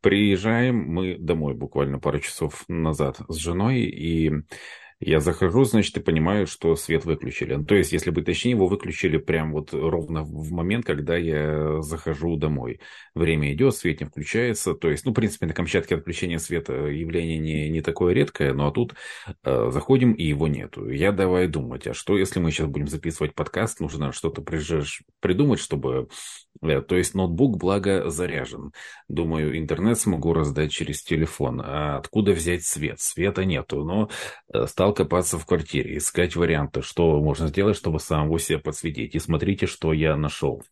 приезжаем мы домой буквально пару часов назад с женой, и я захожу, значит, и понимаю, что свет выключили. Ну, то есть, если быть точнее, его выключили прям вот ровно в момент, когда я захожу домой. Время идет, свет не включается. То есть, ну, в принципе, на Камчатке отключение света явление не такое редкое, но тут заходим, и его нету. Я давай думать, а что, если мы сейчас будем записывать подкаст, нужно что-то придумать, чтобы... То есть ноутбук, благо, заряжен. Думаю, интернет смогу раздать через телефон. А откуда взять свет? Света нету. Но стал копаться в квартире, искать варианты, что можно сделать, чтобы самого себя подсветить. И смотрите, что я нашел.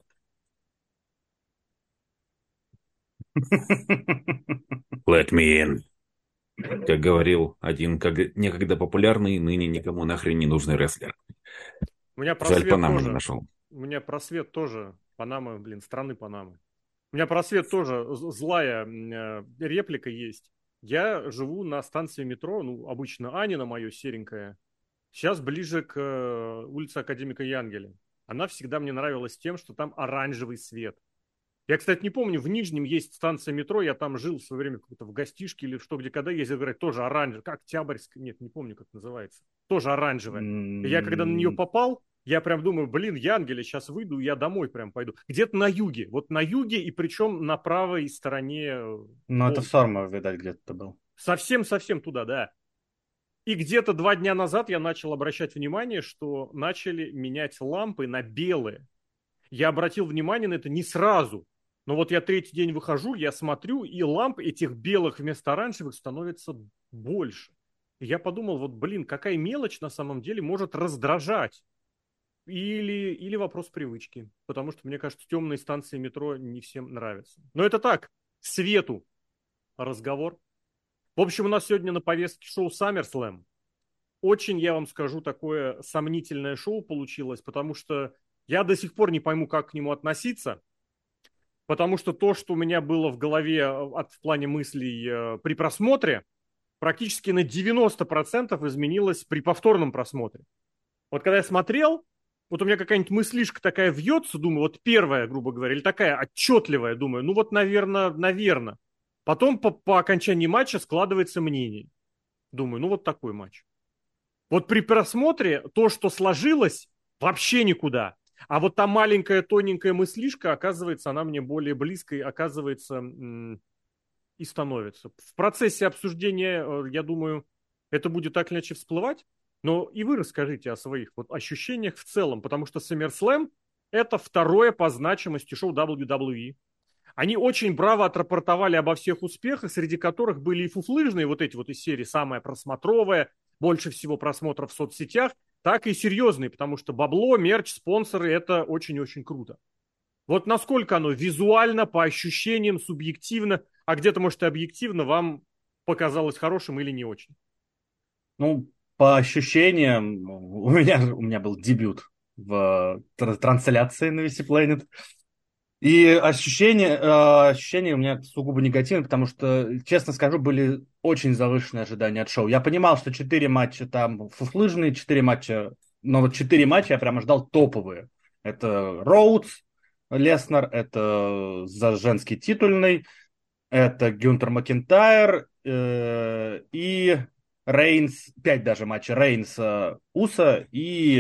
Let me in. Как говорил один некогда популярный, ныне никому нахрен не нужный рестлер. У меня Жаль, просвет Панаму не тоже. нашел. У меня просвет тоже. Панама, блин, страны Панамы. У меня просвет тоже злая реплика есть. Я живу на станции метро, ну, обычно Анина, мое серенькое. Сейчас ближе к улице Академика Янгеля. Она всегда мне нравилась тем, что там оранжевый свет. Я, кстати, не помню, в Нижнем есть станция метро, я там жил в свое время как-то в гостишке или что, где когда ездил, говорят, тоже оранжевый, как Октябрьск, нет, не помню, как называется, тоже оранжевая. И я когда на нее Ну, попал, я прям думаю, блин, Янгеля, сейчас выйду, я домой прям пойду. Где-то на юге, вот на юге и причем на правой стороне это в Волги. Сормово, видать, где-то был. Совсем-совсем туда, да. И где-то 2 дня назад я начал обращать внимание, что начали менять лампы на белые. Я обратил внимание на это не сразу. Но вот я третий день выхожу, я смотрю, и ламп этих белых вместо оранжевых становится больше. И я подумал, вот, блин, какая мелочь на самом деле может раздражать. Или вопрос привычки. Потому что, мне кажется, темные станции метро не всем нравятся. Но это так, к свету разговор. В общем, у нас сегодня на повестке шоу SummerSlam. Очень, я вам скажу, такое сомнительное шоу получилось, потому что я до сих пор не пойму, как к нему относиться, потому что то, что у меня было в голове в плане мыслей при просмотре, практически на 90% изменилось при повторном просмотре. Вот когда я смотрел, вот у меня какая-нибудь мыслишка такая вьется, думаю, вот первая, грубо говоря, или такая отчетливая, думаю, ну вот, наверное. Потом по окончании матча складывается мнение. Думаю, ну вот такой матч. Вот при просмотре то, что сложилось, вообще никуда. А вот та маленькая тоненькая мыслишка, оказывается, она мне более близкой, оказывается, и становится. В процессе обсуждения, я думаю, это будет так или иначе всплывать. Но и вы расскажите о своих вот ощущениях в целом, потому что SummerSlam – это второе по значимости шоу WWE. Они очень браво отрапортовали обо всех успехах, среди которых были и фуфлыжные, вот эти вот из серии «Самая просмотровая», больше всего просмотров в соцсетях, так и серьезные, потому что бабло, мерч, спонсоры – это очень-очень круто. Вот насколько оно визуально, по ощущениям, субъективно, а где-то, может, и объективно вам показалось хорошим или не очень? Ну, по ощущениям, у меня был дебют в трансляции на VC Planet. И ощущения у меня сугубо негативные, потому что, честно скажу, были очень завышенные ожидания от шоу. Я понимал, что 4 матча там фуфлыжные, 4 матча, но вот 4 матча я прямо ждал топовые. Это Роудс, Леснер, это за женский титульный, это Гюнтер Макентайр и Рейнс, 5 даже матчей, Рейнс Уса и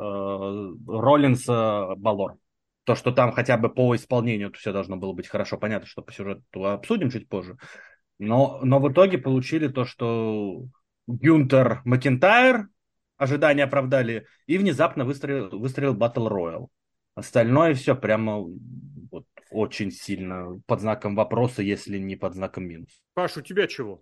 Роллинс Балор. То, что там хотя бы по исполнению все должно было быть хорошо, понятно, что по сюжету обсудим чуть позже. Но в итоге получили то, что Гюнтер Макентайр ожидания оправдали, и внезапно выстрелил Battle Royale. Остальное все прямо вот, очень сильно под знаком вопроса, если не под знаком минус. Паш, у тебя чего?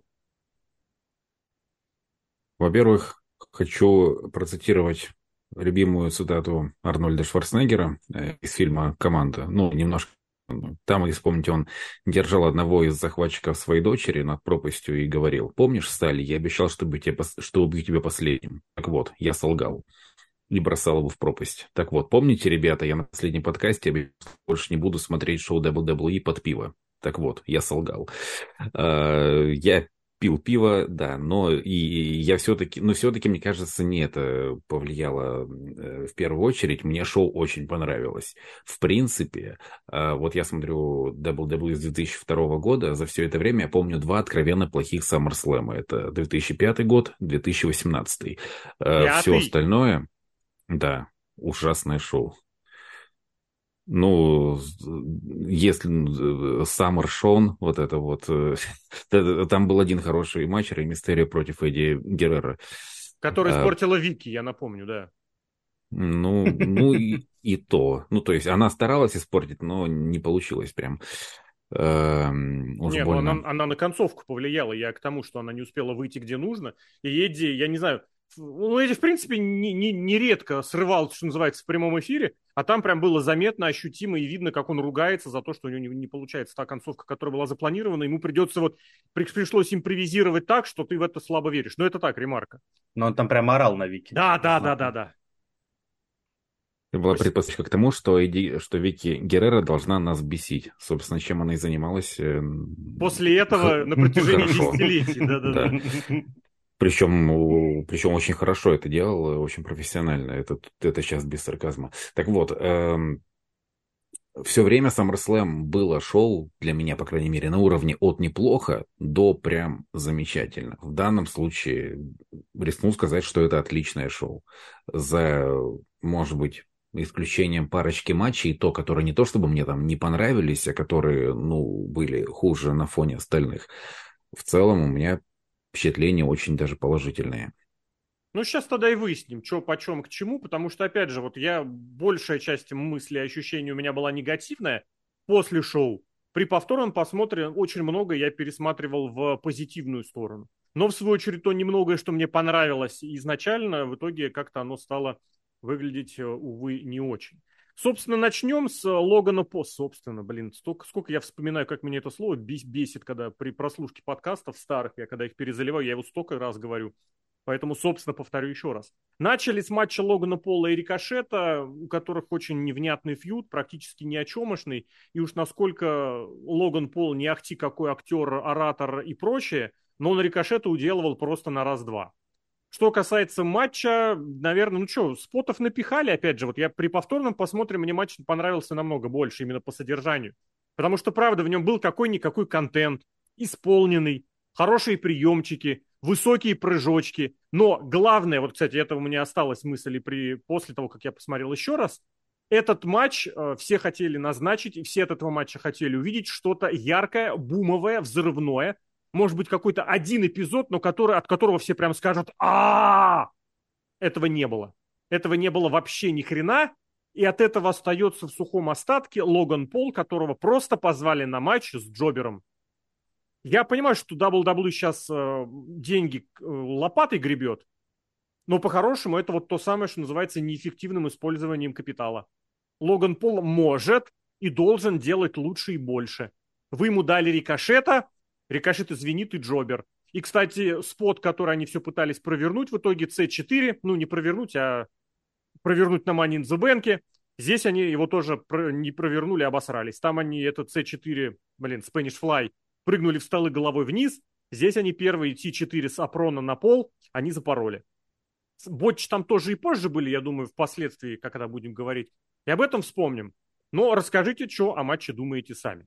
Во-первых, хочу процитировать любимую цитату Арнольда Шварценеггера из фильма «Команда». Ну, немножко. Там, если помните, он держал одного из захватчиков своей дочери над пропастью и говорил: «Помнишь, Сталь, я обещал, что убью тебя последним. Так вот, я солгал». И бросал его в пропасть. Так вот, помните, ребята, я на последнем подкасте обещал, что больше не буду смотреть шоу WWE под пиво. Так вот, я солгал. Я пил пиво, да, но и я все-таки, но все-таки, мне кажется, не это повлияло в первую очередь. Мне шоу очень понравилось. В принципе, вот я смотрю WWE с 2002 года, за все это время я помню два откровенно плохих SummerSlam. Это 2005 год, 2018. Все Пятый? остальное, да, ужасное шоу. Ну, если Саммер Шоун, вот это вот, там был один хороший матч, Рэй Мистерио против Эдди Геррера. Который А, испортила Вики, я напомню, да. ну и то. Ну, то есть она старалась испортить, но не получилось прям. Уж Не, ну больно. она на концовку повлияла. Я к тому, что она не успела выйти где нужно. И Эдди, я не знаю, ну, Эдди, в принципе, нередко срывал, что называется, в прямом эфире, а там прям было заметно, ощутимо и видно, как он ругается за то, что у него не получается та концовка, которая была запланирована. Ему придется вот, пришлось импровизировать так, что ты в это слабо веришь. Но это так, ремарка. Но он там прям орал на Вики. Да, да, да, да, да. Это была предпосылка к тому, что Вики Геррера должна нас бесить. Собственно, чем она и занималась. После этого на протяжении Хорошо. десятилетий, да-да-да. Да. Причем очень хорошо это делал, очень профессионально. Это сейчас без сарказма. Так вот, все время SummerSlam было шоу, для меня, по крайней мере, на уровне от неплохо до прям замечательно. В данном случае рискну сказать, что это отличное шоу. За, может быть, исключением парочки матчей, то, которые не то чтобы мне там не понравились, а которые, ну, были хуже на фоне остальных. В целом у меня впечатления очень даже положительные. Ну, сейчас тогда и выясним, что почем к чему, потому что, опять же, вот большая часть мыслей и ощущений у меня была негативная после шоу. При повторном просмотре очень много я пересматривал в позитивную сторону. Но, в свою очередь, то немногое, что мне понравилось изначально, в итоге как-то оно стало выглядеть, увы, не очень. Собственно, начнем с Логана По. Собственно, блин, сколько я вспоминаю, как меня это слово бесит, когда при прослушке подкастов старых, я когда их перезаливаю, я его столько раз говорю. Поэтому, собственно, повторю еще раз. Начали с матча Логана Пола и Рикошета, у которых очень невнятный фьюд, практически ни о чемошный. И уж насколько Логан Пол не ахти какой актер, оратор и прочее, но он Рикошета уделывал просто на раз-два. Что касается матча, наверное, спотов напихали, опять же, вот я при повторном посмотре, мне матч понравился намного больше именно по содержанию. Потому что, правда, в нем был какой-никакой контент, исполненный, хорошие приемчики, высокие прыжочки. Но главное, вот, кстати, это у меня осталась мысль и после того, как я посмотрел еще раз, этот матч все хотели назначить, и все от этого матча хотели увидеть что-то яркое, бумовое, взрывное. Может быть, какой-то один эпизод, но от которого все прям скажут а Этого не было. Этого не было вообще ни хрена. И от этого остается в сухом остатке Логан Пол, которого просто позвали на матч с Джобером. Я понимаю, что WWE сейчас деньги лопатой гребет, но по-хорошему это вот то самое, что называется неэффективным использованием капитала. Логан Пол может и должен делать лучше и больше. Вы ему дали Рикошета, Рикошет извинит и Джобер. И, кстати, спот, который они все пытались провернуть, в итоге C4, ну не провернуть, а провернуть на Money in the Bank. Здесь они его тоже не провернули, а обосрались. Там они этот C4, Spanish Fly, прыгнули в столы головой вниз. Здесь они первые T4 с Апрона на пол, они запороли. Ботчи там тоже и позже были, я думаю, впоследствии, когда будем говорить. И об этом вспомним. Но расскажите, что о матче думаете сами.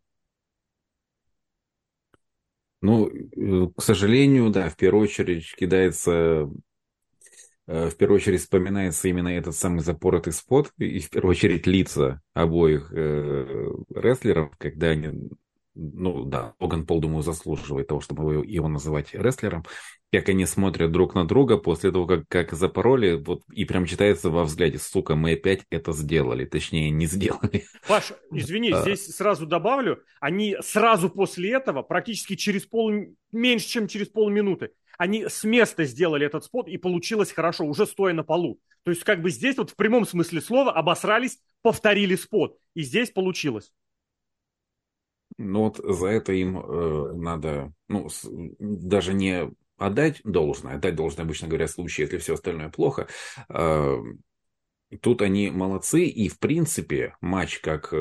Ну, к сожалению, да, в первую очередь в первую очередь вспоминается именно этот самый запоротый спот, и в первую очередь лица обоих рестлеров, когда они, ну да, Логан Пол, думаю, заслуживает того, чтобы его называть рестлером, как они смотрят друг на друга после того, как запороли, вот, и прям читается во взгляде, сука, мы опять это сделали, точнее, не сделали. Паш, извини, здесь сразу добавлю, они сразу после этого, практически меньше, чем через полминуты, они с места сделали этот спот, и получилось хорошо, уже стоя на полу. То есть как бы здесь вот в прямом смысле слова обосрались, повторили спот, и здесь получилось. Ну вот за это им надо, ну, даже не отдать должное обычно говоря, в случае, если все остальное плохо, Тут они молодцы, и в принципе матч как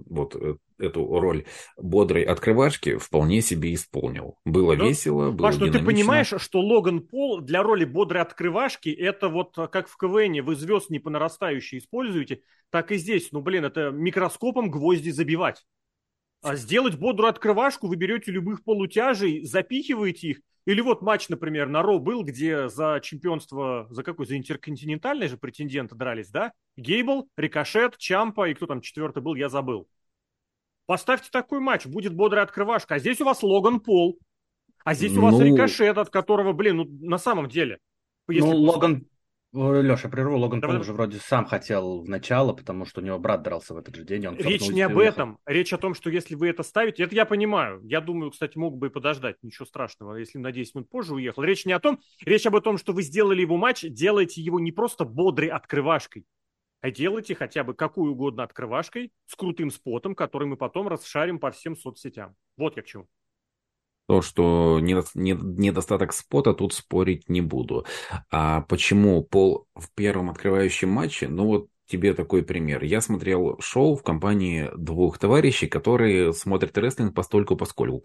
эту роль бодрой открывашки вполне себе исполнил. Было Ну, весело, было Паш, ну ты динамично. понимаешь, что Логан Пол для роли бодрой открывашки, это вот как в КВН вы звезд не по нарастающей используете, так и здесь. Ну, блин, это микроскопом гвозди забивать. А сделать бодрую открывашку, вы берете любых полутяжей, запихиваете их. Или вот матч, например, на Ро был, где за чемпионство, за интерконтинентальный же претенденты дрались, да? Гейбл, Рикошет, Чампа и кто там четвертый был, я забыл. Поставьте такой матч, будет бодрая открывашка. А здесь у вас Логан Пол. А здесь у вас Ну, Рикошет, от которого, блин, ну на самом деле, Ну, если посмотреть... Логан, Леша, прерву, Логан Пол Да, уже вроде сам хотел в начало, потому что у него брат дрался в этот же день, он речь форкнулся не и об уехал. этом. Речь о том, что если вы это ставите, это я понимаю. Я думаю, кстати, мог бы и подождать. Ничего страшного, если на 10 минут позже уехал. Речь не о том, речь об том, что вы сделали его матч, делаете его не просто бодрой открывашкой, а делайте хотя бы какую угодно открывашкой с крутым спотом, который мы потом расшарим по всем соцсетям. Вот я к чему. то, что недостаток спота, тут спорить не буду. А почему Пол в первом открывающем матче? Ну вот тебе такой пример. Я смотрел шоу в компании двух товарищей, которые смотрят рестлинг постольку-поскольку.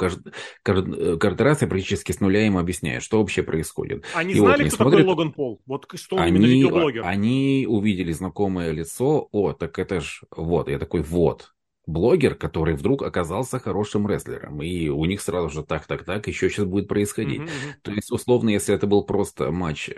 Каждый раз я практически с нуля им объясняю, что вообще происходит. Они И вот знали, они кто такой смотрят, Логан Пол? Вот что он именно видеоблогер. они увидели знакомое лицо. О, так это ж вот. Я такой, вот. Блогер, который вдруг оказался хорошим рестлером. И у них сразу же так, еще сейчас будет происходить. Мгм, мгм. То есть, условно, если это был просто матч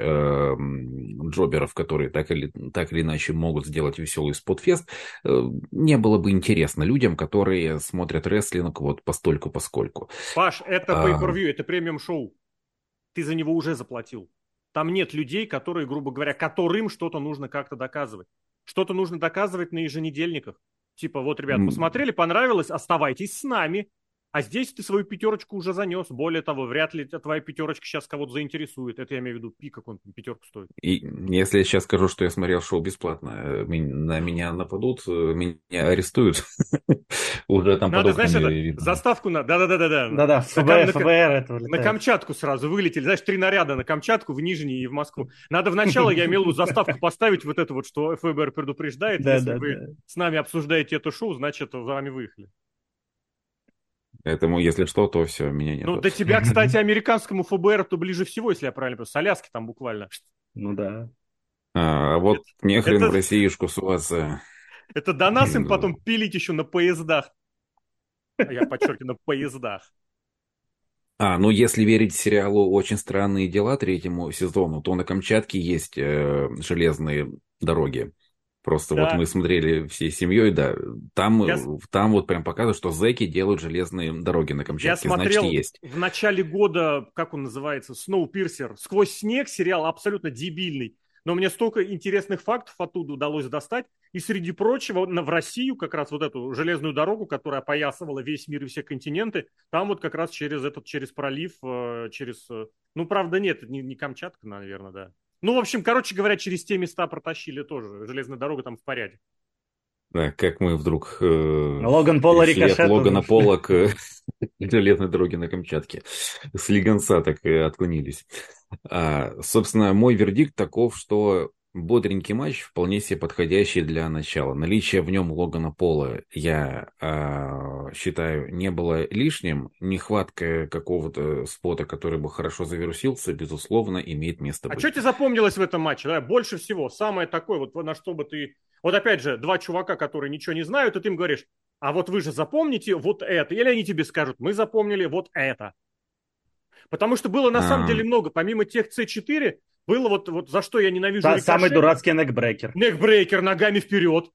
джоберов, которые так или иначе могут сделать веселый спотфест, не было бы интересно людям, которые смотрят рестлинг вот постольку-поскольку. Паш, это А, pay-per-view, это премиум-шоу. Ты за него уже заплатил. Там нет людей, которые, грубо говоря, которым что-то нужно как-то доказывать. Что-то нужно доказывать на еженедельниках. Типа, вот, ребят, м, посмотрели, понравилось, оставайтесь с нами. А здесь ты свою пятерочку уже занес. Более того, вряд ли твоя пятерочка сейчас кого-то заинтересует. Это я имею в виду пик, как он пятерку стоит. И если я сейчас скажу, что я смотрел шоу бесплатно, на меня нападут, меня арестуют. Уже там Надо, знаешь, подобными это видно. заставку на... Да-да-да-да-да. Да-да, ФБР это На вылетает. Камчатку сразу вылетели. Знаешь, 3 наряда на Камчатку, в Нижний и в Москву. Надо вначале, я имел в виду, заставку поставить вот это вот, что ФБР предупреждает. Если вы Да-да-да. с нами обсуждаете это шоу, значит, за вами выехали. Поэтому, если что, то все, меня Ну, нету. до тебя, кстати, американскому ФБР то ближе всего, если я правильно понимаю. С Аляски там буквально. Ну да. А вот не хрен в Это, Россиюшку суваться. это до нас им потом пилить еще на поездах. Я подчеркиваю, на поездах. Ну если верить сериалу «Очень странные дела» третьему сезону, то на Камчатке есть железные дороги. Просто вот Да. мы смотрели всей семьей, да, там, Я, там вот прям показывают, что зэки делают железные дороги на я Камчатке, значит, смотрел есть. в начале года, как он называется, Сноупирсер, «Сквозь снег», сериал абсолютно дебильный. Но мне столько интересных фактов оттуда удалось достать. И среди прочего, в Россию как раз вот эту железную дорогу, которая опоясывала весь мир и все континенты, там вот как раз через пролив, ну, правда, нет, не Камчатка, наверное, да. Ну, в общем, короче говоря, через те места протащили тоже. Железная дорога там в порядке. Да, как мы вдруг Логан Пола перешли от Рикошета. Логана Пола к железной дороге на Камчатке. С Лиганца так и отклонились. Собственно, мой вердикт таков, что бодренький матч, вполне себе подходящий для начала. Наличие в нем Логана Пола, я считаю, не было лишним. Нехватка какого-то спота, который бы хорошо завирусился, безусловно, имеет место А быть. что тебе запомнилось в этом матче? Да? Больше всего, самое такое, вот на что бы ты... Вот опять же, два чувака, которые ничего не знают, и ты им говоришь, а вот вы же запомните вот это. Или они тебе скажут, мы запомнили вот это. Потому что было на самом деле много. Помимо тех C4, было вот за что я ненавижу Самый Рикошета. дурацкий некбрейкер. Некбрейкер ногами вперед.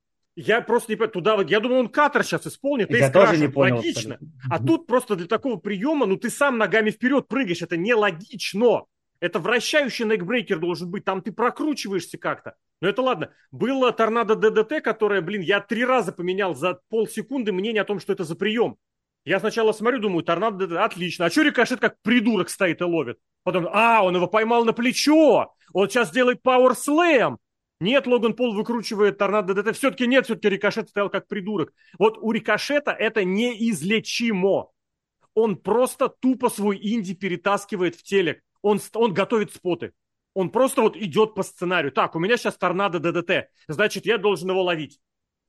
Я просто не понимаю, туда вот, я думал, он катер сейчас исполнит, Я тоже не понял. логично. Абсолютно. А тут просто для такого приема, ну ты сам ногами вперед прыгаешь, это нелогично. Это вращающий некбрейкер должен быть, там ты прокручиваешься как-то. Но это ладно. Было торнадо ДДТ, которое, я 3 раза поменял за полсекунды мнение о том, что это за прием. Я сначала смотрю, думаю, торнадо ДДТ, отлично. А что Рикошет как придурок стоит и ловит? Потом, он его поймал на плечо. Он сейчас делает пауэр слэм. Нет, Логан Пол выкручивает торнадо ДДТ. Все-таки нет, все-таки Рикошет стоял как придурок. Вот у Рикошета это неизлечимо. Он просто тупо свой инди перетаскивает в телек. Он готовит споты. Он просто вот идет по сценарию. Так, у меня сейчас торнадо ДДТ. Значит, я должен его ловить.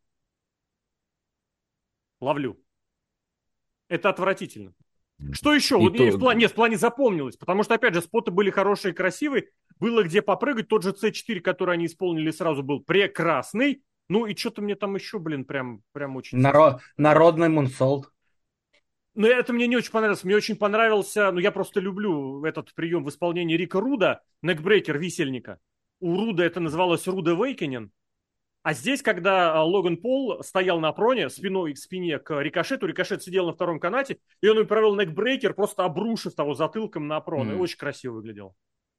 Ловлю. Это отвратительно. Что еще? И Вот мне то, в плане запомнилось. Потому что, опять же, споты были хорошие и красивые. Было где попрыгать. Тот же C4, который они исполнили сразу, был прекрасный. Ну и что-то мне там еще, блин, прям очень... Народный мунсолт. Но это мне не очень понравилось. Мне очень понравился, ну я просто люблю этот прием в исполнении Рика Руда, некбрейкер висельника. У Руда это называлось Руда Вейкенен. А здесь, когда Логан Пол стоял на проне, спиной к спине к Рикошету, Рикошет сидел на втором канате, и он провел некбрейкер, просто обрушив того затылком на прон. И очень красиво выглядел.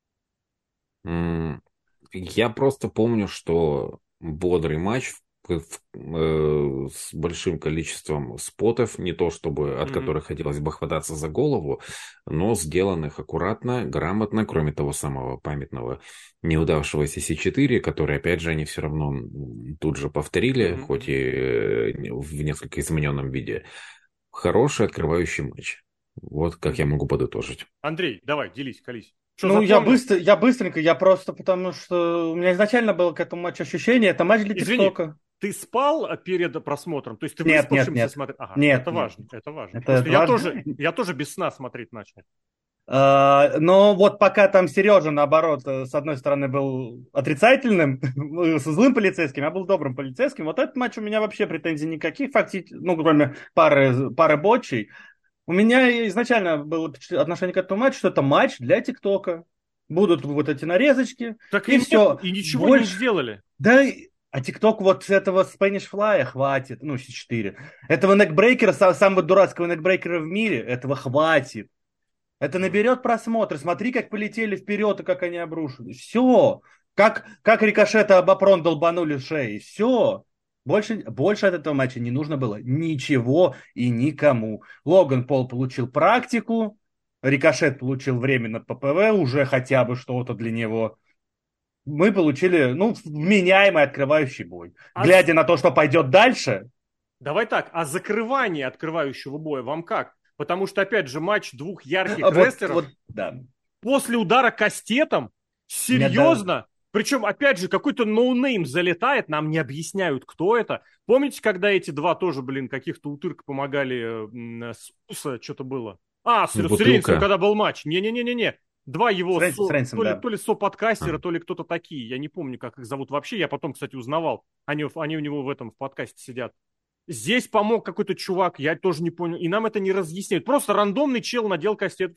Я просто помню, что бодрый матч с большим количеством спотов, не то чтобы от которых хотелось бы хвататься за голову, но сделанных аккуратно, грамотно, кроме того самого памятного неудавшегося C4, который, опять же, они все равно тут же повторили, хоть и в несколько измененном виде. Хороший открывающий матч. Вот как я могу подытожить. Андрей, давай, делись, колись. Что Ну, запомнил? я быстренько, я просто потому что у меня изначально было к этому матчу ощущение, это матч для Извини, ТикТока. ты спал перед просмотром? То есть ты Нет, выспавшимся смотрел? Ага, нет, это нет. важно, это важно. Это Просто важно. я тоже без сна смотреть начал. Но вот пока там Сережа, наоборот, с одной стороны был отрицательным, с злым полицейским, я был добрым полицейским, вот этот матч у меня вообще претензий никаких, фактически, ну, кроме пары ботчей. У меня изначально было отношение к этому матчу, что это матч для ТикТока. Будут вот эти нарезочки, Так и и нет, все. и ничего не сделали. Да, а ТикТок вот с этого Spanish Fly хватит, ну, C4. Этого некбрейкера, самого дурацкого некбрейкера в мире, этого хватит. Это наберет просмотры. Смотри, как полетели вперед и как они обрушились. Все. Как рикошета об опрон долбанули шеи. Все. Больше от этого матча не нужно было ничего и никому. Логан Пол получил практику. Рикошет получил время на ППВ. Уже хотя бы что-то для него. Мы получили, ну, вменяемый открывающий бой. Глядя на то, что пойдет дальше. Давай так, а закрывание открывающего боя вам как? Потому что, опять же, матч двух ярких рестлеров да. После удара кастетом, серьезно, причем, опять же, какой-то ноунейм залетает, нам не объясняют, кто это. Помните, когда эти два тоже, каких-то утырка помогали с Уса, что-то было? С Рейнсом, когда был матч. Не-не-не-не-не. Два его, то ли соподкастера, то ли кто-то такие. Я не помню, как их зовут вообще. Я потом, кстати, узнавал. Они у него в подкасте сидят. Здесь помог какой-то чувак, я тоже не понял. И нам это не разъясняют. Просто рандомный чел надел кастет.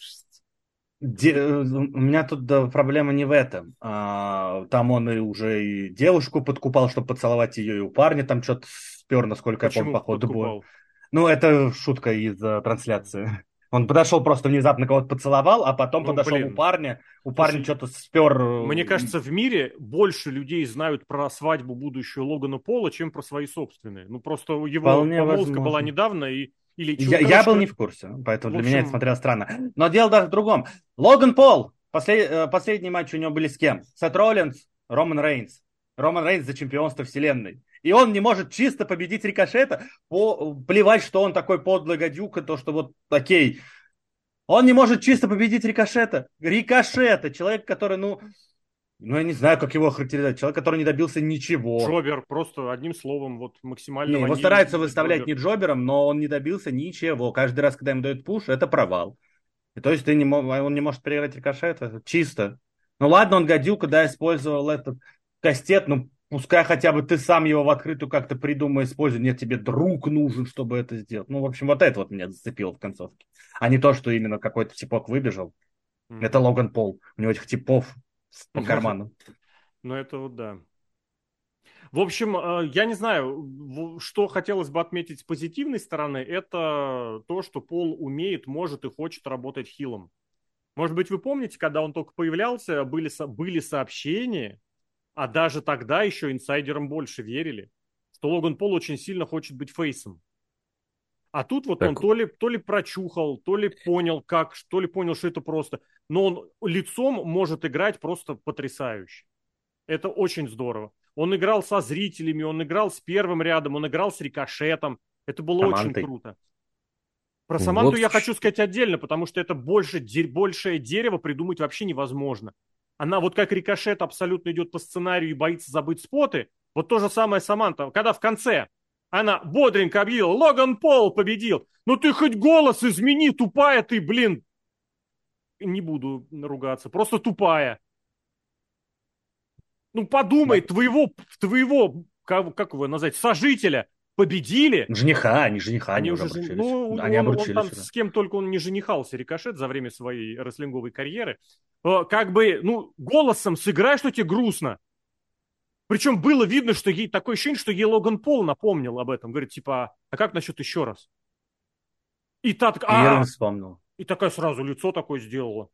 У меня тут проблема не в этом. Там он уже и девушку подкупал, чтобы поцеловать ее, и у парня там что-то спер, насколько я помню, по ходу боя. Ну, это шутка из трансляции. Он подошел, просто внезапно кого-то поцеловал, а потом подошел у парня. Слушай, что-то спер. Мне кажется, в мире больше людей знают про свадьбу будущую Логана Пола, чем про свои собственные. Ну, просто его помолвка была недавно, и я был не в курсе, поэтому для меня это смотрело странно. Но дело даже в другом. Логан Пол, последний матч у него были с кем? Сет Роллинс, Роман Рейнс. Роман Рейнс за чемпионство вселенной. И он не может чисто победить Рикошета, плевать, что он такой подлый гадюка, то, что вот окей. Он не может чисто победить Рикошета. Рикошета, человек, который, я не знаю, как его характеризовать. Человек, который не добился ничего. Джобер, просто одним словом, вот максимально... Его стараются выставлять не джобером, но он не добился ничего. Каждый раз, когда им дают пуш, это провал. И то есть он не может переиграть Рикошет, это чисто. Ну ладно, он гадюка, да, использовал этот кастет, пускай хотя бы ты сам его в открытую как-то придумай, используй. Нет, тебе друг нужен, чтобы это сделать. В общем, вот это вот меня зацепило в концовке. А не то, что именно какой-то типок выбежал. Это Логан Пол. У него этих типов по карману. Ну, это вот да. В общем, я не знаю, что хотелось бы отметить с позитивной стороны, это то, что Пол умеет, может и хочет работать хилом. Может быть, вы помните, когда он только появлялся, были сообщения, а даже тогда еще инсайдерам больше верили, что Логан Пол очень сильно хочет быть фейсом. А тут вот он то ли прочухал, то ли понял, что это просто. Но он лицом может играть просто потрясающе. Это очень здорово. Он играл со зрителями, он играл с первым рядом, он играл с Рикошетом. Это было очень круто. Про Саманту я хочу сказать отдельно, потому что это большее дерево придумать вообще невозможно. Она вот как Рикошет абсолютно идет по сценарию и боится забыть споты. Вот то же самое Саманта. Когда в конце она бодренько объявила, Логан Пол победил. Ну ты хоть голос измени, тупая ты, блин. Не буду ругаться, просто тупая. Ну подумай, твоего, как его назвать, сожителя победили. Жениха, они Они уже уже, обручились. ну, Они он обручились там уже. с кем только он не женихался, Рикошет, за время своей рестлинговой карьеры. Как бы, ну, голосом сыграй, что тебе грустно. Причем было видно, что ей такое ощущение, что ей Логан Пол напомнил об этом. Говорит, типа, а как насчет еще раз? И та И я такая, вспомнил. и такая сразу лицо такое сделала.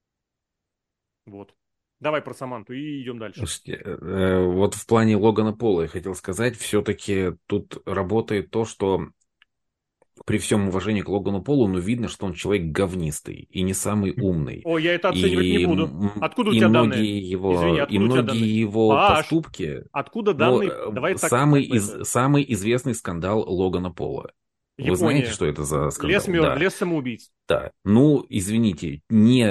Вот. Давай про Саманту и идем дальше. Слушайте, вот в плане Логана Пола я хотел сказать, все-таки тут работает то, что при всем уважении к Логану Полу, ну, видно, что он человек говнистый и не самый умный. О, я это оценивать не буду. Откуда у И тебя данные? многие Извини, его, и откуда у тебя данные? многие его Паш, поступки, откуда ну, данные? Давай так. самый известный скандал Логана Пола. Вы знаете, Япония. что это за скандал? Да. Лес самоубийц. Да. Ну, извините,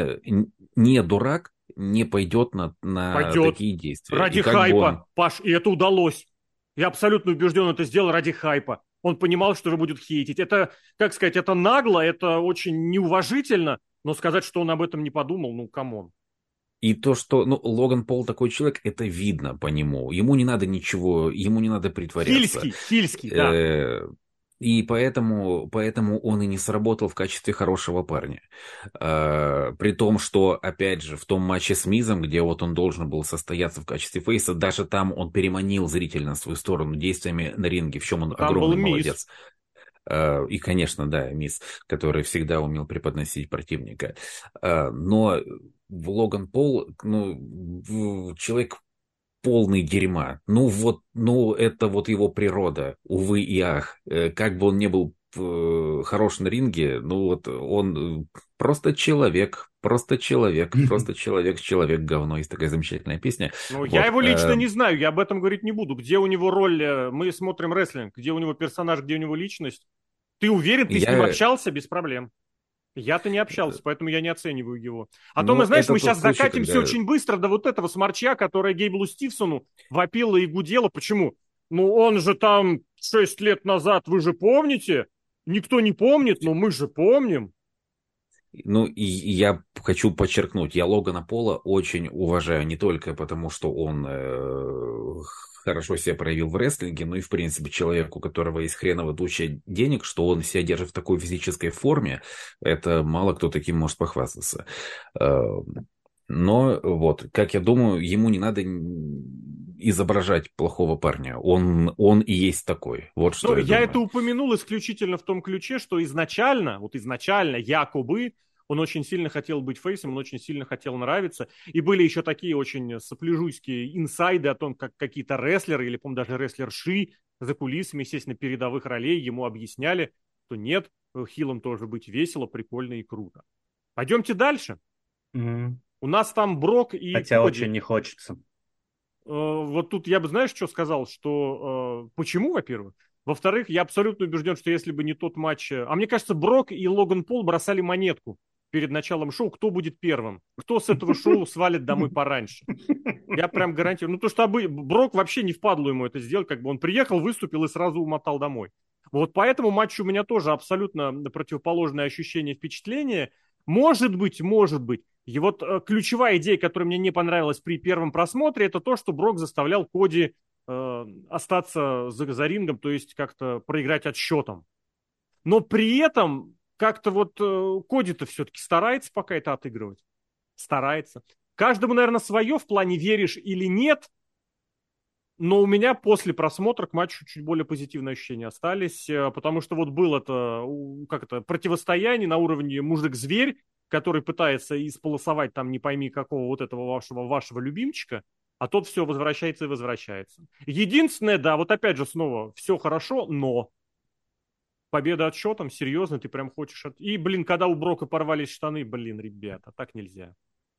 не дурак не пойдет на Пойдет. такие действия. Ради хайпа, Паш, и это удалось. Я абсолютно убежден, это сделал ради хайпа. Он понимал, что его будут хейтить. Это, как сказать, это нагло, это очень неуважительно, но сказать, что он об этом не подумал, ну, камон. И то, что, ну, Логан Пол такой человек, это видно по нему. Ему не надо ничего, ему не надо притворяться. Хильский, да. И поэтому он и не сработал в качестве хорошего парня. При том, что, опять же, в том матче с Мизом, где вот он должен был состояться в качестве фейса, даже там он переманил зрителя на свою сторону действиями на ринге, в чем он там огромный был молодец. И, конечно, да, Миз, который всегда умел преподносить противника. Но Логан Пол, ну, человек полный дерьма. Ну вот, ну это вот его природа, увы и ах. Как бы он ни был хорош на ринге, ну вот он просто человек, человек говно. Есть такая замечательная песня. Ну, Вот, я его лично не знаю, я об этом говорить не буду. Где у него роль, мы смотрим рестлинг, где у него персонаж, где у него личность. Ты уверен, ты с ним общался без проблем? Я-то не общался, поэтому я не оцениваю его. А то мы, знаешь, мы сейчас закатимся очень быстро до вот этого сморча, которая Гейблу Стивсону вопила и гудела. Почему? Ну, он же там 6 лет назад, вы же помните? Никто не помнит, но мы же помним. Ну, и я хочу подчеркнуть, я Логана Пола очень уважаю не только потому, что он хорошо себя проявил в рестлинге, но и, в принципе, человек, у которого есть хреново туча денег, что он себя держит в такой физической форме, это мало кто таким может похвастаться. Но вот, как я думаю, ему не надо изображать плохого парня. Он и есть такой. Вот что я это упомянул исключительно в том ключе, что изначально, якобы, он очень сильно хотел быть фейсом, он очень сильно хотел нравиться. И были еще такие очень сопляжуйские инсайды о том, как какие-то рестлеры, или, по-моему, даже рестлерши за кулисами, естественно, передовых ролей ему объясняли, что нет, хилом тоже быть весело, прикольно и круто. Пойдемте дальше. У нас там Брок и Хотя Коди. очень не хочется. Вот тут я бы, знаешь, что сказал, что почему, во-первых? Во-вторых, я абсолютно убежден, что если бы не тот матч... А мне кажется, Брок и Логан Пол бросали монетку перед началом шоу, кто будет первым. Кто с этого шоу свалит домой пораньше. Я прям гарантирую. Ну, то, что Брок вообще не впадло ему это сделать, как бы он приехал, выступил и сразу умотал домой. Вот поэтому матч у меня тоже абсолютно противоположное ощущение, впечатление. Может быть. И вот ключевая идея, которая мне не понравилась при первом просмотре, это то, что Брок заставлял Коди остаться за рингом, то есть как-то проиграть отсчетом. Но при этом как-то вот Коди-то все-таки старается пока это отыгрывать. Старается. Каждому, наверное, свое в плане веришь или нет, но у меня после просмотра к матчу чуть более позитивные ощущения остались, потому что вот было это противостояние на уровне мужик-зверь, который пытается исполосовать там не пойми какого вот этого вашего любимчика, а тот все возвращается и возвращается. Единственное, да, вот опять же снова, все хорошо, но победа отсчетом, серьезно, ты прям хочешь... И, блин, когда у Брока порвались штаны, блин, ребята, так нельзя.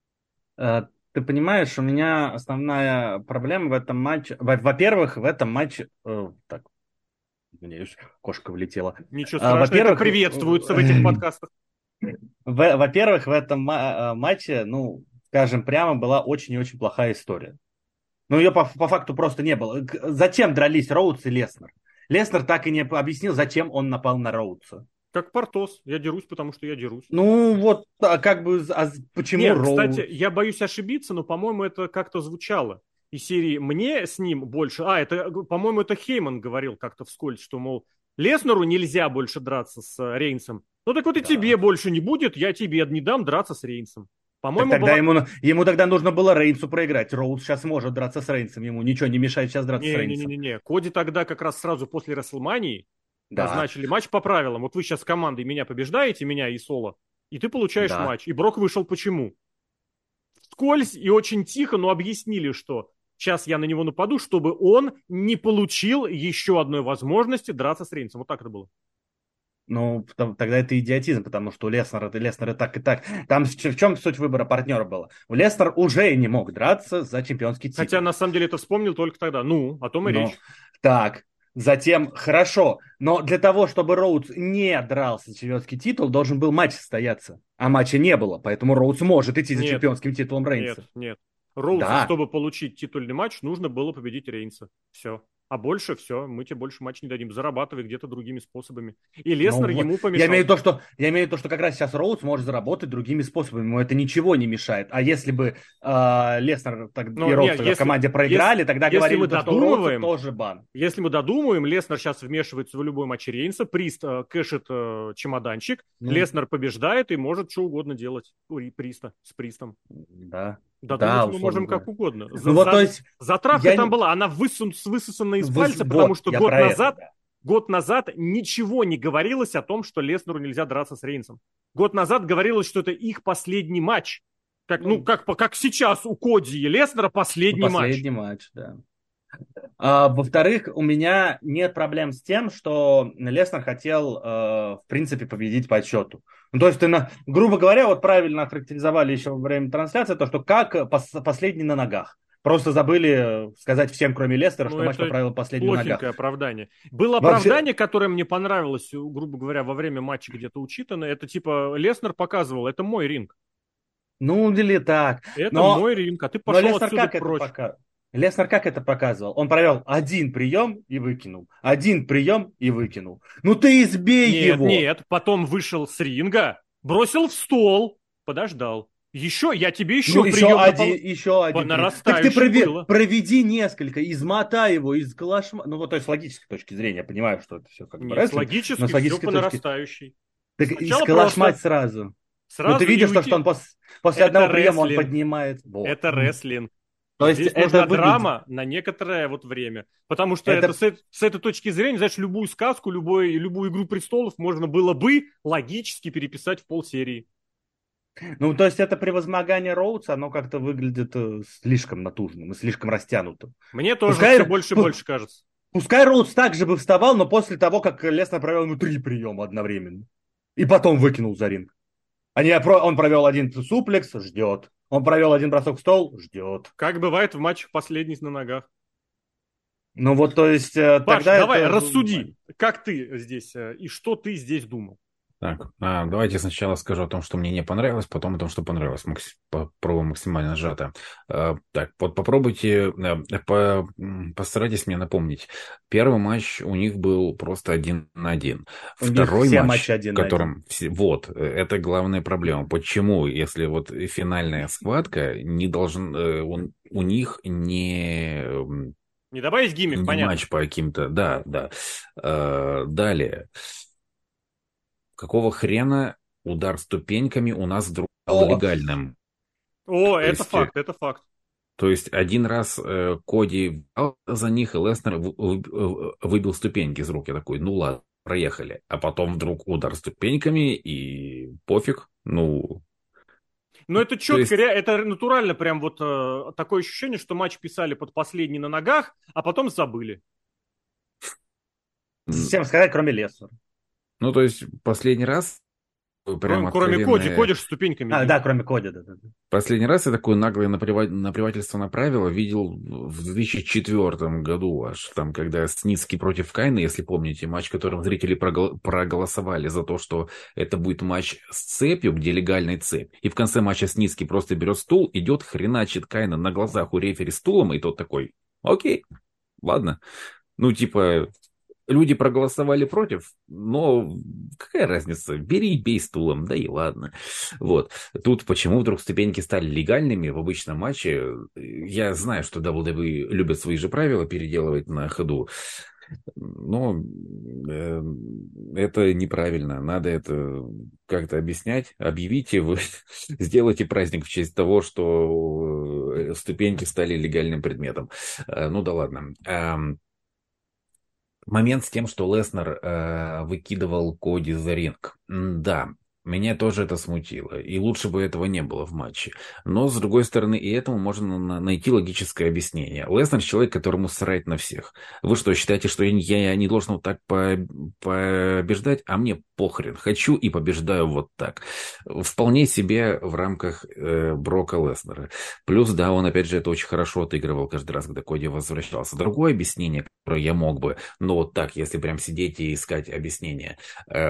Ты понимаешь, у меня основная проблема в этом матче... Во-первых, в этом матче... Так, извиняюсь, кошка влетела. Ничего страшного, это приветствуется в этих подкастах. Во-первых, в этом матче, ну, скажем прямо, была очень и очень плохая история. Но ее по факту просто не было. Зачем дрались Роудс и Леснер? Леснер так и не объяснил, зачем он напал на Роудса. Как Портос. Я дерусь, потому что я дерусь. Ну вот, как бы, почему Нет, Роудс? кстати, я боюсь ошибиться, но, по-моему, это как-то звучало. Из серии «Мне с ним больше...» это, по-моему, это Хейман говорил как-то вскользь, что, мол, Леснеру нельзя больше драться с Рейнсом. Ну так вот и тебе Да. больше не будет, я тебе не дам драться с Рейнсом. Так По-моему, тогда была... ему тогда нужно было Рейнсу проиграть. Роудс сейчас может драться с Рейнсом. Ему ничего не мешает сейчас драться с Рейнсом. Не-не-не-не. Коди тогда как раз сразу после Расселмании Да, назначили матч по правилам. Вот вы сейчас с командой меня побеждаете, меня и Соло, и ты получаешь да. матч. И Брок вышел почему? Вскользь и очень тихо, но объяснили, что сейчас я на него нападу, чтобы он не получил еще одной возможности драться с Рейнсом. Вот так это было. Ну, тогда это идиотизм, потому что у Леснера так и так. Там в чем суть выбора партнера была? Леснер уже не мог драться за чемпионский титул. Хотя, на самом деле, это вспомнил только тогда. Ну, о том и Но, речь. так, затем, хорошо, но для того, чтобы Роудс не дрался за чемпионский титул, должен был матч состояться. А матча не было, поэтому Роудс может идти за Нет, чемпионским титулом нет, Рейнса. нет. Роудсу, Да, чтобы получить титульный матч, нужно было победить Рейнса. Все. А больше все, мы тебе больше матч не дадим. Зарабатывай где-то другими способами. И ну Леснер вот. ему Я помешал. имею в виду, я имею в виду, что как раз сейчас Роудс может заработать другими способами, ему это ничего не мешает. А если бы Леснер и Но не, Роудс тогда в команде проиграли, тогда если говорили, мы что у Роудса додумываем, тоже бан. если мы додумаем, Леснер сейчас вмешивается в любой матч Рейнса, Прист кэшит чемоданчик, Ну, Леснер побеждает и может что угодно делать у Приста с Пристом. да, Додумать да, мы условно можем говоря. как угодно. Ну вот, то есть, Затравка я... там была, она высосана из пальца, потому Вот, что я про это, да. год назад ничего не говорилось о том, что Леснеру нельзя драться с Рейнсом. Год назад говорилось, что это их последний матч. Ну, Как сейчас у Коди и Леснера последний матч. последний матч, да. Во-вторых, у меня нет проблем с тем, что Леснер хотел, в принципе, победить по счету. Ну, то есть, грубо говоря, вот правильно охарактеризовали еще во время трансляции, то, что как последний на ногах. Просто забыли сказать всем, кроме Лестера, что матч по Это правилам последний на ногах. плохенькое оправдание. Было Вообще... оправдание, которое мне понравилось, грубо говоря, во время матча где-то учитано. Это типа Леснер показывал, это мой ринг. Ну, или так. Это мой ринг, а ты Но пошел Леснер отсюда как прочь. Леснер как это показывал? Он провел один прием и выкинул. Один прием и выкинул. Ну ты избей его! Нет, потом вышел с ринга, бросил в стол, подождал. Я тебе еще прием еще один. по Так ты нарастающей было. проведи несколько, измотай его из калашма. Ну вот, то есть с логической точки зрения, я понимаю, что это все как бы Нет, с рестлинг, логически но с все логической по точки... нарастающей. Так Сначала искалашмать просто сразу. Ну ты видишь, что он после Это одного приема он рестлинг. поднимает. Вот. Это рестлинг. То есть Здесь это нужна выглядит... драма на некоторое вот время. Потому что это с этой точки зрения, знаешь, любую сказку, любую «Игру престолов» можно было бы логически переписать в полсерии. Ну, то есть это превозмогание Роудса, оно как-то выглядит слишком натужным и слишком растянутым. Мне тоже все больше и больше кажется. Пускай Роудс также бы вставал, но после того, как Леснер провел ему 3 приема одновременно. И потом выкинул за ринг. Он провел один суплекс, ждет. Он провел один бросок в стол, ждет. Как бывает в матчах последних на ногах. Ну вот, то есть... Паш, тогда давай, это... рассуди, как ты здесь и что ты здесь думал? Так, давайте сначала скажу о том, что мне не понравилось, потом о том, что понравилось. Попробуем максимально сжато. Так, вот попробуйте, постарайтесь мне напомнить. Первый матч у них был просто 1 на 1. Второй матч, в котором... Вот, это главная проблема. Почему, если вот финальная схватка, не должен... у них не... Не добавить гиммик, понятно. Матч по каким-то... Да. Далее. Какого хрена удар ступеньками у нас вдруг стал легальным? Это факт. То есть один раз Коди за них, и Леснер выбил ступеньки из рук. Я такой, ну ладно, проехали. А потом вдруг удар ступеньками, и пофиг, ну... Но это четко, это натурально прям вот такое ощущение, что матч писали под последний на ногах, а потом забыли. Всем сказать, кроме Леснера. Ну, то есть последний раз прям Кроме Коди. откровенное... Коди же ступеньками бил. Да, кроме Коди, да. Последний раз я такое наглое наплевательство на правила видел в 2004 году аж. Там, когда Сницкий против Кайна, если помните, матч, которым зрители проголосовали за то, что это будет матч с цепью, где легальная цепь. И в конце матча Сницкий просто берет стул, идет, хреначит Кайна на глазах у рефери стулом, и тот такой: окей, ладно. Ну, типа... Люди проголосовали против, но какая разница? Бери и бей стулом, да и ладно. Вот. Тут почему вдруг ступеньки стали легальными в обычном матче? Я знаю, что WWE любят свои же правила переделывать на ходу, но это неправильно. Надо это как-то объяснять. Объявите вы, сделайте праздник в честь того, что ступеньки стали легальным предметом. Ну да ладно. Момент с тем, что Леснер выкидывал Коди за ринг. Да, меня тоже это смутило. И лучше бы этого не было в матче. Но, с другой стороны, и этому можно найти логическое объяснение. Леснер человек, которому срать на всех. Вы что, считаете, что я не должен вот так побеждать? А мне похрен. Хочу и побеждаю вот так. Вполне себе в рамках Брока Леснера. Плюс, да, он, опять же, это очень хорошо отыгрывал каждый раз, когда Коди возвращался. Другое объяснение, которое я мог бы, но вот так, если прям сидеть и искать объяснение,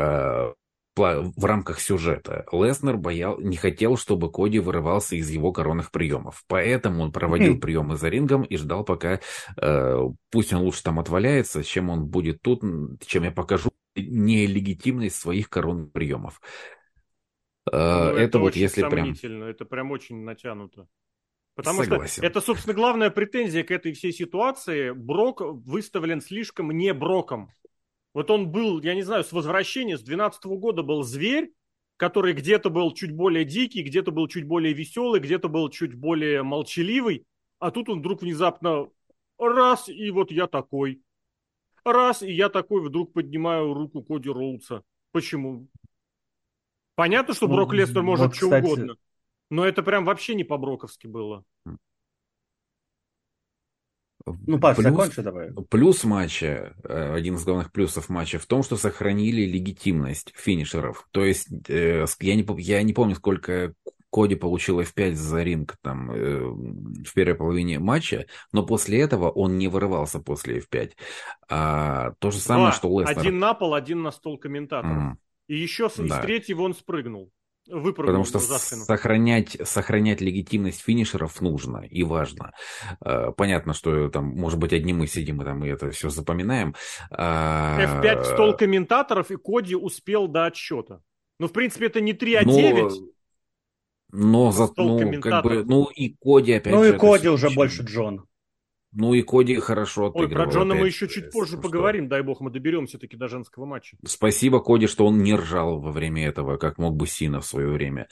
в рамках сюжета. Леснер не хотел, чтобы Коди вырывался из его коронных приемов. Поэтому он проводил приемы за рингом и ждал, пока пусть он лучше там отваляется, чем он будет тут, чем я покажу нелегитимность своих коронных приемов. Это вот очень если сомнительно, это прям очень натянуто. Потому Согласен. что это, собственно, главная претензия к этой всей ситуации. Брок выставлен слишком не Броком. Вот он был, я не знаю, с возвращения, с 2012 года был зверь, который где-то был чуть более дикий, где-то был чуть более веселый, где-то был чуть более молчаливый, а тут он вдруг внезапно раз, и вот я такой. Раз, и я такой вдруг поднимаю руку Коди Роудса. Почему? Понятно, что Брок Леснер может вот, что кстати... угодно, но это прям вообще не по-броковски было. Ну, Паш, закончи давай. Плюс матча, один из главных плюсов матча в том, что сохранили легитимность финишеров. То есть, я не помню, сколько Коди получил F5 за ринг там, в первой половине матча, но после этого он не вырывался после F5. То же самое, что Леснер. Один на пол, один на стол комментаторов. И еще из третьего он спрыгнул. Потому что сохранять легитимность финишеров нужно и важно. Понятно, что там, может быть, одни мы сидим и там и это все запоминаем. F5 стол комментаторов, и Коди успел до отсчета. Ну, в принципе, это не 3, а 9. Но и Коди опять же... Ну и Коди уже больше Джон. Ну и Коди хорошо отыгрывал. Ой, про Джона мы еще чуть позже поговорим, дай бог, мы доберемся таки до женского матча. Спасибо Коди, что он не ржал во время этого, как мог бы Сина в свое время.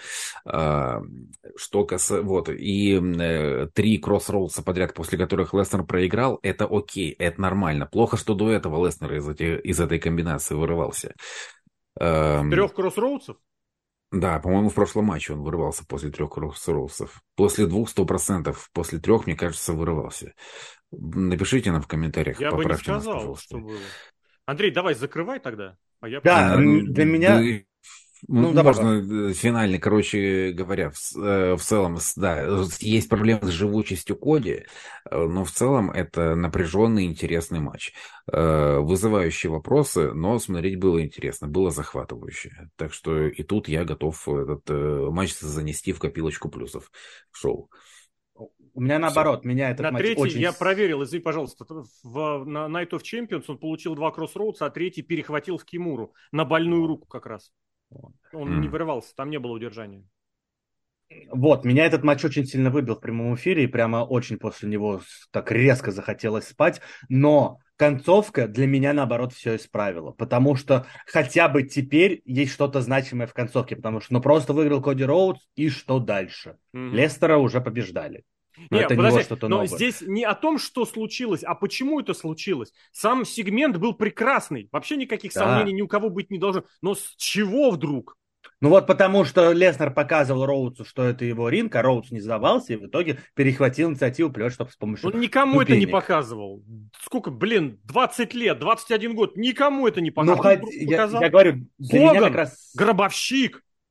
Вот, и 3 кроссроудса подряд, после которых Леснер проиграл, это окей, это нормально. Плохо, что до этого Леснер из этой комбинации вырывался. 3 кроссроудсов? Да, по-моему, в прошлом матче он вырывался после 3 кроссроудсов. После 2 100%, после 3, мне кажется, вырывался. Напишите нам в комментариях, я поправьте бы не сказал, нас, пожалуйста. Что было. Андрей, давай закрывай тогда. Да, для меня... Можно финальный, короче говоря, в целом, да, есть проблемы с живучестью Коди, но в целом это напряженный, интересный матч. Вызывающие вопросы, но смотреть было интересно, было захватывающе. Так что и тут я готов этот матч занести в копилочку плюсов в шоу. У меня наоборот, меня этот матч третий, очень... я проверил, извини, пожалуйста, на Night of Champions он получил 2 кроссроудса, а третий перехватил в Кимуру на больную руку как раз. Он не вырывался, там не было удержания. Вот, меня этот матч очень сильно выбил в прямом эфире, и прямо очень после него так резко захотелось спать, но концовка для меня, наоборот, все исправила, потому что хотя бы теперь есть что-то значимое в концовке, потому что просто выиграл Коди Роудс, и что дальше? Лестера уже побеждали. Но Нет, это подожди, не что-то новое. Здесь не о том, что случилось, а почему это случилось. Сам сегмент был прекрасный. Вообще никаких сомнений ни у кого быть не должно. Но с чего вдруг? Ну вот потому, что Леснер показывал Роудсу, что это его ринг, а Роудс не сдавался и в итоге перехватил инициативу вперед, чтобы с помощью Он никому ступенек. это не показывал. Сколько, 20 лет, 21 год, никому это не показывал. Ну, я говорю, для меня как раз... Гробовщик.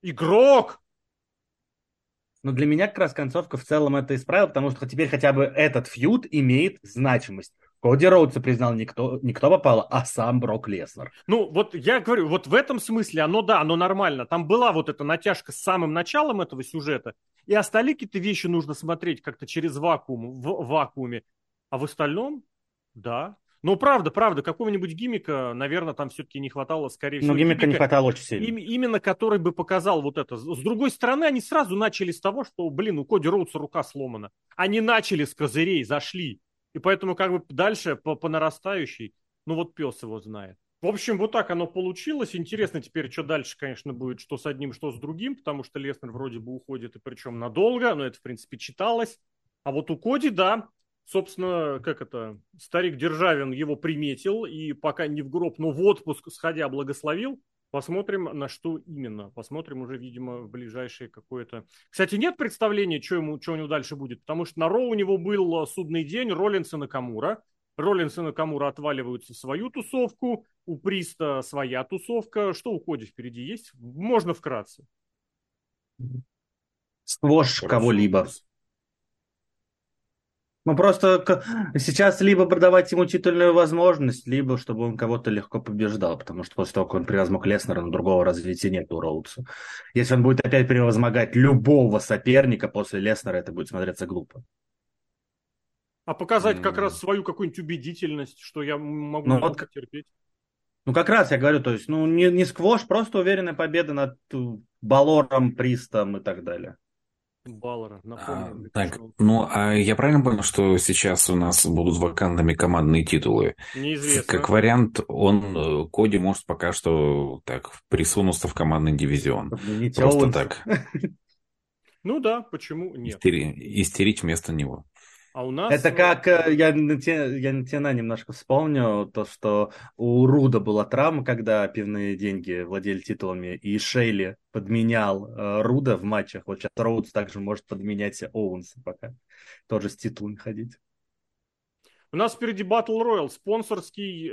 Игрок! Но для меня как раз концовка в целом это исправила, потому что теперь хотя бы этот фьюд имеет значимость. Коди Роудса признал никто попало, а сам Брок Леснер. Ну, вот я говорю, вот в этом смысле оно, да, оно нормально. Там была вот эта натяжка с самым началом этого сюжета, и остальные какие-то вещи нужно смотреть как-то через вакуум, в вакууме. А в остальном, да. Но правда, какого-нибудь гиммика, наверное, там все-таки не хватало, скорее Но всего, гиммика не гиммика, хватало очень сильно. именно который бы показал вот это. С другой стороны, они сразу начали с того, что, блин, у Коди Роудса рука сломана. Они начали с козырей, зашли. И поэтому как бы дальше по нарастающей, ну вот пес его знает. В общем, вот так оно получилось. Интересно теперь, что дальше, конечно, будет, что с одним, что с другим, потому что Леснер вроде бы уходит, и причем надолго, но это, в принципе, читалось. А вот у Коди, да, собственно, как это, старик Державин его приметил, и пока не в гроб, но в отпуск сходя благословил. Посмотрим, на что именно. Посмотрим уже, видимо, в ближайшее какое-то... Кстати, нет представления, что у него дальше будет, потому что на Роу у него был судный день Роллинс и Накамура. Роллинс и Накамура отваливаются в свою тусовку, у Приста своя тусовка. Что у Коди впереди есть? Можно вкратце. Сквош Хороший кого-либо. вопрос. Ну, просто сейчас либо продавать ему титульную возможность, либо чтобы он кого-то легко побеждал, потому что после того, как он превозмог Леснера, на другого развития нет у Роудса. Если он будет опять превозмогать любого соперника после Леснера, это будет смотреться глупо. А показать как раз свою какую-нибудь убедительность, что я Ну, могу вот, терпеть. ну, как раз я говорю, то есть, ну, не сквош, просто уверенная победа над Балором, Пристом и так далее. Баллера, напомню. Мне Так, кажется, он ну, а я правильно понял, что сейчас у нас будут вакантными командные титулы? Как неизвестно. вариант, Коди может пока что так присунуться в командный дивизион. Подмените Просто Оуэнса. так. Ну да, почему нет? Истерить вместо него. А у нас... Это как я на Тена немножко вспомню, то, что у Руда была травма, когда пивные деньги владели титулами, и Шейли подменял Руда в матчах. Вот сейчас Роудс также может подменять Оуэнса пока. Тоже с титулами ходить. У нас впереди Battle Royale, спонсорский,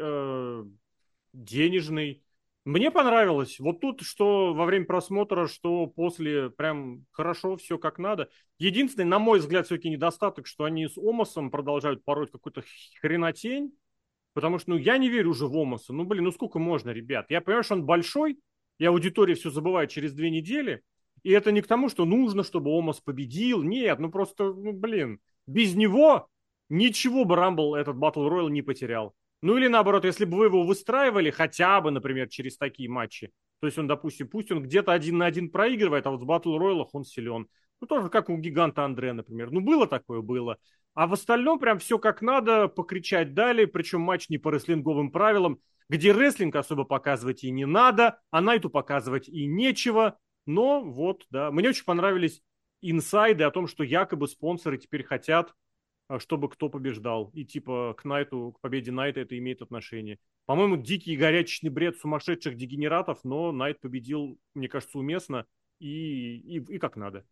денежный. Мне понравилось. Вот тут, что во время просмотра, что после, прям хорошо, все как надо. Единственный, на мой взгляд, все-таки недостаток, что они с Омосом продолжают пороть какую-то хренотень, потому что, ну, я не верю уже в Омоса. Ну, блин, ну сколько можно, ребят? Я понимаю, что он большой, и аудитория все забывает через 2 недели, и это не к тому, что нужно, чтобы Омос победил. Нет, ну просто, ну, блин, без него ничего бы Рамбл этот Battle Royale не потерял. Ну или наоборот, если бы вы его выстраивали хотя бы, например, через такие матчи, то есть он, допустим, пусть он где-то 1 на 1 проигрывает, а вот в Battle Royale он силен. Ну тоже как у гиганта Андре, например. Ну было такое, было. А в остальном прям все как надо, покричать дали, причем матч не по рестлинговым правилам, где рестлинг особо показывать и не надо, а Найту показывать и нечего. Но вот, да, мне очень понравились инсайды о том, что якобы спонсоры теперь хотят, чтобы кто побеждал. И типа к Найту, к победе Найта это имеет отношение. По-моему, дикий и горячечный бред сумасшедших дегенератов, но Найт победил, мне кажется, уместно и как надо.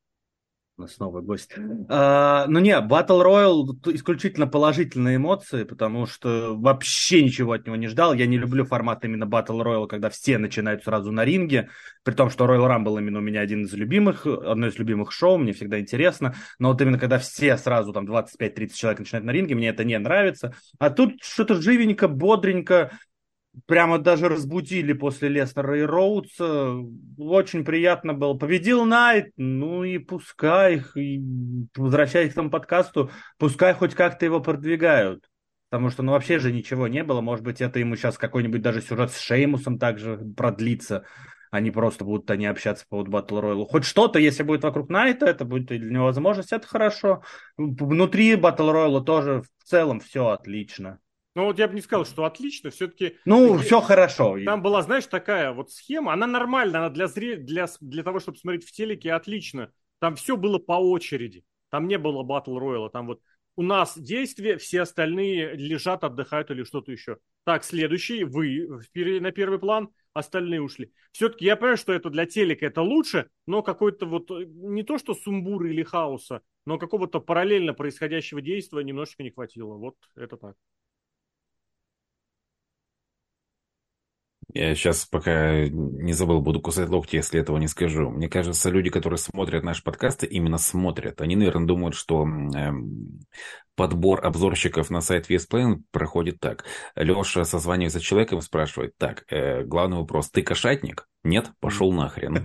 У нас новый гость. Ну не, Battle Royale исключительно положительные эмоции, потому что вообще ничего от него не ждал. Я не люблю формат именно Battle Royale, когда все начинают сразу на ринге, при том, что Royal Rumble именно у меня одно из любимых шоу, мне всегда интересно. Но вот именно когда все сразу там 25-30 человек начинают на ринге, мне это не нравится. А тут что-то живенько, бодренько. Прямо даже разбудили после Леснера и Роудса. Очень приятно было. Победил Найт, ну и пускай их, и возвращаясь к тому подкасту, пускай хоть как-то его продвигают. Потому что, ну, вообще же ничего не было. Может быть, это ему сейчас какой-нибудь даже сюжет с Шеймусом также продлится. Они просто будут они общаться по Battle Royale. Хоть что-то, если будет вокруг Найта, это будет для него возможность, это хорошо. Внутри Battle Royale тоже в целом все отлично. Ну вот я бы не сказал, что отлично, все-таки Ну, все хорошо. там была, знаешь, такая вот схема, она нормальная, она для того, чтобы смотреть в телеке, отлично. Там все было по очереди, там не было батл рояла, там вот у нас действия, все остальные лежат, отдыхают или что-то еще. Так, следующий, вы на первый план, остальные ушли. Все-таки я понимаю, что это для телека это лучше, но какой-то вот, не то что сумбура или хаоса, но какого-то параллельно происходящего действия немножечко не хватило. Вот это так. Я сейчас, пока не забыл, буду кусать локти, если этого не скажу. Мне кажется, люди, которые смотрят наши подкасты, именно смотрят. Они, наверное, думают, что подбор обзорщиков на сайт VSPlanet проходит так. Леша созванивается с человеком и спрашивает: так, главный вопрос, ты кошатник? Нет? Пошел нахрен.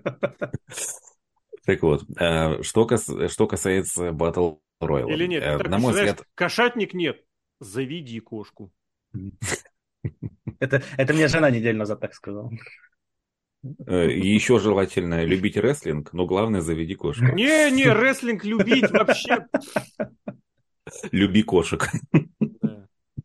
Так вот, что касается Battle Royale. Или нет? Ты так На мой знаешь, взгляд... кошатник нет. Заведи кошку. Это мне жена неделю назад так сказала. Еще желательно любить рестлинг, но главное заведи кошку. Не, рестлинг любить вообще. Люби кошек. Да.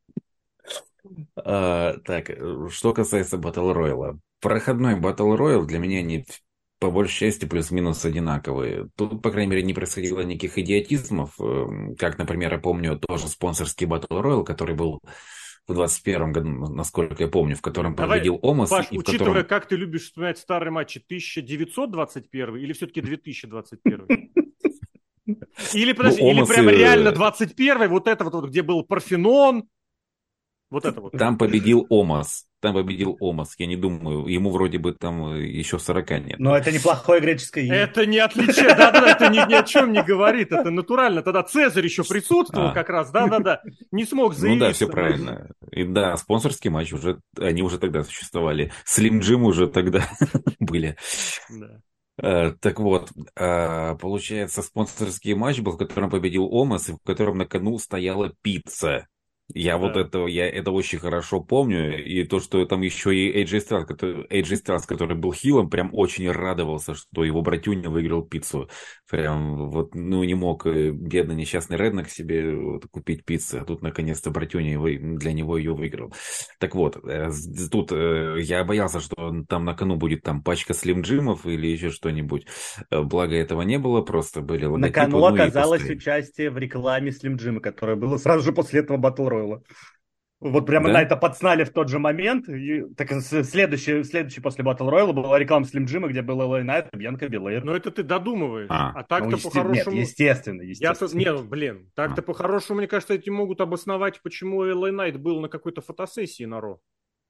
Так, что касается Battle Royale. Проходной Battle Royale для меня они по большей части плюс-минус одинаковые. Тут, по крайней мере, не происходило никаких идиотизмов. Как, например, я помню тоже спонсорский Battle Royale, который был в 21 году, насколько я помню, в котором победил Омас. Паш, и в учитывая, котором... как ты любишь вспоминать старые матчи, 1921 или все-таки 2021? Или, подожди, Ну, или Омасы... прям реально 21-й, вот это вот, где был Парфенон, вот это вот. Там победил Омас. Я не думаю, ему вроде бы там еще 40 нет. Но это неплохое греческое имя. Это не отличие, да-да, это ни о чем не говорит, это натурально. Тогда Цезарь еще присутствовал как раз, да-да-да, не смог заявиться. Ну да, все правильно. И да, спонсорский матч они уже тогда существовали. Слим Джим уже тогда были. Так вот, получается, спонсорский матч был, в котором победил Омас, и в котором на кону стояла пицца. Я это очень хорошо помню, и то, что там еще и AJ Styles, который был хилом, прям очень радовался, что его братюня выиграл пиццу. Прям вот, не мог бедный несчастный Реднок себе купить пиццу, а тут наконец-то братюня для него ее выиграл. Так вот, тут я боялся, что там на кону будет там пачка Слим Джимов или еще что-нибудь. Благо этого не было, просто были логотипы. На кону оказалось участие в рекламе Слим Джима, которое было сразу же после этого Battle Royale. Вот прямо на это подснали в тот же момент. Так следующий после Battle Royale была реклама Слим Джима, где был LA Knight и Бьянка Белэйр. Но это ты додумываешь. А так-то по-хорошему... Нет, естественно. Так-то по-хорошему, мне кажется, эти могут обосновать, почему LA Knight был на какой-то фотосессии на Ро.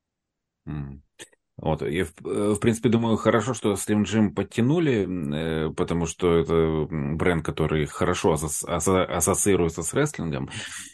Вот, я, в принципе, думаю, хорошо, что Slim Jim подтянули, потому что это бренд, который хорошо ассоциируется с рестлингом.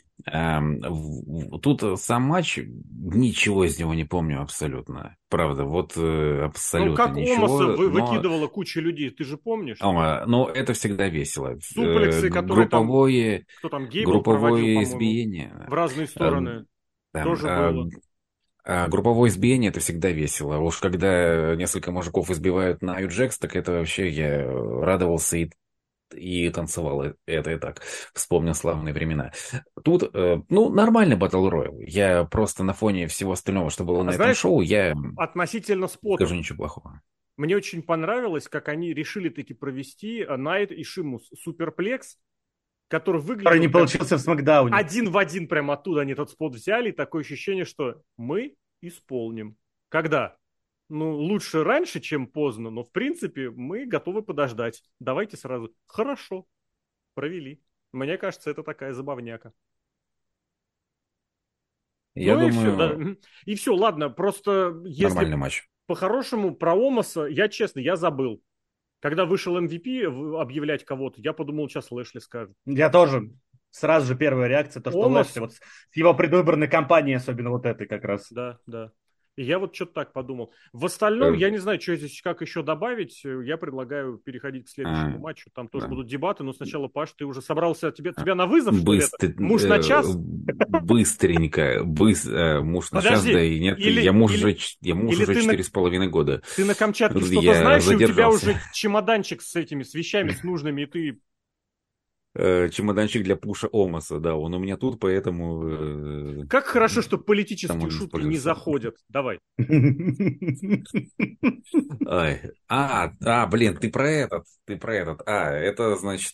Тут сам матч, ничего из него не помню абсолютно. Правда, вот абсолютно ничего. Омаса выкидывала куча людей, ты же помнишь? Но это всегда весело. Суплексы, которые групповое проводил, избиение. В разные стороны. Тоже было. Групповое избиение — это всегда весело. Уж когда несколько мужиков избивают на Аджекс, так это вообще я радовался и танцевал. Это и так. Вспомнил славные времена. Тут, нормальный Battle Royale. Я просто на фоне всего остального, что было на этом шоу, я относительно спота, скажу ничего плохого. Мне очень понравилось, как они решили таки провести Найт и Шимус суперплекс, который выглядел... Который не получился в Смакдауне. Один в один прямо оттуда они этот спот взяли. Такое ощущение, что мы исполним. Когда? Лучше раньше, чем поздно, но в принципе мы готовы подождать. Давайте сразу. Хорошо. Провели. Мне кажется, это такая забавняка. Я думаю... И все, ладно, просто если... Нормальный матч. По-хорошему, про Омаса, я забыл. Когда вышел MVP объявлять кого-то, я подумал, сейчас Лэшли скажет. Я тоже. Сразу же первая реакция, то, что Лэшли, вот с его предвыборной кампанией, особенно вот этой как раз. Да. И я вот что-то так подумал. В остальном, я не знаю, что здесь как еще добавить. Я предлагаю переходить к следующему матчу. Там тоже будут дебаты, но сначала, Паш, ты уже собрался, тебя на вызов, что ли? Муж на час? Быстренько. Муж на час, да и нет. Я муж уже 4,5 года. Ты на Камчатке что-то знаешь, и у тебя уже чемоданчик с вещами, с нужными, и ты... Чемоданчик для пуша Омаса, да, он у меня тут, поэтому... Как хорошо, что политические шутки не заходят. Давай. Блин, ты про этот. Это значит...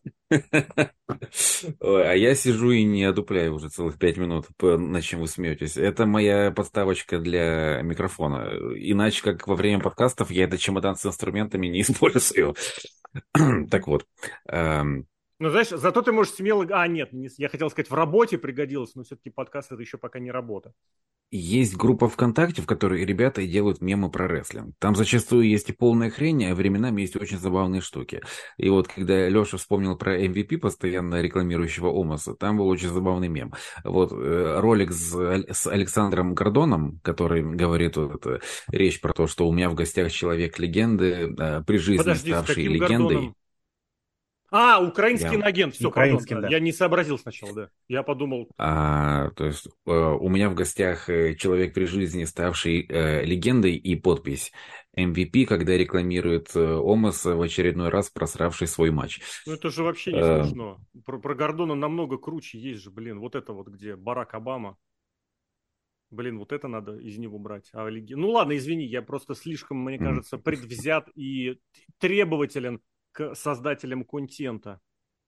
А я сижу и не одупляю уже целых 5 минут, над чем вы смеетесь. Это моя подставочка для микрофона. Иначе, как во время подкастов, я этот чемодан с инструментами не использую. Так вот... Ну, знаешь, зато ты можешь смело... А, нет, я хотел сказать, в работе пригодилось, но все-таки подкаст это еще пока не работа. Есть группа ВКонтакте, в которой ребята делают мемы про рестлинг. Там зачастую есть и полная хрень, а временами есть очень забавные штуки. И вот когда Леша вспомнил про MVP, постоянно рекламирующего Омаса, там был очень забавный мем. Вот ролик с Александром Гордоном, который говорит вот это, речь про то, что у меня в гостях человек-легенды, при жизни Подожди, с ставший каким легендой. Гордоном? А, украинский Я инагент. Все, пардон, Украинским, да. да. Я не сообразил сначала, да. Я подумал, То есть у меня в гостях человек при жизни, ставший легендой, и подпись MVP, когда рекламирует Омаса в очередной раз просравший свой матч. ну это же вообще не Э, смешно. Про Гордона намного круче есть же, блин. Вот это вот где Барак Обама. Блин, вот это надо из него брать. Ну ладно, извини, я просто слишком, мне м, кажется, предвзят и требователен к создателям контента.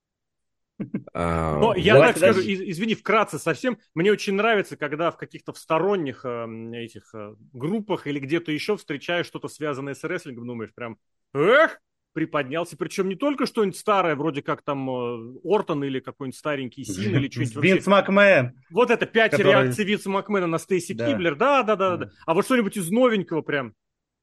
Но я вот, так скажу, Подожди. извини, вкратце совсем, мне очень нравится, когда в каких-то в сторонних этих группах или где-то еще встречаешь что-то связанное с рестлингом, думаешь прям, эх, приподнялся. Причем не только что-нибудь старое, вроде как там Ортон или какой-нибудь старенький Син или что-нибудь вообще. Винс Макмен, Вот это 5 который... реакций Винса Макмена на Стейси Да. Киблер, да. А вот что-нибудь из новенького прям.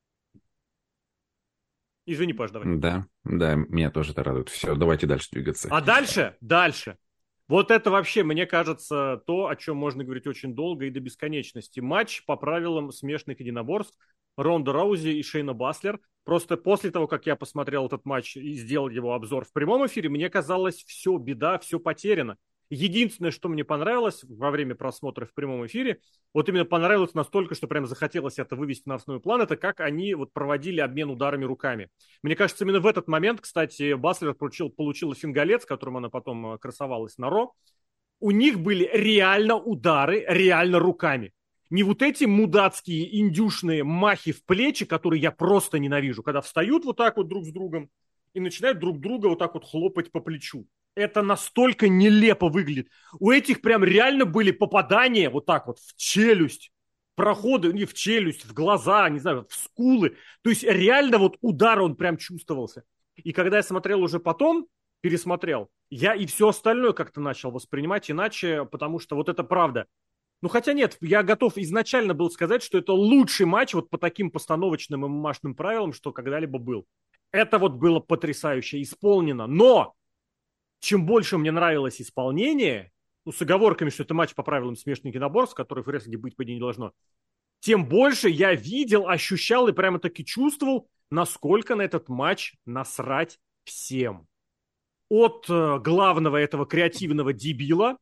Извини, Паш, давай. да, да, меня тоже это радует. Все, давайте дальше двигаться. А дальше. Вот это вообще, мне кажется, то, о чем можно говорить очень долго и до бесконечности. Матч по правилам смешанных единоборств Ронда Роузи и Шейна Баслер. Просто после того, как я посмотрел этот матч и сделал его обзор в прямом эфире, мне казалось, все, беда, все потеряно. Единственное, что мне понравилось во время просмотра в прямом эфире, вот именно понравилось настолько, что прям захотелось это вывести на основной план, это как они вот проводили обмен ударами руками. Мне кажется, именно в этот момент, кстати, Баслер получила фингалет, с которым она потом красовалась на Ро. У них были реально удары, реально руками. Не вот эти мудацкие индюшные махи в плечи, которые я просто ненавижу, когда встают вот так вот друг с другом и начинают друг друга вот так вот хлопать по плечу. Это настолько нелепо выглядит. У этих прям реально были попадания вот так вот в челюсть, проходы не в челюсть, в глаза, не знаю, в скулы. То есть реально вот удар он прям чувствовался. И когда я смотрел уже потом, пересмотрел, я и все остальное как-то начал воспринимать иначе, потому что вот это правда. Ну, хотя нет, я готов изначально был сказать, что это лучший матч вот по таким постановочным и мамашным правилам, что когда-либо был. Это вот было потрясающе исполнено. Но чем больше мне нравилось исполнение, ну, с оговорками, что это матч по правилам смешанных единоборств, который в рестлинге быть по идее не должно, тем больше я видел, ощущал и прямо-таки чувствовал, насколько на этот матч насрать всем. От главного этого креативного дебила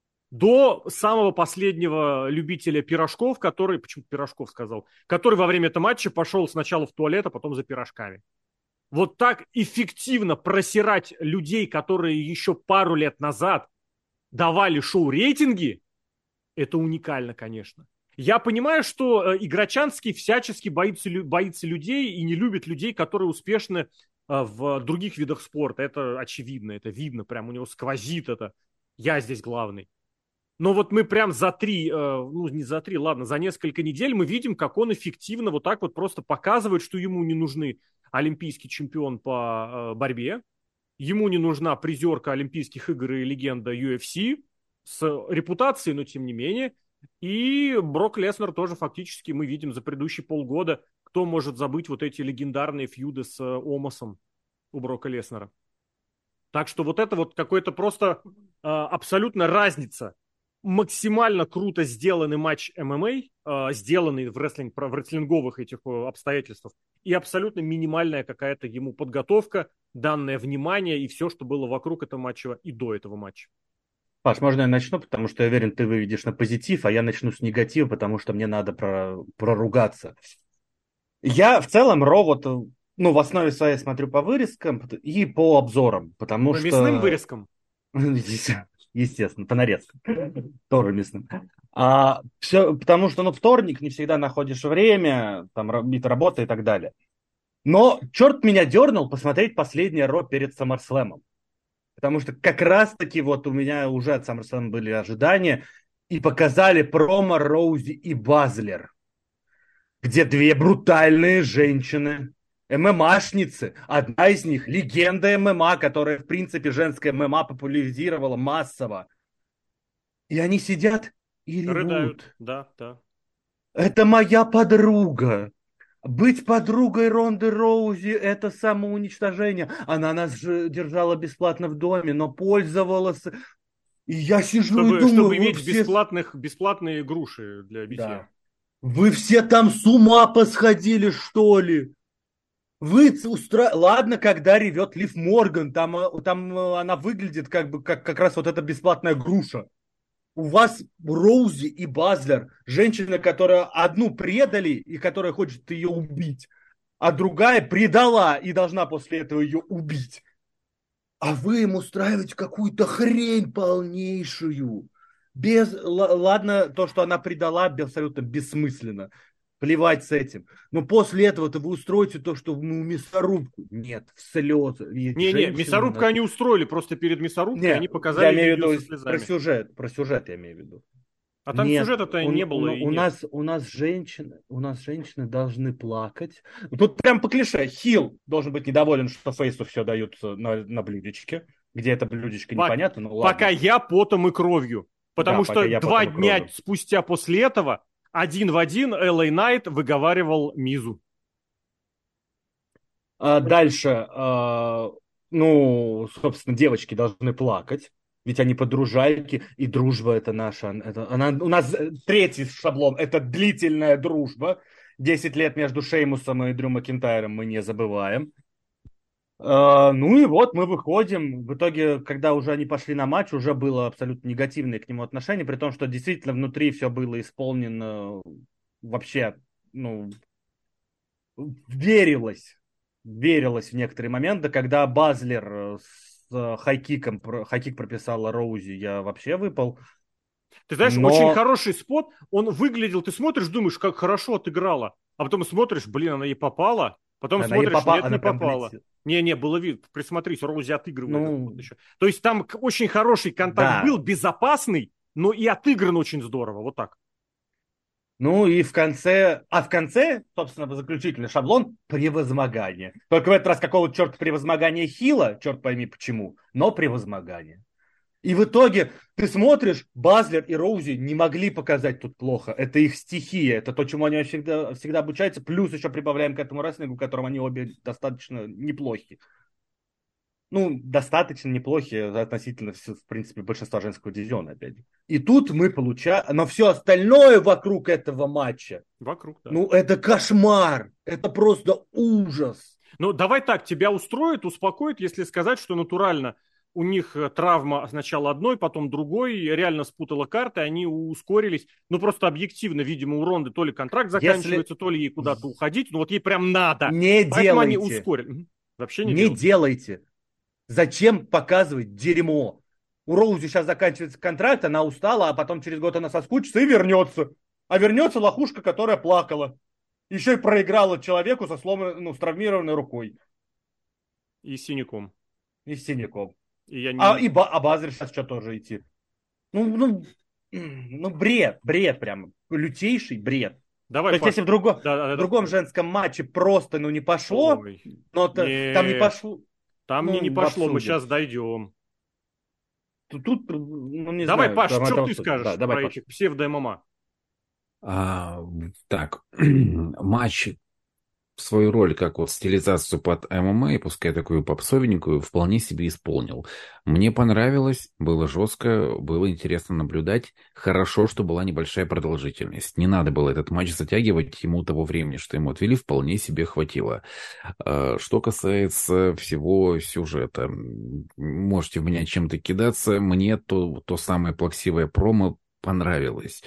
до самого последнего любителя пирожков, который, почему пирожков сказал, который во время этого матча пошел сначала в туалет, а потом за пирожками. Вот так эффективно просирать людей, которые еще пару лет назад давали шоу-рейтинги, это уникально, конечно. Я понимаю, что Играчанский всячески боится людей и не любит людей, которые успешны в других видах спорта. Это очевидно, это видно, прям у него сквозит это. Я здесь главный. Но вот мы прям за ну не за три, ладно, за несколько недель мы видим, как он эффективно вот так вот просто показывает, что ему не нужны олимпийский чемпион по борьбе, ему не нужна призерка Олимпийских игр и легенда UFC с репутацией, но тем не менее. И Брок Леснер тоже фактически мы видим за предыдущие полгода, кто может забыть вот эти легендарные фьюды с Омасом у Брока Леснера. Так что вот это вот какой-то просто абсолютно разница. Максимально круто сделанный матч ММА, сделанный в рестлинговых этих обстоятельствах, и абсолютно минимальная какая-то ему подготовка, данное внимание и все, что было вокруг этого матча и до этого матча. Паш, можно я начну, потому что я уверен, ты выведешь на позитив, а я начну с негатива, потому что мне надо проругаться. Я в целом Ро вот, ну, в основе своей смотрю по вырезкам и по обзорам, потому По что... мясным вырезкам. Естественно, по нарезкам. Тоже мясным. Все, потому что, ну, вторник, не всегда находишь время, там, работа и так далее. Но черт меня дернул посмотреть последнее Ро перед SummerSlam. Потому что как раз-таки вот у меня уже от SummerSlam были ожидания, и показали промо Роузи и Базлер, где две брутальные женщины ММАшницы. Одна из них легенда ММА, которая, в принципе, женское ММА популяризировала массово. И они сидят и Рыдают, ревут. да, да. Это моя подруга. Быть подругой Ронды Роузи — это самоуничтожение. Она нас же держала бесплатно в доме, но пользовалась. И я сижу и думаю, Чтобы вы иметь все... бесплатные груши для битья. Да. Вы все там с ума посходили, что ли? Ладно, когда ревет Лив Морган, там она выглядит как раз вот эта бесплатная груша. У вас Роузи и Базлер, женщина, которая одну предали и которая хочет ее убить, а другая предала и должна после этого ее убить. А вы им устраиваете какую-то хрень полнейшую. Ладно, то, что она предала, абсолютно бессмысленно. Плевать с этим. Но после этого-то вы устроите то, что мясорубку. Нет, в слезы. Не, мясорубку они устроили, просто перед мясорубкой они показали я имею в видео виду со слезами. про сюжет я имею в виду. А там Нет, сюжета-то не было и нет. у нас женщины должны плакать. Тут прям по клише. Хилл должен быть недоволен, что Фейсу все дают на блюдечке. Где это блюдечко, непонятно, но ладно. Пока я потом и кровью. Потому Да, что 2 дня спустя после этого один в один LA Knight выговаривал Мизу. Дальше, собственно, девочки должны плакать. Ведь они подружайки, и дружба это наша. У нас третий шаблон, это длительная дружба. 10 лет между Шеймусом и Дрю Макинтайром мы не забываем. Ну и вот мы выходим. В итоге, когда уже они пошли на матч, уже было абсолютно негативное к нему отношение, при том, что действительно внутри все было исполнено вообще, верилось в некоторые моменты, когда Базлер с хайкик прописала Роузи, я вообще выпал. Ты знаешь, очень хороший спот, он выглядел, ты смотришь, думаешь, как хорошо отыграла, а потом смотришь, блин, она ей попала, потом она смотришь, нет, не прям попала. Не, было видно, присмотрись, Роузи отыгрывает. Еще. То есть там очень хороший контакт был, безопасный, но и отыгран очень здорово, вот так. Ну и в конце, собственно, заключительный шаблон — превозмогание. Только в этот раз какого черта превозмогания Хила, черт пойми почему, но превозмогание. И в итоге ты смотришь, Базлер и Роузи не могли показать тут плохо. Это их стихия, это то, чему они всегда обучаются. Плюс еще прибавляем к этому рестлингу, в котором они обе достаточно неплохи. Достаточно неплохи относительно, в принципе, большинства женского дивизиона, опять же. И тут мы получаем... Но все остальное вокруг этого матча... Вокруг, да. Это кошмар! Это просто ужас! Давай так, тебя успокоит, если сказать, что натурально у них травма сначала одной, потом другой, реально спутала карты, они ускорились. Просто объективно, видимо, у Ронды то ли контракт заканчивается, то ли ей куда-то уходить. Вот ей прям надо. Не Поэтому делайте. Они ускорили. Вообще не делайте. Зачем показывать дерьмо? У Роузи сейчас заканчивается контракт, она устала, а потом через год она соскучится и вернется. А вернется лохушка, которая плакала. Еще и проиграла человеку со с травмированной рукой. И синяком. И с синяком. А Базер сейчас что тоже идти. Бред прям. Лютейший бред. Давай, то есть, если в другом женском матче просто не пошло, но там не пошло. Там мне не пошло, мы сейчас дойдем. Тут, не давай, знаю. Паш, что ты скажешь про этих псевдо-ММА? Так, матч в свою роль, как стилизацию под ММА, пускай такую попсовенькую, вполне себе исполнил. Мне понравилось, было жестко, было интересно наблюдать. Хорошо, что была небольшая продолжительность. Не надо было этот матч затягивать, ему того времени, что ему отвели, вполне себе хватило. Что касается всего сюжета, можете в меня чем-то кидаться, мне то самое плаксивое промо понравилось.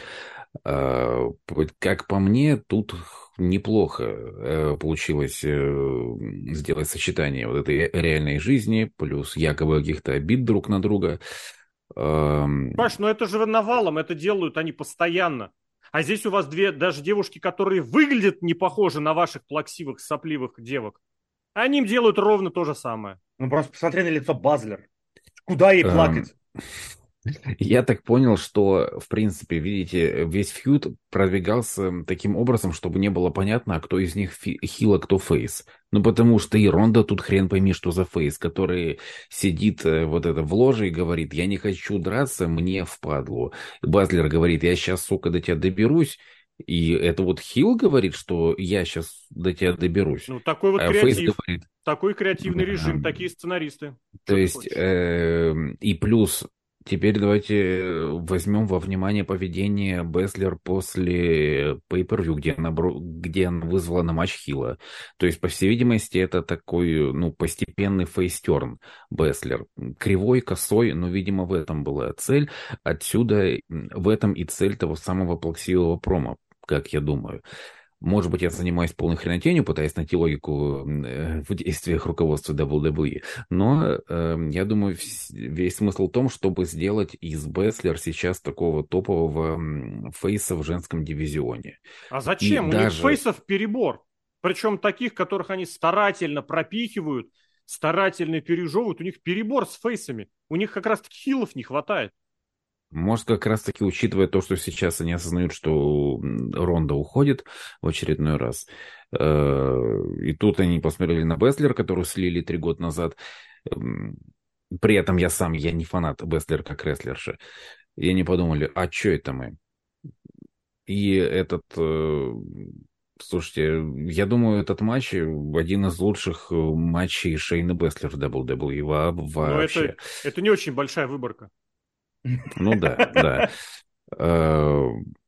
Как по мне, тут неплохо получилось сделать сочетание вот этой реальной жизни, плюс якобы каких-то обид друг на друга. Паш, это же навалом, это делают они постоянно. А здесь у вас даже девушки, которые выглядят не похожи на ваших плаксивых, сопливых девок. Они им делают ровно то же самое. Просто посмотри на лицо Базлер. Куда ей плакать? Я так понял, что, в принципе, видите, весь фьюд продвигался таким образом, чтобы не было понятно, а кто из них хил, а кто фейс. Ну, потому что и Ронда тут хрен пойми, что за фейс, который сидит вот это в ложе и говорит, я не хочу драться, мне впадлу. Баслер говорит, я сейчас, сука, до тебя доберусь. И это вот хил говорит, что я сейчас до тебя доберусь. Ну, такой вот А фейс креатив, говорит, такой креативный да. режим, такие сценаристы. То Что ты есть, хочешь? и плюс, теперь давайте возьмем во внимание поведение Беслер после Pay-Per-View, где она вызвала на матч Хила. То есть, по всей видимости, это такой, ну, постепенный фейстерн Беслер. Кривой, косой, но, видимо, в этом была цель. Отсюда в этом и цель того самого плаксивого промо, как я думаю. Может быть, я занимаюсь полной хренотенью, пытаясь найти логику в действиях руководства WWE, но я думаю, весь смысл в том, чтобы сделать из Беслер сейчас такого топового фейса в женском дивизионе. А И зачем? У них даже, фейсов перебор. Причем таких, которых они старательно пропихивают, старательно пережевывают. У них перебор с фейсами. У них как раз-таки хилов не хватает. может, как раз-таки учитывая то, что сейчас они осознают, что Ронда уходит в очередной раз, и тут они посмотрели на Беслер, которую слили 3 года назад. М, При этом я не фанат Беслер как рестлерши. И они подумали, а что это мы? И слушайте, я думаю, этот матч один из лучших матчей Шейна Беслер в WWE Но это, вообще. это не очень большая выборка. Ну да, да. Э,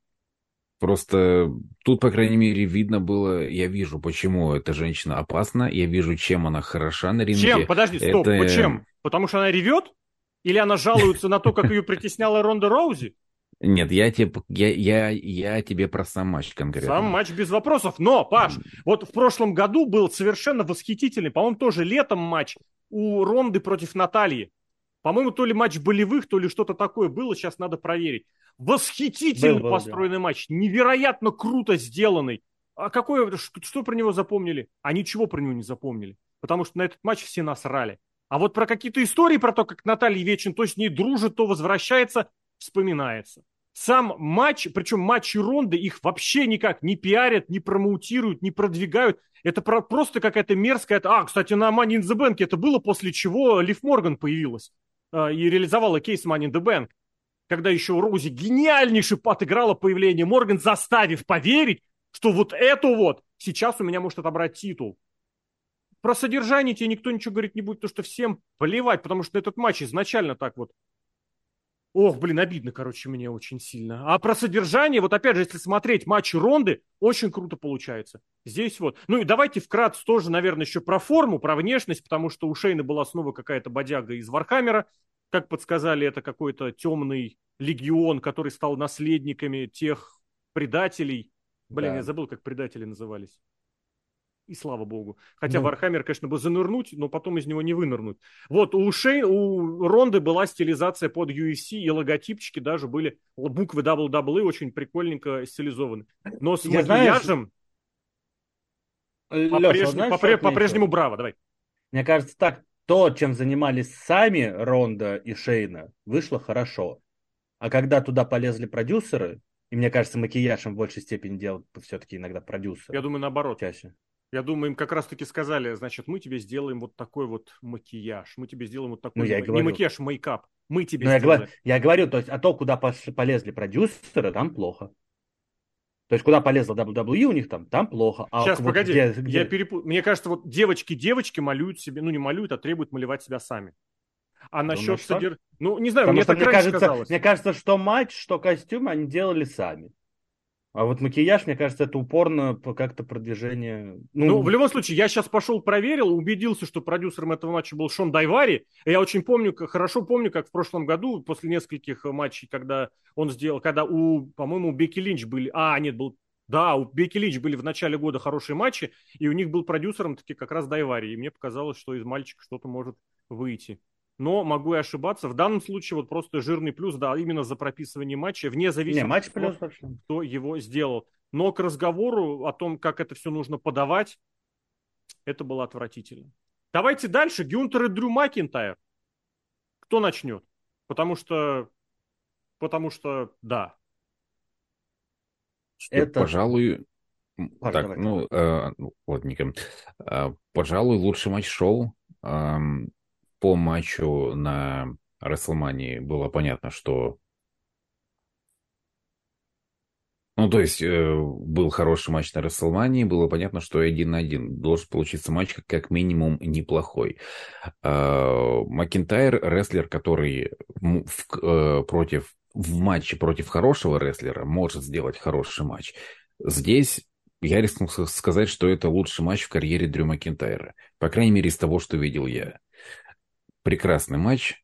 Просто тут, по крайней мере, видно было, я вижу, почему эта женщина опасна, я вижу, чем она хороша на Чем? ринге. Подожди, стоп, Это... почем? Потому что она ревет? Или она жалуется на то, как ее притесняла Ронда Роузи? Нет, я тебе про сам матч Сам конкретно. матч без вопросов. Но, Паш, вот в прошлом году был совершенно восхитительный, по-моему, тоже летом матч у Ронды против Натальи. По-моему, то ли матч болевых, то ли что-то такое было, сейчас надо проверить. Восхитительно Был дело. построенный матч, невероятно круто сделанный. А что про него запомнили? А ничего про него не запомнили, потому что на этот матч все насрали. А вот про какие-то истории, про то, как Наталья вечно то с ней дружит, то возвращается, вспоминается. Сам матч, причем матчи Ронды, их вообще никак не пиарят, не промоутируют, не продвигают. Это просто какая-то мерзкая... кстати, на Money in the Bank это было, после чего Лив Морган появилась и реализовала кейс Money in the Bank. Когда еще Роузи гениальнейший отыграла появление Морган, заставив поверить, что вот это вот сейчас у меня может отобрать титул. Про содержание тебе никто ничего говорить не будет, потому что всем плевать, потому что этот матч изначально так вот. Ох, блин, обидно, короче, мне очень сильно. А про содержание, вот опять же, если смотреть матчи Ронды, очень круто получается. Здесь вот. Ну и давайте вкратце тоже, наверное, еще про форму, про внешность, потому что у Шейна была снова какая-то бодяга из Вархаммера. Как подсказали, это какой-то темный легион, который стал наследниками тех предателей. Блин, я Да. забыл, как предатели назывались. И слава богу. Хотя Ну, Вархаммер, конечно, бы занырнуть, но потом из него не вынырнуть. Вот у Ронды была стилизация под UFC, и логотипчики даже были, буквы WWE очень прикольненько стилизованы. Но с я знаешь, макияжем Леша, вот знаешь, что по-прежнему отметил? браво. Давай. Мне кажется, так, то, чем занимались сами Ронда и Шейна, вышло хорошо. А когда туда полезли продюсеры, и мне кажется, макияж им в большей степени делают все-таки иногда Я продюсеры думаю, наоборот. чаще. Я думаю, им как раз-таки сказали, значит, мы тебе сделаем вот такой вот макияж, мы тебе сделаем вот Ну, такой, я и не говорю. макияж, мейкап, мы тебе Но сделаем. я говорю, то есть, а то, куда полезли продюсеры, там плохо. То есть, куда полезла WWE у них там плохо. А Сейчас, вот погоди, я где... перепутал. Мне кажется, вот девочки малюют себе, ну не малюют, а требуют малевать себя сами. А насчет Думаешь, так? Ну, не знаю, Потому мне что так раньше казалось. мне кажется, что матч, что костюм они делали сами. А вот макияж, мне кажется, это упорно как-то продвижение. Ну, в Ну, любом случае, я сейчас пошел проверил, убедился, что продюсером этого матча был Шон Дайвари. И я очень помню, хорошо помню, как в прошлом году, после нескольких матчей, когда он сделал, когда по-моему, у Бекки Линч были... нет, был... Да, у Бекки Линч были в начале года хорошие матчи, и у них был продюсером таки как раз Дайвари. И мне показалось, что из мальчика что-то может выйти. Но могу и ошибаться. В данном случае вот просто жирный плюс, да, именно за прописывание матча, вне не, зависимости матч от того, плюс вообще. кто его сделал. Но к разговору о том, как это все нужно подавать, это было отвратительно. Давайте дальше. Гюнтер и Дрю Макинтайр. Кто начнет? Потому что потому что, да. Что, Это... пожалуй, Паш, так, давай ты. ну, ладненько. Пожалуй, лучший матч шоу. По матчу на WrestleMania было понятно, что... Ну, то есть, был хороший матч на WrestleMania, было понятно, что 1-1 должен получиться матч как минимум неплохой. Макинтайр, рестлер, который в матче против хорошего рестлера может сделать хороший матч. Здесь я рискну сказать, что это лучший матч в карьере Дрю Макинтайра. По крайней мере, из того, что видел я. Прекрасный матч.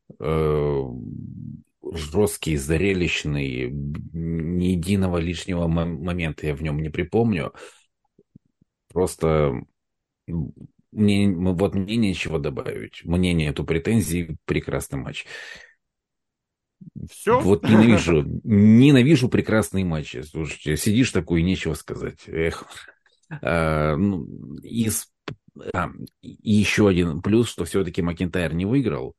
Жесткий, зрелищный. Ни единого лишнего момента я в нем не припомню. Просто мне нечего добавить. Мне нету претензий. Прекрасный матч. Все? Вот ненавижу прекрасные матчи. Слушайте, сидишь такой, нечего сказать. Эх. Ну, и еще один плюс, что все-таки Макинтайр не выиграл.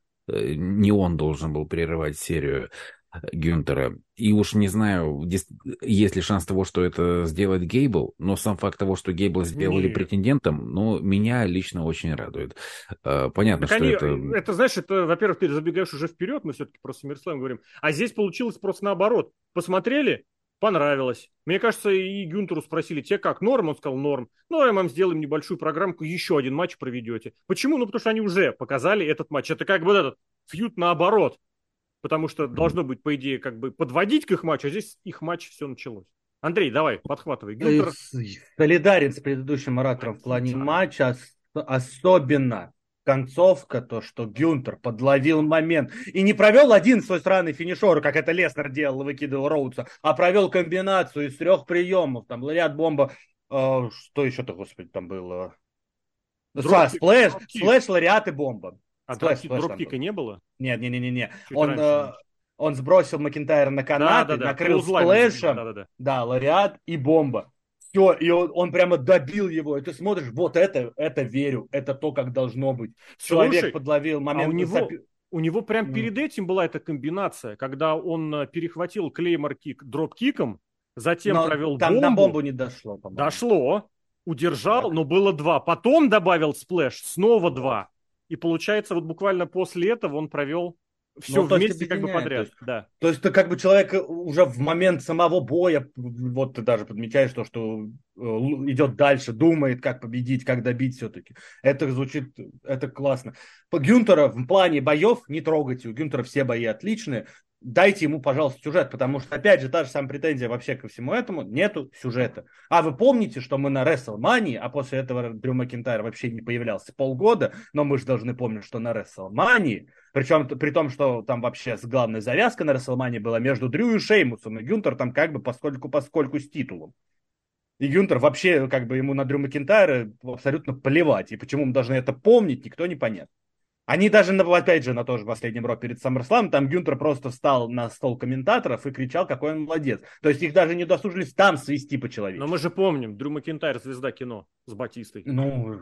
Не он должен был прерывать серию Гюнтера. И уж не знаю, есть ли шанс того, что это сделает Гейбл, но сам факт того, что Гейбла сделали Нет. претендентом, ну, меня лично очень радует. Понятно, Так что они, это... это, знаешь, это, во-первых, ты забегаешь уже вперед, мы все-таки про SummerSlam говорим, а здесь получилось просто наоборот. Посмотрели, понравилось. Мне кажется, и Гюнтеру спросили, тебе как, норм? Он сказал, норм. Ну, а мы вам сделаем небольшую программку, еще один матч проведете. Почему? Ну, потому что они уже показали этот матч. Это как бы этот фьюд наоборот. Потому что должно быть, по идее, как бы подводить к их матчу, а здесь их матч все началось. Андрей, давай, подхватывай. Гюнтер... Солидарен с предыдущим оратором в плане матча, особенно концовка, то, что Гюнтер подловил момент и не провел один свой странный финишер, как это Леснер делал, выкидывал Роудса, а провел комбинацию из 3 приемов, там, лариат, бомба, что еще-то, господи, там было? Дропкик, Сплэш, лариат и бомба. а Сплэш там дропкика был. не было? Нет, не. Чуть раньше, значит. Он сбросил Макинтайра на канаты, Да-да-да, накрыл клоузлайн называется, сплэшем, да-да-да. да, лариат и бомба. Все, и он прямо добил его. И ты смотришь, вот это верю, это то, как должно быть. Человек Слушай, подловил а момент. у него прям перед этим была эта комбинация, когда он перехватил клеймор-кик дроп-киком, затем Но провел там до бомбу, бомбу не дошло, по-моему. дошло, удержал, Так. но было 2. Потом добавил сплэш, снова 2. И получается, вот буквально после этого он провел все Ну, то есть вместе как бы объединяет. подряд. Да. То есть ты как бы человек уже в момент самого боя, вот ты даже подмечаешь то, что идет дальше, думает, как победить, как добить все-таки. Это звучит, это классно. По Гюнтера в плане боев не трогайте. У Гюнтера все бои отличные. Дайте ему, пожалуйста, сюжет, потому что, опять же, та же самая претензия вообще ко всему этому, нету сюжета. А вы помните, что мы на WrestleMania, а после этого Дрю Макинтайр вообще не появлялся полгода, но мы же должны помнить, что на WrestleMania, причем при том, что там вообще главная завязка на WrestleMania была между Дрю и Шеймусом, и Гюнтер там как бы поскольку с титулом. И Гюнтер вообще, как бы ему на Дрю Макинтайра абсолютно плевать. И почему мы должны это помнить, никто не понятно. Они даже, опять же, на тоже последнем Ро перед SummerSlam, там Гюнтер просто встал на стол комментаторов и кричал, какой он молодец. То есть их даже не досужились там свести Но по-человечески. мы же помним, Дрю Макинтайр, звезда кино с Батистой. Ну,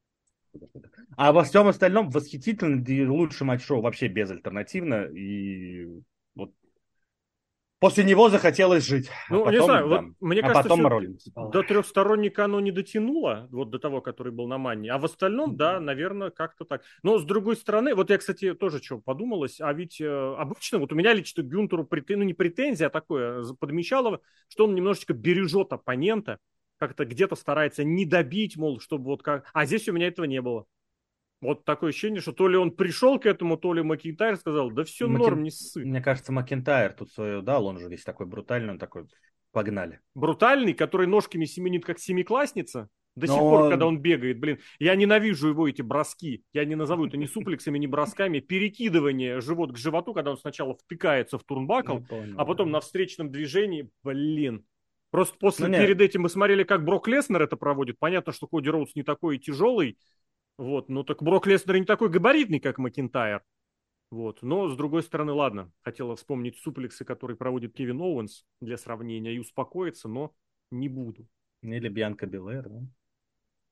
а во всем остальном восхитительно, и лучший матч шоу вообще безальтернативно. И вот после него захотелось жить. А Ну, не знаю, потом, да. вот мне А кажется, потом все-таки Роллинс. до трехсторонника оно не дотянуло, вот до того, который был на Манне. А в остальном, да, наверное, как-то так. Но с другой стороны, вот я, кстати, тоже что подумалось, а ведь обычно, вот у меня лично к Гюнтеру, ну не претензия, а такое подмечало, что он немножечко бережет оппонента, как-то где-то старается не добить, мол, чтобы вот как... А здесь у меня этого не было. Вот такое ощущение, что то ли он пришел к этому, то ли Макинтайр сказал, да все норм, не ссы. Мне кажется, Макинтайр тут свое дал, он же весь такой брутальный, он такой, погнали. Брутальный, который ножками семенит, как семиклассница. До сих пор, когда Но он бегает, блин, я ненавижу его эти броски. Я не назову это ни суплексами, ни бросками. Перекидывание живот к животу, когда он сначала втыкается в турнбакл, не понял, а да. потом на встречном движении, блин. Просто Ну, после, нет, перед этим мы смотрели, как Брок Леснер это проводит. Понятно, что Коди Роудс не такой тяжелый. Вот, ну так Брок Леснер не такой габаритный, как Макинтайр. Вот. Но, с другой стороны, ладно, хотела вспомнить суплексы, которые проводит Кевин Оуэнс для сравнения, и успокоиться, но не буду. или Бьянка Белэр, да?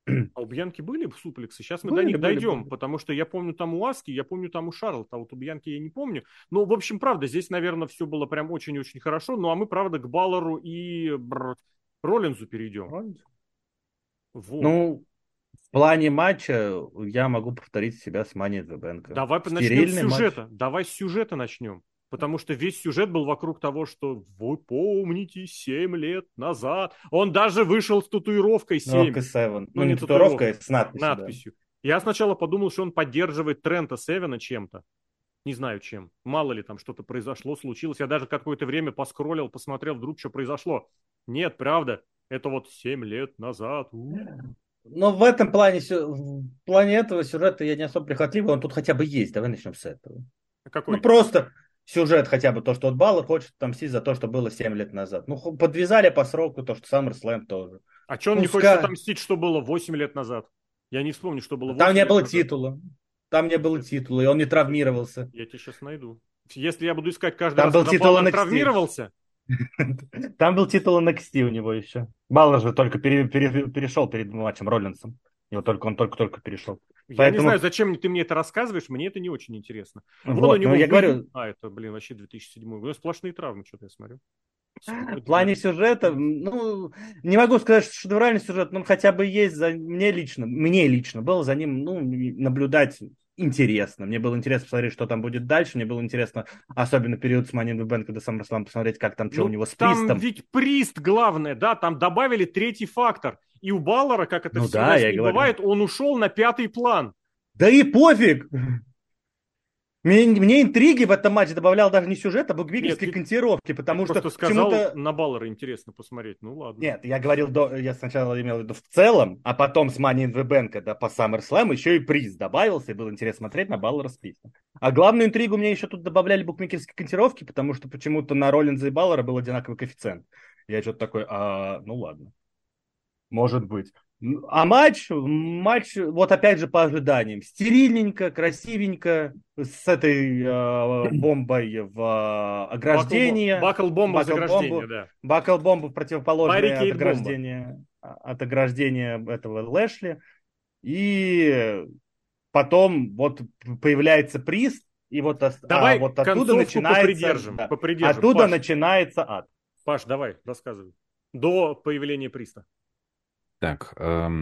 А у Бьянки были суплексы? Сейчас мы до Были, них были, дойдем, были. потому что я помню там у Аски, я помню там у Шарлотта, а вот у Бьянки я не помню. Но, в общем, правда, здесь, наверное, все было прям очень-очень хорошо. Ну, а мы, правда, к Баллару и Роллинзу перейдем. Вот. Ну, в плане матча я могу повторить себя с Money in the Bank. Давай начнем с Стерильный матч. сюжета. Давай с сюжета начнем. Потому что весь сюжет был вокруг того, что вы помните 7 лет назад. Он даже вышел с татуировкой 7. Кнопка 7. Ну, Ну, не не татуировка, татуировка, а с надписью, да. надписью. Я сначала подумал, что он поддерживает Трента Севена чем-то. Не знаю чем. Мало ли там что-то произошло, случилось. Я даже какое-то время поскроллил, посмотрел, вдруг что произошло. Нет, правда. Это вот 7 лет назад. Но в этом плане, в плане этого сюжета я не особо прихотливый, он тут хотя бы есть. Давай начнем с этого. Ну, Какой? просто сюжет хотя бы, то, что от Баллар хочет отомстить за то, что было 7 лет назад. Ну, подвязали по сроку то, что SummerSlam тоже. А что он не хочет отомстить, что было 8 лет назад? Я не вспомню, что было 8 Там не лет было назад. титула. Там не было титула, и он не травмировался. Я тебя сейчас найду. Если я буду искать каждый Там раз, был когда титул Баллар NXT. травмировался. Там был титул NXT у него еще. Баллар же только перешел перед матчем Роллинсом. Он только перешел. Я не знаю, зачем ты мне это рассказываешь, мне это не очень интересно. Вот, у него я говорю... это, вообще 2007 год. Сплошные травмы, что-то я смотрю. В плане сюжета, ну, не могу сказать, что шедевральный сюжет, но он хотя бы есть мне лично было за ним, ну, наблюдать интересно. Мне было интересно посмотреть, что там будет дальше. Мне было интересно, особенно период с Money in the Bank до SummerSlam, посмотреть, как там, что у него с там Пристом. ведь Прист главное, да, там добавили третий фактор. И у Баллара, как это всегда с ним бывает, он ушел на пятый план. Да и пофиг! Мне интриги в этом матче добавлял даже не сюжет, а букмекерские котировки, потому что просто сказал, на Баллара интересно посмотреть, ну ладно. Нет, я говорил, я сначала имел в виду в целом, а потом с Money in the Bank, да, по SummerSlam еще и приз добавился, и было интересно смотреть на Баллара с Пристом. А главную интригу мне еще тут добавляли букмекерские котировки, потому что почему-то на Роллинза и Баллара был одинаковый коэффициент. Я что-то такой, ну ладно, может быть. А матч, вот опять же по ожиданиям. Стерильненько, красивенько, с этой бомбой в ограждение. Бакл-бомба в ограждение, да. Бакл-бомба противоположное от ограждения этого Лэшли. И потом вот появляется приз, и вот, вот оттуда начинается... попридержим. Оттуда начинается ад. Паш, давай, рассказывай. До появления Приста. Так,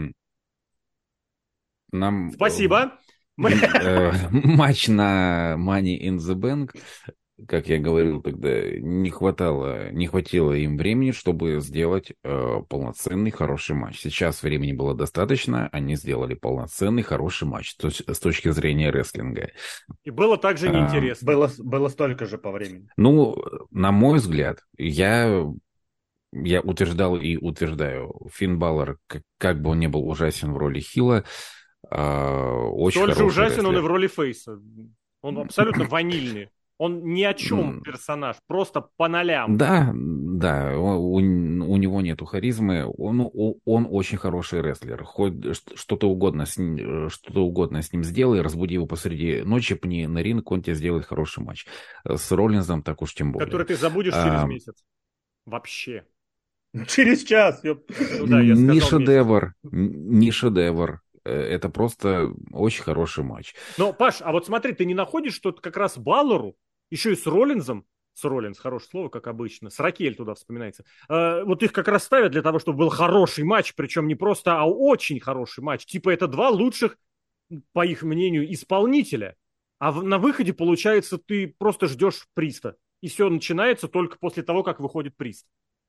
нам... Спасибо. Матч на Money in the Bank, как я говорил тогда, не хватило им времени, чтобы сделать полноценный хороший матч. Сейчас времени было достаточно, они сделали полноценный хороший матч с точки зрения рестлинга. И было также неинтересно. Было столько же по времени. Ну, на мой взгляд, я утверждал и утверждаю, Финн Баллар, как бы он ни был ужасен в роли Хила, очень столь же ужасен рестлер. Он и в роли Фейса. Он абсолютно ванильный. Он ни о чем персонаж, просто по нолям. Да, у него нету харизмы, он очень хороший рестлер. Хоть что угодно с ним сделай, разбуди его посреди ночи, пни на ринг, он тебе сделает хороший матч. С Роллинзом так уж тем более. Который ты забудешь через месяц. Вообще. Через час. Не шедевр. Это просто очень хороший матч. Но, Паш, а вот смотри, ты не находишь, что как раз Баллару, еще и с Роллинзом, хорошее слово, как обычно, с Ракель туда вспоминается, вот их как раз ставят для того, чтобы был хороший матч, причем не просто, а очень хороший матч. Типа это два лучших, по их мнению, исполнителя. А на выходе, получается, ты просто ждешь Приста. И все начинается только после того, как выходит Прист.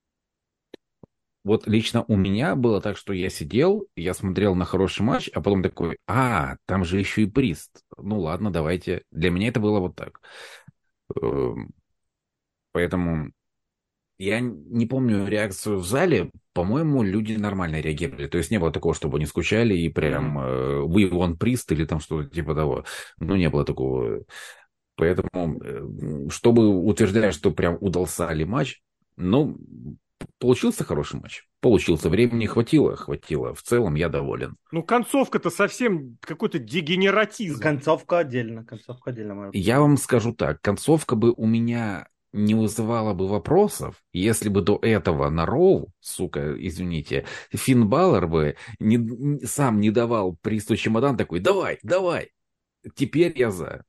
Вот лично у меня было так, что я сидел, я смотрел на хороший матч, а потом такой, там же еще и Прист. Ну ладно, давайте. Для меня это было вот так. Поэтому я не помню реакцию в зале. По-моему, люди нормально реагировали. То есть не было такого, чтобы они скучали и прям we want Прист или там что-то типа того. Ну, не было такого. Поэтому, чтобы утверждать, что прям удался ли матч, получился хороший матч. Получился. Времени хватило. В целом я доволен. Ну, концовка-то совсем какой-то дегенератизм. Концовка отдельно. Я вам скажу так. Концовка бы у меня не вызывало бы вопросов, если бы до этого на Роу, сука, извините, Финн Балор бы сам не давал Присту чемодан такой: давай, давай, теперь я за.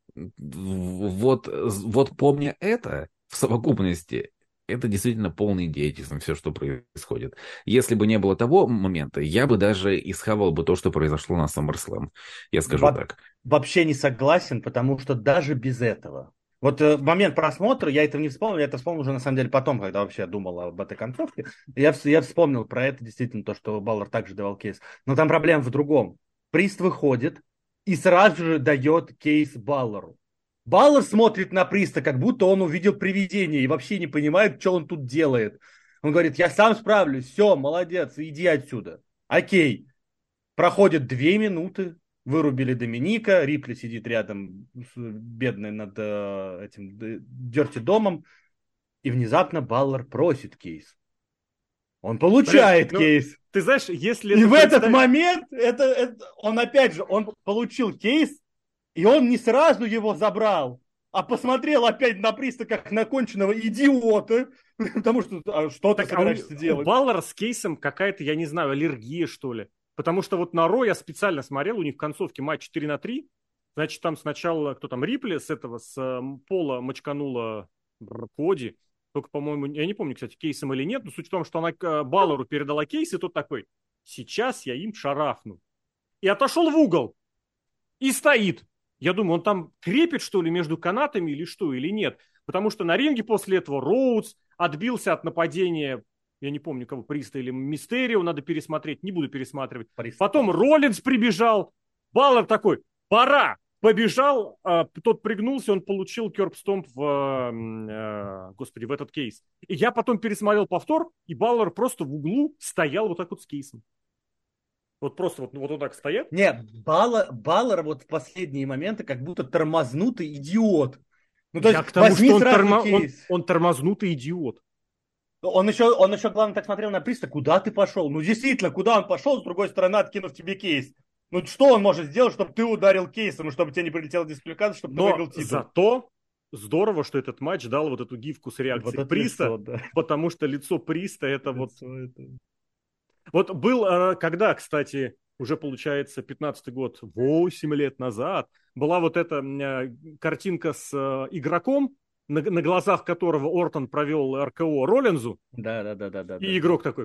Вот помня это в совокупности, это действительно полный идиотизм, все, что происходит. Если бы не было того момента, я бы даже исхавал бы то, что произошло на SummerSlam. Я скажу так. Вообще не согласен, потому что даже без этого. Вот момент просмотра, я этого не вспомнил, я это вспомнил уже на самом деле потом, когда вообще думал об этой концовке. Я вспомнил про это, действительно, то, что Баллар также давал кейс. Но там проблема в другом. Прист выходит и сразу же дает кейс Баллару. Баллар смотрит на Приста, как будто он увидел привидение и вообще не понимает, что он тут делает. Он говорит: я сам справлюсь, все, молодец, иди отсюда. Окей. Проходит 2 минуты, вырубили Доминика, Рипли сидит рядом, бедный, над этим Дерти Домом, и внезапно Баллар просит кейс. Он получает кейс. Ты знаешь, если... И в этот момент, он опять же, он получил кейс, и он не сразу его забрал, а посмотрел опять на Приста как на конченного идиота, потому что что ты собираешься делать? У Баллара с кейсом какая-то, я не знаю, аллергия, что ли. Потому что вот на Ро я специально смотрел, у них в концовке матч 4-3. Значит, там сначала, кто там, Рипли с пола мочканула Коди. Только, по-моему, я не помню, кстати, кейсом или нет, но суть в том, что она Баллару передала кейс, и тот такой: сейчас я им шарахну. И отошел в угол. И стоит. Я думаю, он там крепит, что ли, между канатами или что, или нет. Потому что на ринге после этого Роудс отбился от нападения, я не помню кого, Приста или Мистерио, надо пересмотреть, не буду пересматривать. Потом Роллинс прибежал, Баллар такой: пора, побежал, тот пригнулся, он получил кёрбстомп в этот кейс. И я потом пересмотрел повтор, и Баллар просто в углу стоял вот так вот с кейсом. Вот просто вот так стоят. Нет, Баллар вот в последние моменты как будто тормознутый идиот. Ну, то я есть, к тому, возьми что сразу кейс. он тормознутый идиот. Он еще, главное, так смотрел на Приста: куда ты пошел? Ну, действительно, куда он пошел, с другой стороны, откинув тебе кейс? Ну, что он может сделать, чтобы ты ударил кейсом, и чтобы тебе не прилетела дисквалификация, чтобы ты выиграл титул? Зато здорово, что этот матч дал вот эту гифку с реакцией вот Приста, лицо, да. Потому что лицо Приста это лицо это... Вот был, когда, кстати, уже получается 15-й год, 8 лет назад, была вот эта картинка с игроком, на глазах которого Ортон провел РКО Роллинзу. Да. И игрок такой.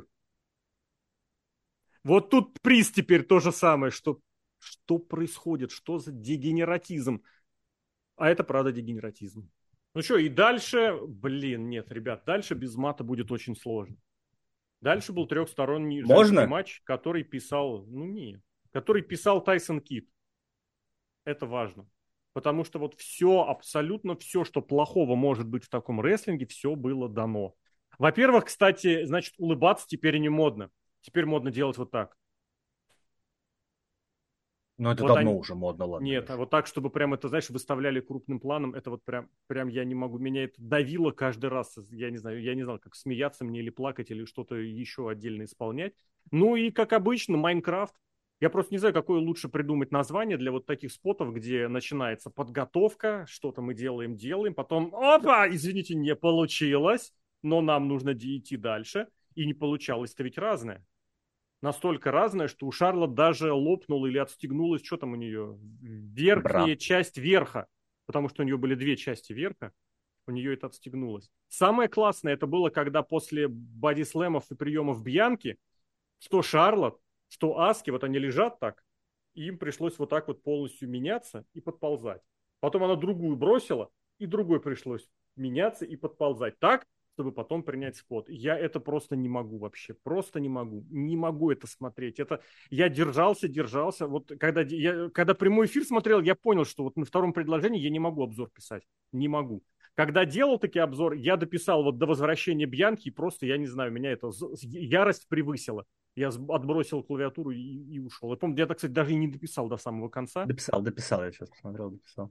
Вот тут приз теперь то же самое, что происходит, что за дегенератизм. А это правда дегенератизм. Ну что, и дальше, нет, ребят, дальше без мата будет очень сложно. Дальше был трехсторонний женский матч, который писал, который писал Тайсон Кид. Это важно. Потому что вот все, абсолютно все, что плохого может быть в таком рестлинге, все было дано. Во-первых, кстати, значит, улыбаться теперь не модно. Теперь модно делать вот так. Ну, это вот давно уже модно, ладно. Нет, а вот так, чтобы прям это, знаешь, выставляли крупным планом, это вот прям я не могу. Меня это давило каждый раз. Я не знал, как смеяться мне или плакать, или что-то еще отдельно исполнять. Ну и, как обычно, Майнкрафт. Я просто не знаю, какое лучше придумать название для вот таких спотов, где начинается подготовка, что-то мы делаем, потом, опа, извините, не получилось, но нам нужно идти дальше. И не получалось-то ведь разное. Настолько разное, что у Шарлотт даже лопнула или отстегнулась, что там у нее, верхняя часть верха, потому что у нее были 2 части верха, у нее это отстегнулось. Самое классное это было, когда после бодислэмов и приемов Бьянки, что Шарлотт, что Аски, вот они лежат так, и им пришлось вот так вот полностью меняться и подползать. Потом она другую бросила, и другой пришлось меняться и подползать так, чтобы потом принять спот. Я это просто не могу вообще. Просто не могу. Не могу это смотреть. Я держался. Вот когда прямой эфир смотрел, я понял, что вот на втором предложении я не могу обзор писать. Не могу. Когда делал таки обзор, я дописал вот до возвращения Бьянки, и просто, я не знаю, меня эта ярость превысила. Я отбросил клавиатуру и ушел. Я помню, я, так, кстати, даже и не дописал до самого конца. Дописал. Я сейчас посмотрел, дописал.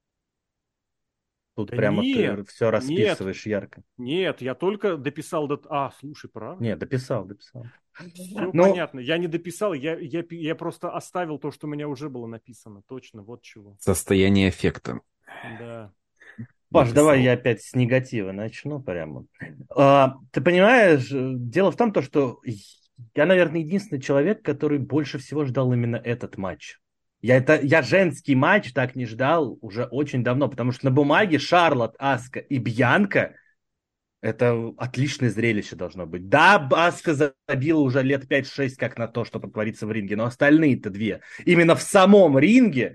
Тут прямо ты все расписываешь ярко. Нет, я только дописал слушай, правда? Нет, дописал. Все понятно. Я не дописал, я просто оставил то, что у меня уже было написано. Точно, вот чего. Состояние эффекта. Да. Паш, давай написал. я опять с негатива начну прямо. Ты понимаешь, дело в том, то, что я, наверное, единственный человек, который больше всего ждал именно этот матч. Я женский матч так не ждал уже очень давно, потому что на бумаге Шарлотт, Аска и Бьянка это отличное зрелище должно быть. Да, Аска забила уже лет 5-6 как на то, что творится в ринге, но остальные-то две. Именно в самом ринге,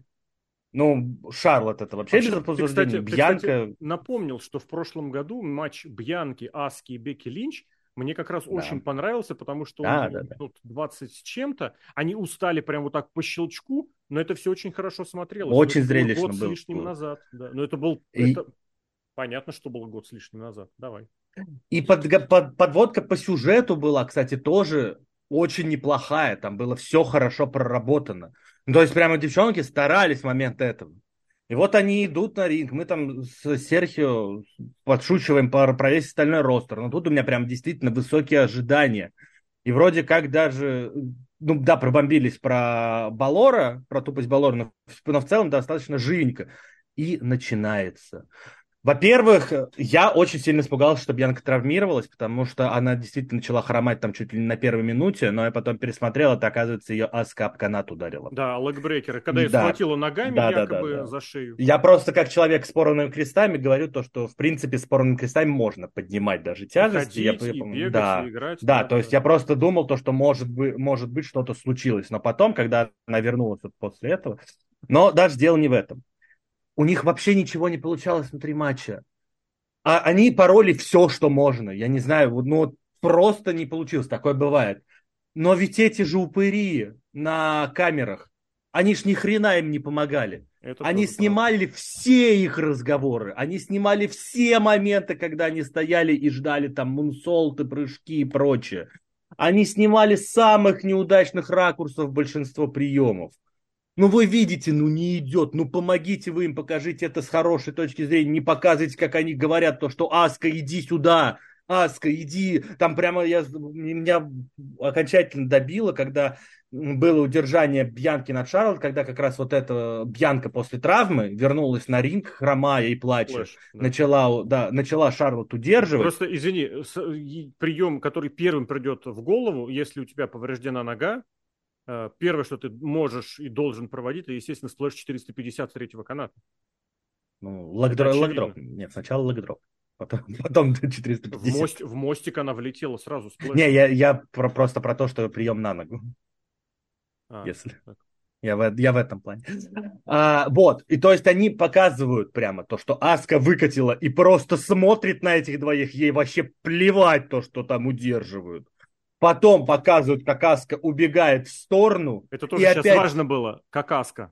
ну, Шарлотт это вообще без Вообще, обсуждения. ты, кстати, Бьянка, напомнил, что в прошлом году матч Бьянки, Аски и Бекки Линч мне как раз очень да, понравился, потому что он да, длил да, да. минут 20 с чем-то. Они устали прям вот так по щелчку, но это все очень хорошо смотрелось. Но Очень это было зрелищно год с было. лишним назад. Да. Но это был... И, Это понятно, что было год с лишним назад. Давай. и подводка по сюжету была, кстати, тоже очень неплохая. Там было все хорошо проработано. Ну, то есть прямо девчонки старались в момент этого. И вот они идут на ринг. Мы там с Серхио подшучиваем про весь остальной ростер. Но тут у меня прям действительно высокие ожидания. И вроде как даже, ну да, пробомбились про Балора, про тупость Балора, но в целом достаточно живенько. И начинается. Во-первых, я очень сильно испугался, что Бьянка травмировалась, потому что она действительно начала хромать там чуть ли не на первой минуте, но я потом пересмотрел, это, оказывается, ее Аска об канат ударила. Да, лэгбрейкеры. Когда ее Да, схватила ногами якобы да. за шею. Я просто как человек с порванными крестами говорю то, что в принципе с порванными крестами можно поднимать даже И тяжести. ходить, и Помню, бегать, и да, играть. да, Да, то да, есть да. я просто думал то, что может быть что-то случилось, но потом, когда она вернулась вот после этого, но даже дело не в этом. У них вообще ничего не получалось внутри матча. А они пороли все, что можно. Я не знаю, ну вот просто не получилось, такое бывает. Но ведь эти же упыри на камерах, они ж ни хрена им не помогали. Это Они тоже правда. снимали все их разговоры, они снимали все моменты, когда они стояли и ждали там мунсолты, прыжки и прочее. Они снимали с самых неудачных ракурсов большинство приемов. Ну вы видите, ну не идет, ну помогите вы им, покажите это с хорошей точки зрения, не показывайте, как они говорят, то, что Аска, иди сюда, Аска, иди. Там прямо меня окончательно добило, когда было удержание Бьянки над Шарлотт, когда как раз вот эта Бьянка после травмы вернулась на ринг, хромая и плача, Флэш, да. начала Шарлотт удерживать. Просто, извини, прием, который первым придет в голову, если у тебя повреждена нога, первое, что ты можешь и должен проводить, это, естественно, сплэш 450 с третьего каната. Ну, Это лэгдроп. очевидно. Нет, сначала лэгдроп. Потом В 450. в мостик она влетела сразу сплэш. Не, я просто про то, что прием на ногу. Если. Так. Я в этом плане. Вот. И то есть они показывают прямо то, что Аска выкатила и просто смотрит на этих двоих. Ей вообще плевать то, что там удерживают. Потом показывают, как Аска убегает в сторону. Это И тоже сейчас опять... важно было, как Аска.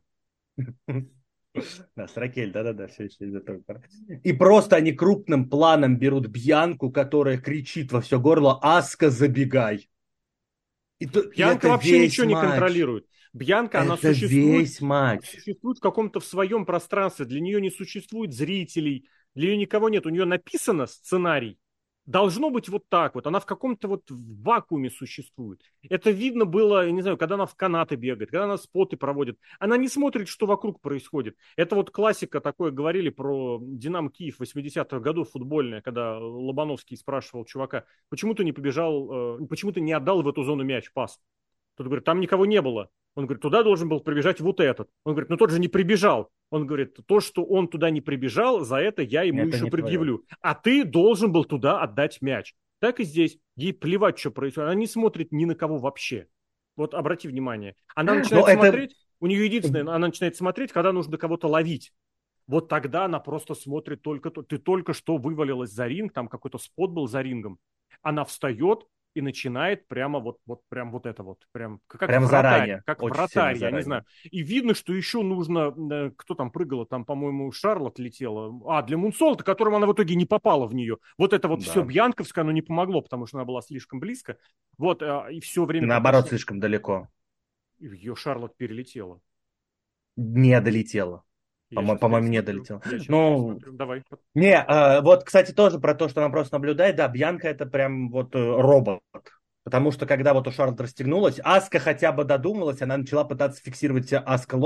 Да, Сракель, да, все из этого. И просто они крупным планом берут Бьянку, которая кричит во все горло: «Аска, забегай!» И Бьянка это вообще весь ничего не матч. контролирует. Бьянка, она Это весь она матч. существует в каком-то в своем пространстве. Для нее не существует зрителей, для нее никого нет. У нее написано сценарий. Должно быть вот так вот. Она в каком-то вот вакууме существует. Это видно было, я не знаю, когда она в канаты бегает, когда она споты проводит. Она не смотрит, что вокруг происходит. Это вот классика, такое говорили про Динамо Киев 80-х годов футбольная, когда Лобановский спрашивал чувака, почему ты не побежал, почему ты не отдал в эту зону мяч, пас? Тот говорит, там никого не было. Он говорит, туда должен был прибежать вот этот. Он говорит, ну тот же не прибежал. Он говорит, то, что он туда не прибежал, за это я ему Это еще не предъявлю. А ты должен был туда отдать мяч. Так и здесь. Ей плевать, что происходит. Она не смотрит ни на кого вообще. Вот обрати внимание. Она начинает смотреть, у нее единственное, она начинает смотреть, когда нужно кого-то ловить. Вот тогда она просто смотрит только... Ты только что вывалилась за ринг, там какой-то спот был за рингом. Она встает и начинает прямо прям вот это вот. Прям как прям вратарь. Заранее. Как Очень вратарь, я заранее. не знаю. И видно, что еще нужно... Кто там прыгала? Там, по-моему, Шарлотт летела. Для Мунсолта, которым она в итоге не попала в нее. Вот это вот все бьянковское, оно не помогло, потому что она была слишком близко. Вот, и все время... Наоборот, слишком далеко. Ее Шарлотт перелетела. Не долетела. По-моему, не долетела. Ну, давай. Вот, кстати, тоже про то, что она просто наблюдает. Да, Бьянка это прям вот робот. Потому что когда вот у Шарлотт расстегнулась, Аска хотя бы додумалась, она начала пытаться фиксировать Аска лок,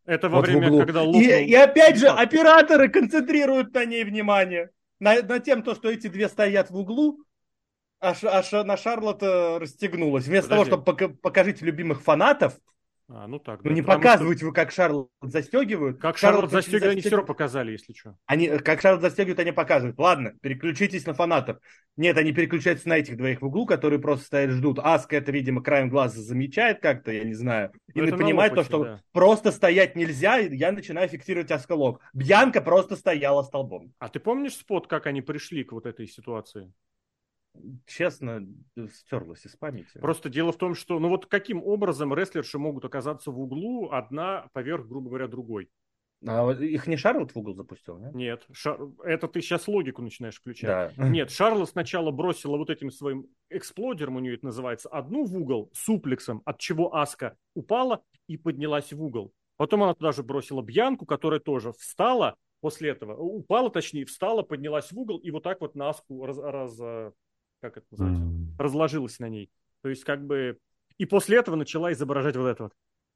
Это во Вот в время, углу. когда лопнул... И опять же, операторы концентрируют на ней внимание. На тем, то, что эти две стоят в углу, на Шарлотт расстегнулась. Вместо того, Подожди. чтобы покажите любимых фанатов, Ну так, ну да. не Потому что показывайте вы, как Шарлотт застегивают. как Шарлотт как не застегивали, они все равно показали, если что. как Шарлотт застегивают, они показывают. Ладно, переключитесь на фанатов. Нет, они переключаются на этих двоих в углу, которые просто стоят, ждут. Аска это, видимо, краем глаза замечает как-то, я не знаю. И Ну, это на понимает то, опыте, что да. просто стоять нельзя, и я начинаю фиксировать Аскалок. Бьянка просто стояла столбом. А ты помнишь спот, как они пришли к вот этой ситуации? Честно, стерлась из памяти. Просто дело в том, что, ну вот каким образом рестлерши могут оказаться в углу, одна поверх, грубо говоря, другой? Их не Шарлотт в угол запустил, нет? Нет, это ты сейчас логику начинаешь включать. Да. Нет, Шарлотт сначала бросила вот этим своим эксплодером, у нее это называется, одну в угол суплексом, от чего Аска упала и поднялась в угол. Потом она туда же бросила Бьянку, которая тоже встала после этого, упала, точнее, встала, поднялась в угол и вот так вот на Аску как это называется, разложилась на ней. То есть как бы... И после этого начала изображать вот это вот.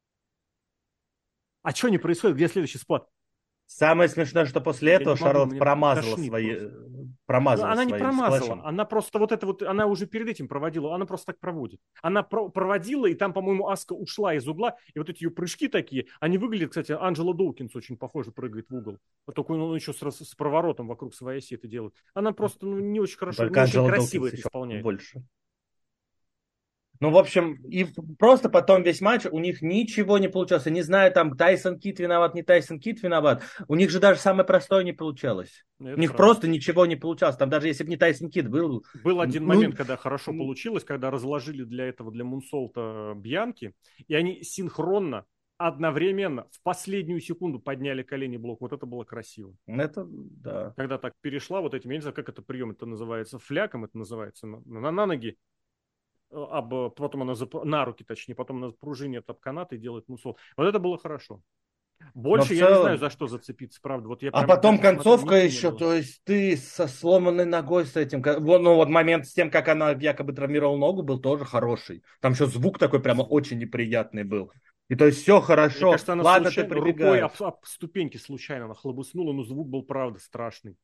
А что не происходит? Где следующий спот? Самое смешное, что после Я этого не могу, Шарлотт мне промазала тошнит свои, просто. промазала Она не своим промазала, сплэшем. она просто вот это вот, она уже перед этим проводила, она просто так проводит. Она проводила, и там, по-моему, Аска ушла из угла, и вот эти ее прыжки такие, они выглядят, кстати, Анджела Доукинс очень похоже прыгает в угол. Вот только он еще с проворотом вокруг своей оси это делает. Она просто не очень хорошо, Только не очень Анджела красиво Доукинс это еще исполняет. больше. Ну, в общем, и просто потом весь матч у них ничего не получалось. Я не знаю, там Тайсон Кид виноват, не Тайсон Кид виноват. У них же даже самое простое не получалось. Это У них правда. просто ничего не получалось. Там даже если бы не Тайсон Кид был... Был один ну, момент, когда хорошо получилось, когда разложили для этого, для Мунсолта Бьянки, и они синхронно, одновременно, в последнюю секунду подняли колени блок. Вот это было красиво. Это, да. Когда так перешла вот этим, я не знаю, как это прием, это называется, фляком это называется, на ноги, потом она на руки, точнее, потом на пружине об канат и делает мусол. Вот это было хорошо. Больше я не знаю, за что зацепиться, правда. Вот я А прям потом смотрел, концовка ничего не еще, было. то есть ты со сломанной ногой с этим... Ну вот момент с тем, как она якобы травмировала ногу, был тоже хороший. Там еще звук такой прямо очень неприятный был. И то есть все хорошо. Мне кажется, она Ладно, ты рукой прибегаешь. об ступеньки случайно нахлобыснула, но звук был, правда, страшный.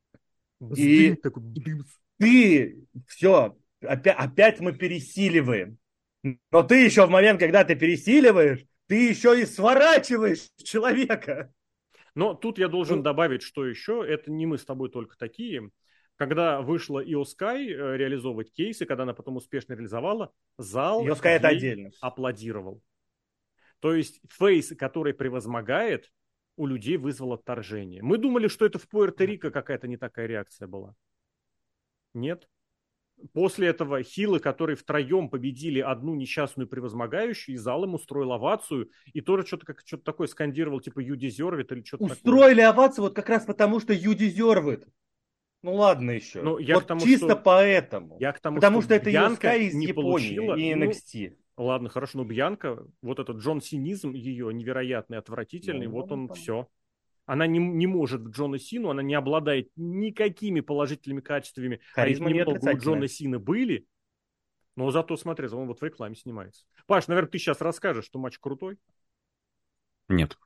И Вздым такой. ты все, опять мы пересиливаем. Но ты еще в момент, когда ты пересиливаешь, ты еще и сворачиваешь человека. Но тут я должен добавить, что еще, это не мы с тобой только такие. Когда вышла Io Sky реализовывать кейсы, когда она потом успешно реализовала, зал Io Sky это ей отдельно. аплодировал. То есть фейс, который превозмогает, у людей вызвал отторжение. Мы думали, что это в Пуэрто-Рико какая-то не такая реакция была. Нет. После этого хилы, которые втроем победили одну несчастную превозмогающую, и зал им устроил овацию, и тоже что-то такое скандировал, типа «You deserve it» или что-то такое. Устроили овацию вот как раз потому, что you deserve it. Ну ладно еще. Но я вот к тому, чисто что... поэтому. Я к тому, потому что это Io Бьянка Sky из не Японии получила, и NXT. Ладно, хорошо, но Бьянка, вот этот Джон Синизм ее невероятный, отвратительный, вот он все. Она не может в Джона Сину, она не обладает никакими положительными качествами. Харизма а не немного у Джона Сина были, но зато, смотри, он вот в рекламе снимается. Паш, наверное, ты сейчас расскажешь, что матч крутой. Нет.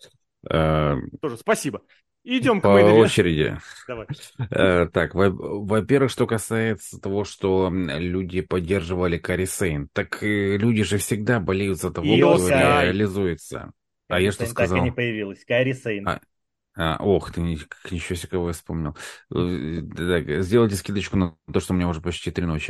Тоже спасибо. Идем по к мейн-ивенту. очереди. Давай. Так, во-первых, что касается того, что люди поддерживали Кари Сейн, так люди же всегда болеют за того, Io кто Sky. реализуется. А я что сказал? Так и не появилась. Кари Сейн. Ох, ты ничего себе, кого я вспомнил. Так, сделайте скидочку на то, что у меня уже почти 3 ночи.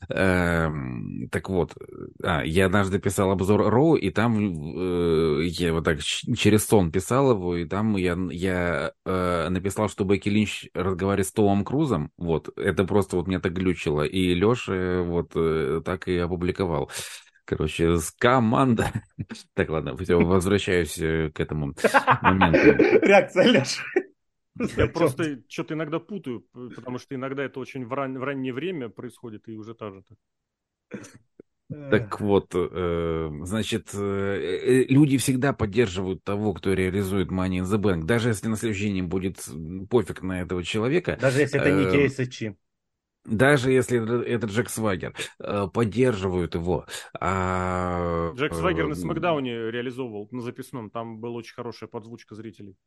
Так вот, я однажды писал обзор Роу, и там я вот так через сон писал его, и там я написал, что Бекки Линч разговаривает с Томом Крузом. Вот, это просто вот меня так глючило. И Леша вот так и опубликовал. Короче, с команда. Так, ладно, возвращаюсь к этому моменту. Реакция Леши. Я просто что-то иногда путаю, потому что иногда это очень в раннее время происходит, и уже тоже так. Так вот, значит, люди всегда поддерживают того, кто реализует Money in the Bank, даже если на следующий день будет пофиг на этого человека. Даже если это не KSHI. Даже если это Джек Свагер, поддерживают его. Джек Свагер на Смакдауне реализовывал на записном. Там была очень хорошая подзвучка зрителей.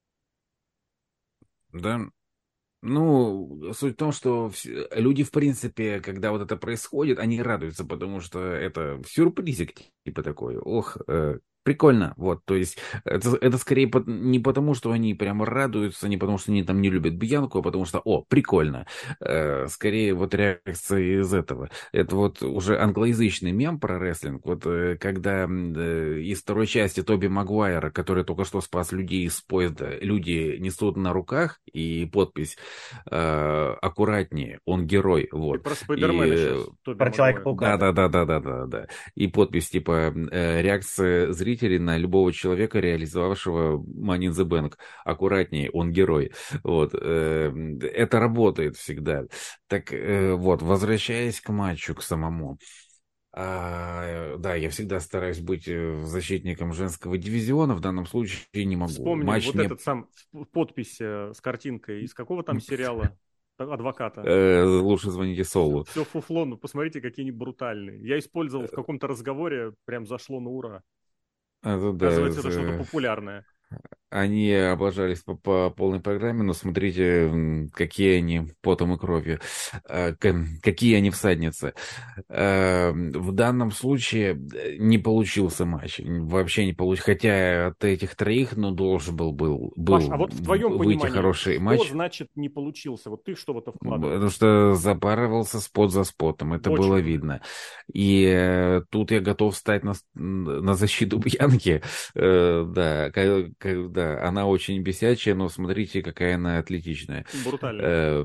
Да. Ну, суть в том, что люди, в принципе, когда вот это происходит, они радуются, потому что это сюрпризик, типа такой. Ох, прикольно. Вот, то есть, это скорее не потому, что они прямо радуются, не потому, что они там не любят Бьянку, а потому что, о, прикольно. Скорее вот реакция из этого. Это вот уже англоязычный мем про рестлинг. Вот когда из второй части Тоби Магуайра, который только что спас людей из поезда, люди несут на руках, и подпись аккуратнее, он герой, Ты вот. про Спайдермена И сейчас, Тоби Про Магуайр. Человека-паука. да. И подпись типа реакция зрителей на любого человека, реализовавшего Money in the Bank. Аккуратнее, он герой. Вот. Это работает всегда. Так вот, возвращаясь к матчу, к самому. Да, я всегда стараюсь быть защитником женского дивизиона, в данном случае не могу. Вспомним Матч вот мне этот сам подпись с картинкой. Из какого там сериала? Адвоката. лучше звоните Солу. Все фуфло, ну посмотрите, какие они брутальные. Я использовал в каком-то разговоре, прям зашло на ура. Да, Оказывается, это что-то популярное. они облажались по полной программе, но смотрите, какие они потом и кровью, какие они всадницы. В данном случае не получился матч, вообще не получился, хотя от этих троих, ну, должен был Паш, а вот в твоем выйти понимании, хороший что матч, значит не получился? Вот ты что в это вкладываешь? потому что запарывался спот за спотом, это было Очень. видно. И тут я готов встать на защиту Бьянки. Да, да, она очень бесячая, но смотрите, какая она атлетичная. Брутальная.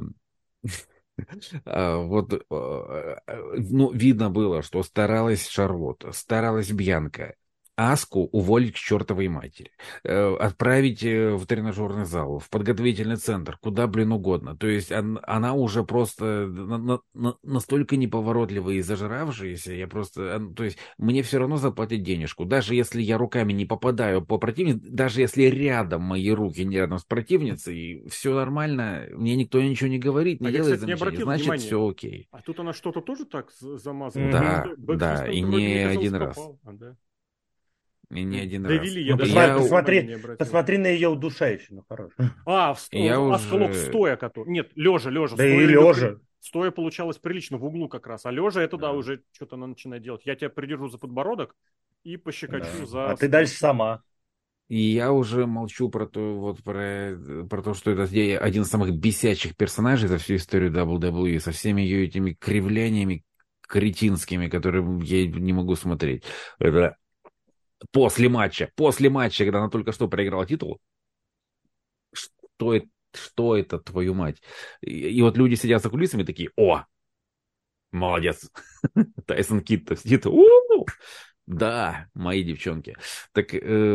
Вот, ну, видно было, что старалась Шарлотта, старалась Бьянка. Аску уволить к чертовой матери. Отправить в тренажерный зал, в подготовительный центр, куда, блин, угодно. То есть она уже просто настолько неповоротливая и зажравшаяся, я просто... То есть мне все равно заплатить денежку. Даже если я руками не попадаю по противнице, даже если рядом мои руки не рядом с противницей, все нормально, мне никто ничего не говорит, не А я, делает кстати, не замечаний, обратил значит, внимания. все окей. А тут она что-то тоже так замазала. Мгм. Да, и Бэкфистом вроде, мне не казалось, один раз. попал. А, да. И не один раз. Довели, я Ну, даже Я, на это внимания не посмотри, обратил. посмотри на ее удушающий, ну хорош. я Аскалок уже... стоя, который... Нет, лежа, Да и стоя, лежа. стоя получалось прилично, в углу как раз. А лежа это, да, уже что-то она начинает делать. Я тебя придержу за подбородок и пощекочу Да. за А ты спину. дальше сама. И я уже молчу про то, про то, что это один из самых бесячих персонажей за всю историю WWE, со всеми ее этими кривляниями кретинскими, которые я не могу смотреть. Это после матча, когда она только что проиграла титул, что это, твою мать? И вот люди сидят за кулисами такие, о, молодец, Тайсон Кид-то сидит, у-у-у! Да, мои девчонки. Так,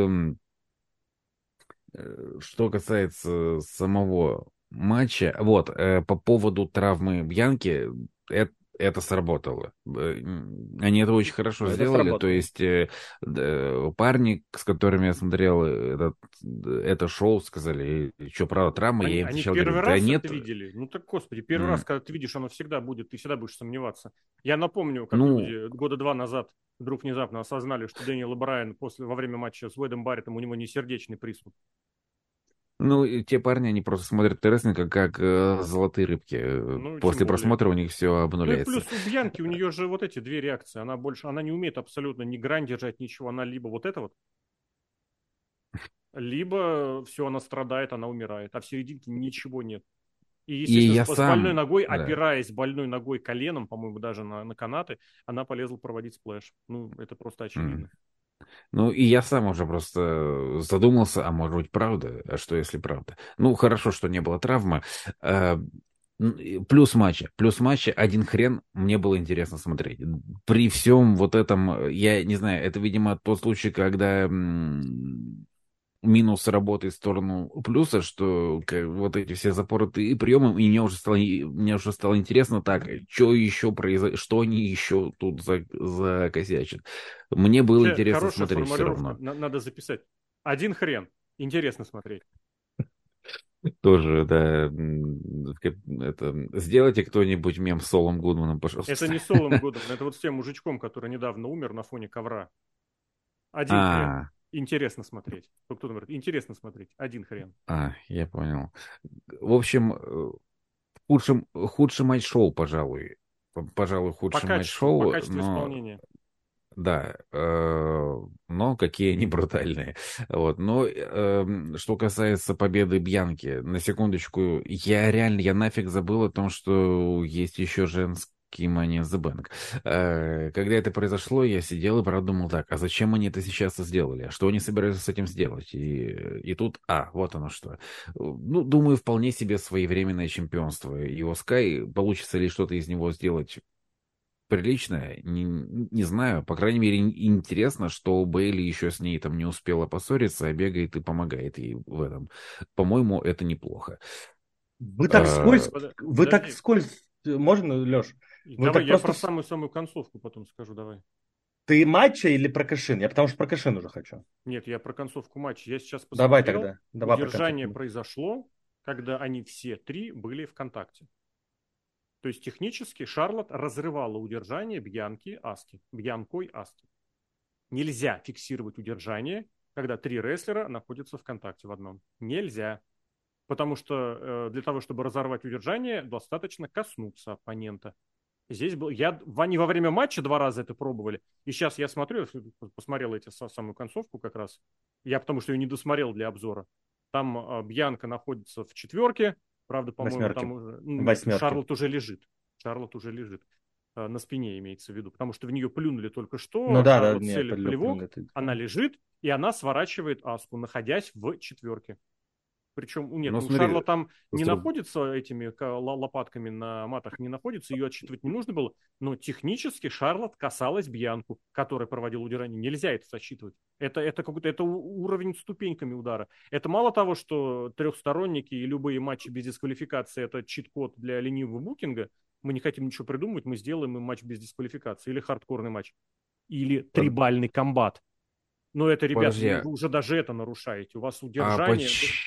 что касается самого матча, вот, по поводу травмы Бьянки, это сработало. Они это очень хорошо Это сделали. То сработало. есть парни, с которыми я смотрел это шоу, сказали, что, правда, травма? Я им Они сначала первый говорю, да раз нет. это видели? Ну так, господи, первый раз, М, когда ты видишь, оно всегда будет, ты всегда будешь сомневаться. Я напомню, как Ну, люди года 2 назад вдруг внезапно осознали, что Дэниел Брайан во время матча с Уэдом Барреттом у него не сердечный приступ. Ну, и те парни, они просто смотрят рестлинг как золотые рыбки. Ну, тем После более. просмотра у них все Ну и обнуляется. плюс у Бьянки, у нее же вот эти две реакции. Она не умеет абсолютно ни грань держать, ничего. Она либо вот это вот, либо все, она страдает, она умирает. А в серединке ничего нет. И, И естественно, я с больной сам, ногой, да. опираясь больной ногой коленом, по-моему, даже на канаты, она полезла проводить сплэш. Ну, это просто М. очевидно. Ну, и я сам уже просто задумался, а может быть, правда? А что, если правда? Ну, хорошо, что не было травмы. Э, Плюс матча. Плюс матча один хрен мне было интересно смотреть. При всем вот этом, я не знаю, это, видимо, тот случай, когда минус работает в сторону плюса, что вот эти все запоротые приемы, и мне уже стало интересно, так, что еще произошло, что они еще тут закосячат. Мне было Вообще, интересно хорошая смотреть все формулировка, равно. надо записать. Один хрен. Интересно смотреть. Тоже, да. Сделайте кто-нибудь мем с Солом Гудманом, Это пожалуйста. не с Солом Гудманом, это вот с тем мужичком, который недавно умер на фоне ковра. Один хрен. А, Интересно смотреть. Кто говорит, интересно смотреть. Один хрен. я понял. В общем, худший матч шоу, пожалуй. Пожалуй, По худший матч качеству, по шоу, качеству но исполнения. да, но какие они брутальные. Вот. Но что касается победы Бьянки, на секундочку, я нафиг забыл о том, что есть еще женский Money in the Bank. Когда это произошло, я сидел и продумал так, а зачем они это сейчас сделали? А что они собираются с этим сделать? И тут, вот оно что. Ну, думаю, вполне себе своевременное чемпионство. И у Скай получится ли что-то из него сделать приличная, не знаю, по крайней мере, интересно, что Бейли еще с ней там не успела поссориться, а бегает и помогает ей в этом. По-моему, это неплохо. Вы так скользко, Подожди. можно, Леш? Вы Давай, так я просто... про самую-самую концовку потом скажу, давай. Ты матча или про Кашин? Я потому что про Кашин уже хочу. Нет, я про концовку матча. Я сейчас Давай посмотрел. тогда. Давай про Удержание концовку. произошло, когда они все три были в контакте. То есть технически Шарлотт разрывала удержание Бьянки Аски. Бьянкой Аски. Нельзя фиксировать удержание, когда три рестлера находятся в контакте в одном. Нельзя. Потому что для того, чтобы разорвать удержание, достаточно коснуться оппонента. Здесь был... Они во время матча 2 раза это пробовали. И сейчас я смотрю, посмотрел самую концовку как раз. Я потому что ее не досмотрел для обзора. Там Бьянка находится в 4. Правда, по-моему, Восьмерки. там уже... Восьмерки. Шарлотт уже лежит. Шарлотт уже лежит. На спине имеется в виду. Потому что в нее плюнули только что. Ну да, Шарлотт нет, целит плевок. Она лежит, и она сворачивает Аску, находясь в 4. Причем, нет, Ну, смотри, Шарлотт там не с друг- находится этими лопатками на матах, не находится, ее отсчитывать не нужно было, но технически Шарлотт касалась Бьянку, которая проводила удержание. Нельзя это засчитывать. Это какой-то это уровень ступеньками удара. Это мало того, что трехсторонники и любые матчи без дисквалификации это чит-код для ленивого букинга. Мы не хотим ничего придумывать, мы сделаем им матч без дисквалификации или хардкорный матч, или трибальный комбат. Но это, ребят, Подожди, вы уже даже это нарушаете. У вас удержание...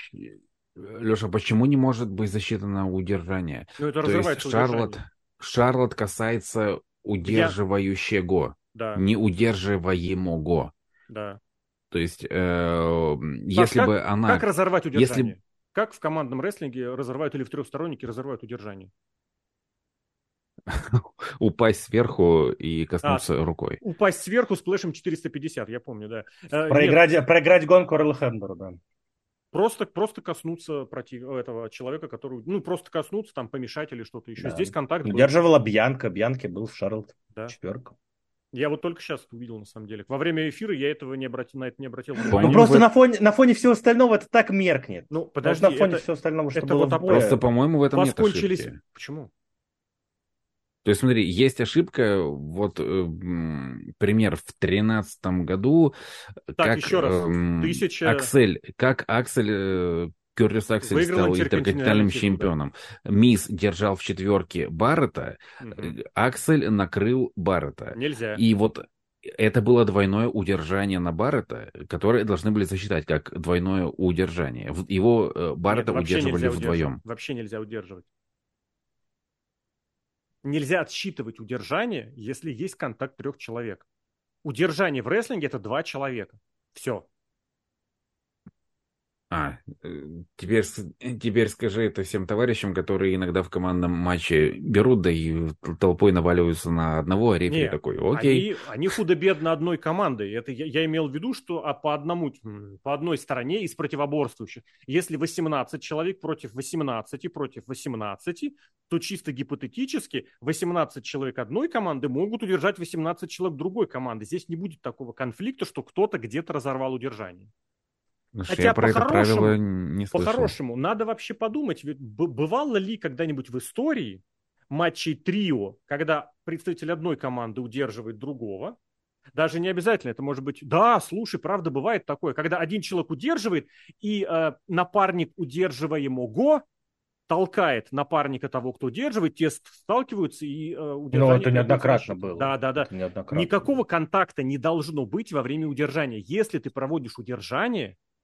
Леша, почему не может быть засчитано удержание? Ну, это То есть разрывается удержание. Шарлотт касается удерживающего, Да, не удерживаемого. да. То есть, Саш, если бы она... как разорвать Если удержание? Как в командном рестлинге разорвают или в трехстороннике разорвают удержание? упасть сверху и коснуться рукой. Упасть сверху с плэшем 450, я помню, да. Проиграть гонку Эрла Хендера, да. Просто коснуться этого человека, который... Ну, просто коснуться, там, помешать или что-то еще. Да. Здесь контакт был. Удерживала Бьянка. Бьянке был в Шарлотт. Да. 4. Я вот только сейчас это увидел, на самом деле. Во время эфира я на это не обратил Ну, внимания. просто на фоне всего остального это так меркнет. Ну, подожди. На фоне всего остального, что было вот в бое. Просто, по-моему, в этом нет кончились... ошибки. Почему? То есть, смотри, есть ошибка, вот пример в 2013 году, Так, еще раз. как Аксель Кертис Аксель выиграл стал интерконтинентальным чемпионом. Да. Мисс держал в 4 Баррета, Аксель накрыл Баррета. Нельзя. И вот это было двойное удержание на Баррета, которое должны были засчитать как двойное удержание. Его Баррета удерживали вдвоем. Вообще нельзя удерживать. Нельзя отсчитывать удержание, если есть контакт 3 человек. Удержание в рестлинге – это 2 человека. Все. Теперь скажи это всем товарищам, которые иногда в командном матче берут, да и толпой наваливаются на одного, а рефери такой, окей. Они худо-бедно одной командой. Это я имел в виду, что по одной стороне из противоборствующих. Если 18 человек против 18, то чисто гипотетически 18 человек одной команды могут удержать 18 человек другой команды. Здесь не будет такого конфликта, что кто-то где-то разорвал удержание. Хотя я про это правило не слышал. По-хорошему, надо вообще подумать, бывало ли когда-нибудь в истории матчей трио, когда представитель одной команды удерживает другого, даже не обязательно, это может быть, да, слушай, правда, бывает такое, когда один человек удерживает, и напарник удерживаемого толкает напарника того, кто удерживает, те сталкиваются и удержание... Ну, это неоднократно было. Да. Никакого контакта не должно быть во время удержания. Если ты проводишь удержание,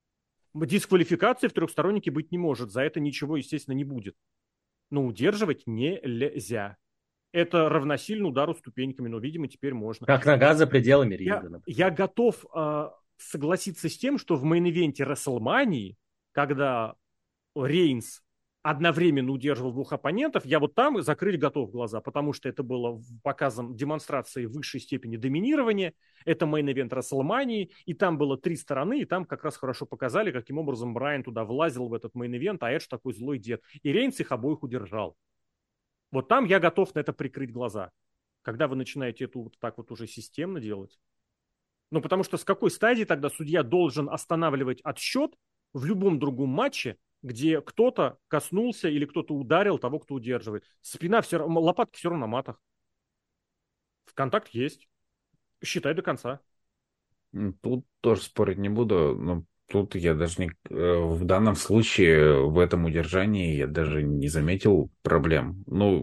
Дисквалификации в трехстороннике быть не может. За это ничего, естественно, не будет. Но удерживать нельзя. Это равносильно удару ступеньками, но, видимо, теперь можно. Как нога за пределами ринга, например. Я готов согласиться с тем, что в мейн-ивенте WrestleMania, когда Рейнс одновременно удерживал двух оппонентов, я вот там закрыть готов глаза, потому что это было показом демонстрации высшей степени доминирования. Это мейн-ивент WrestleMania, и там было 3 стороны, и там как раз хорошо показали, каким образом Брайан туда влазил в этот мейн-ивент, а Эдж такой злой дед. И Рейнс их обоих удержал. Вот там я готов на это прикрыть глаза. Когда вы начинаете это вот так вот уже системно делать. Ну, потому что с какой стадии тогда судья должен останавливать отсчет в любом другом матче, где кто-то коснулся или кто-то ударил того, кто удерживает. Спина все равно, лопатки все равно на матах. Контакт есть. Считай до конца. Тут тоже спорить не буду, но тут я даже не... В данном случае, в этом удержании я даже не заметил проблем. Ну,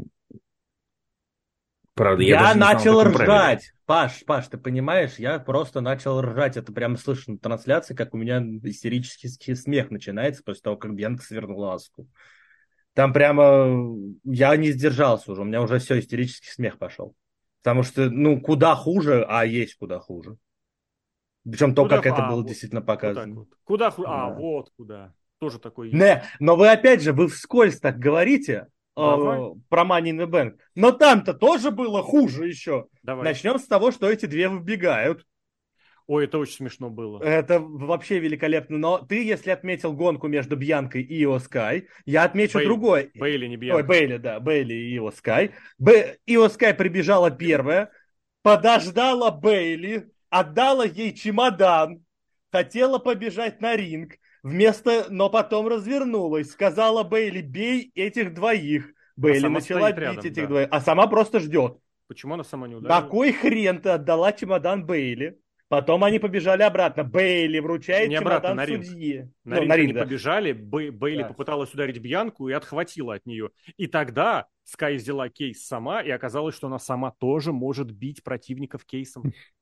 правда, я Я даже не знал о начал таком правиле. ржать. Паш, ты понимаешь, я просто начал ржать. Это прямо слышно на трансляции, как у меня истерический смех начинается после того, как Бьянка свернула Аску. Там прямо я не сдержался уже, у меня уже все, истерический смех пошел. Потому что, ну, куда хуже, а есть куда хуже. Причем то, Куда как это было вот, действительно вот так показано. вот. Куда хуже? Да. Вот куда. Тоже такой есть. Не, но вы опять же, вы вскользь так говорите Давай. про Money in the Bank. Но там-то тоже было хуже еще. Давай. Начнем с того, что эти две выбегают. Ой, это очень смешно было. Это вообще великолепно. Но ты, если отметил гонку между Бьянкой и Ио Скай, я отмечу другой. Бейли, не Бьянка. Ой, Бейли, да, Бейли и Ио Скай. Ио Скай прибежала первая, подождала Бейли, отдала ей чемодан, хотела побежать на ринг, но потом развернулась, сказала Бейли: бей этих двоих. Бейли начала бить рядом, этих да. двоих, а сама просто ждет. Почему она сама не ударила? На кой хрен ты отдала чемодан Бейли? Потом они побежали обратно. Бейли вручает Не обратно, чемодан на ринг. судье. На ринг они да. побежали, Бейли Да. попыталась ударить Бьянку и отхватила от нее. И тогда Скай взяла кейс сама, и оказалось, что она сама тоже может бить противников кейсом.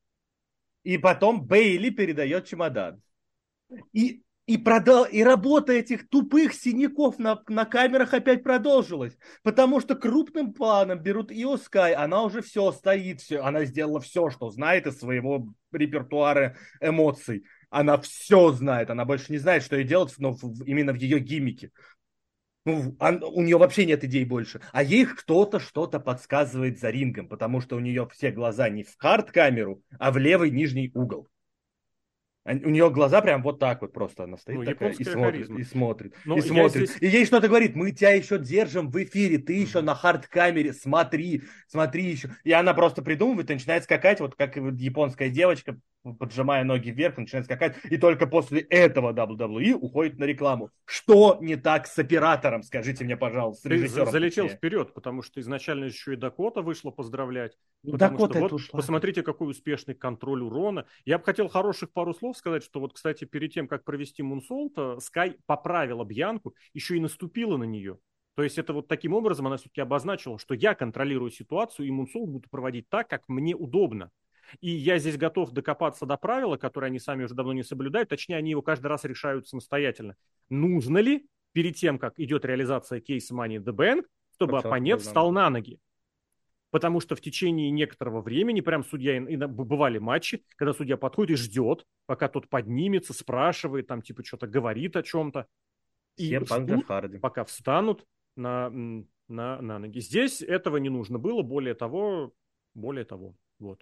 И потом Бейли передает чемодан. И работа этих тупых синяков на камерах опять продолжилась. Потому что крупным планом берут Ио Скай, она уже все стоит, она сделала все, что знает из своего репертуара эмоций. Она все знает, она больше не знает, что ей делать, но именно в ее гиммике. Ну, у нее вообще нет идей больше. А ей кто-то что-то подсказывает за рингом, потому что у нее все глаза не в хард-камеру, а в левый нижний угол. У нее глаза прям вот так вот просто, она стоит такая и смотрит, харизма. и смотрит, Но и смотрит. здесь... И ей что-то говорит: мы тебя еще держим в эфире, ты еще на хард-камере, смотри еще. И она просто придумывает и начинает скакать, вот как японская девочка, поджимая ноги вверх, начинает скакать, и только после этого WWE уходит на рекламу. Что не так с оператором, скажите мне, пожалуйста, с режиссером? Ты залетел вперед, потому что изначально еще и Дакота вышла поздравлять. Дакота это ушла. Посмотрите, какой успешный контроль урона. Я бы хотел хороших пару слов сказать, что вот, кстати, перед тем, как провести Мунсолт, Скай поправила Бьянку, еще и наступила на нее. То есть это вот таким образом она все-таки обозначила, что я контролирую ситуацию, и Мунсолт буду проводить так, как мне удобно. И я здесь готов докопаться до правила, которые они сами уже давно не соблюдают, точнее, они его каждый раз решают самостоятельно. Нужно ли перед тем, как идет реализация кейса Money in the Bank, чтобы оппонент встал на ноги? Потому что в течение некоторого времени, прям судья, бывали матчи, когда судья подходит и ждет, пока тот поднимется, спрашивает, там типа что-то говорит о чем-то. И ждут, пока встанут на ноги. Здесь этого не нужно было, более того, вот.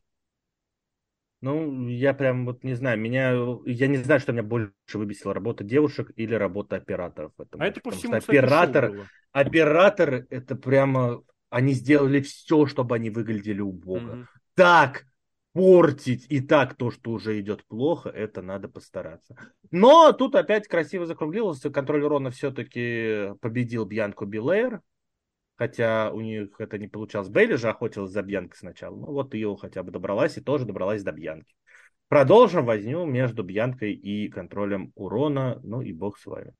Ну, я прям вот не знаю, я не знаю, что меня больше выбесила: работа девушек или работа операторов в этом матче. Это по всему, Потому что операторы, это прямо, они сделали все, чтобы они выглядели убого. Так портить и так то, что уже идет плохо, это надо постараться. Но тут опять красиво закруглилось, контроль урона все-таки победил Бьянку Белэйр. Хотя у них это не получалось. Бейли же охотилась за Бьянкой сначала. Ну вот ее хотя бы добралась и тоже добралась до Бьянки. Продолжим возню между Бьянкой и контролем урона. Ну и бог с вами.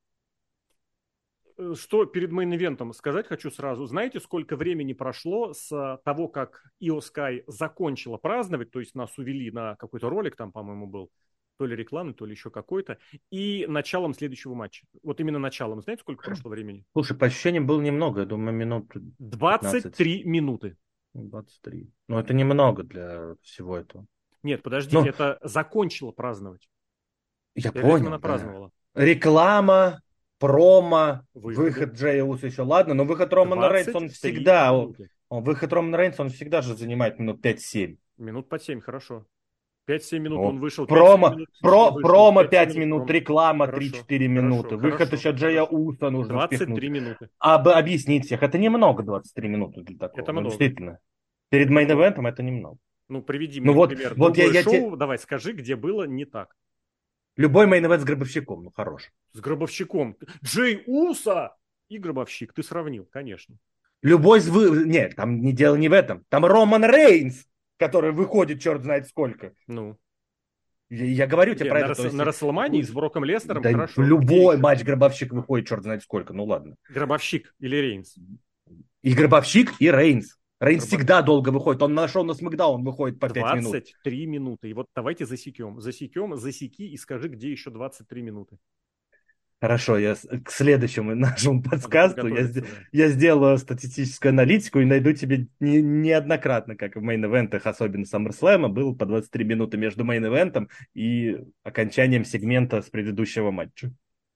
Что перед мейн-ивентом сказать хочу сразу. Знаете, сколько времени прошло с того, как Ио Скай закончила праздновать, то есть нас увели на какой-то ролик, там, по-моему, был, То ли рекламный, то ли еще какой-то. И началом следующего матча. Вот именно началом. Знаете, сколько прошло времени? Слушай, по ощущениям было немного, я думаю, минут 15. 23 минуты. 23. Но это немного для всего этого. Нет, подожди, Ну, это закончило праздновать. я Перед этим понял, она да. праздновала. Реклама, промо, Выходы. выход Джея Уса еще ладно, но выход Романа Рейнса, он 23 всегда, минуты. выход Романа Рейнса, он всегда же занимает минут 5-7. Минут по 7, хорошо. 5-7 минут О, он вышел. 5-7 промо, минут вышел, промо 5-7 5 минут, промо. реклама Хорошо, 3-4 минуты, выход хорошо, еще Джея хорошо. Уса нужно 23 впихнуть. минуты. Объяснить всех, это немного 23 минуты для такого. Это Ну, много. действительно. Перед Это много. мейн-эвентом это немного. Ну, приведи Ну мне, вот, например, вот другое я шоу. Давай, скажи, где было не так. Любой мейн-эвент с Гробовщиком, ну хорош. С Гробовщиком. Джей Уса и Гробовщик. Ты сравнил, конечно. Любой Нет, там не дело не в этом. Там Роман Рейнс, который выходит черт знает сколько. Ну. Я говорю тебе Где? про На, это. на Расселмании с Броком Лестером? Да, Хорошо. в Где любой еще? матч Гробовщик выходит черт знает сколько. Ну ладно. Гробовщик или Рейнс? И Гробовщик, и Рейнс. Рейнс Гробовщик. всегда долго выходит. Он нашел на Смакдаун, выходит по 5 минут. 23 минуты. И вот давайте засекем. Засеки и скажи, где еще 23 минуты. Хорошо, я к следующему нашему подкасту подготовиться, я сделаю статистическую аналитику и найду тебе неоднократно, как в мейн-эвентах, особенно SummerSlam, было по 23 минуты между мейн-эвентом и окончанием сегмента с предыдущего матча.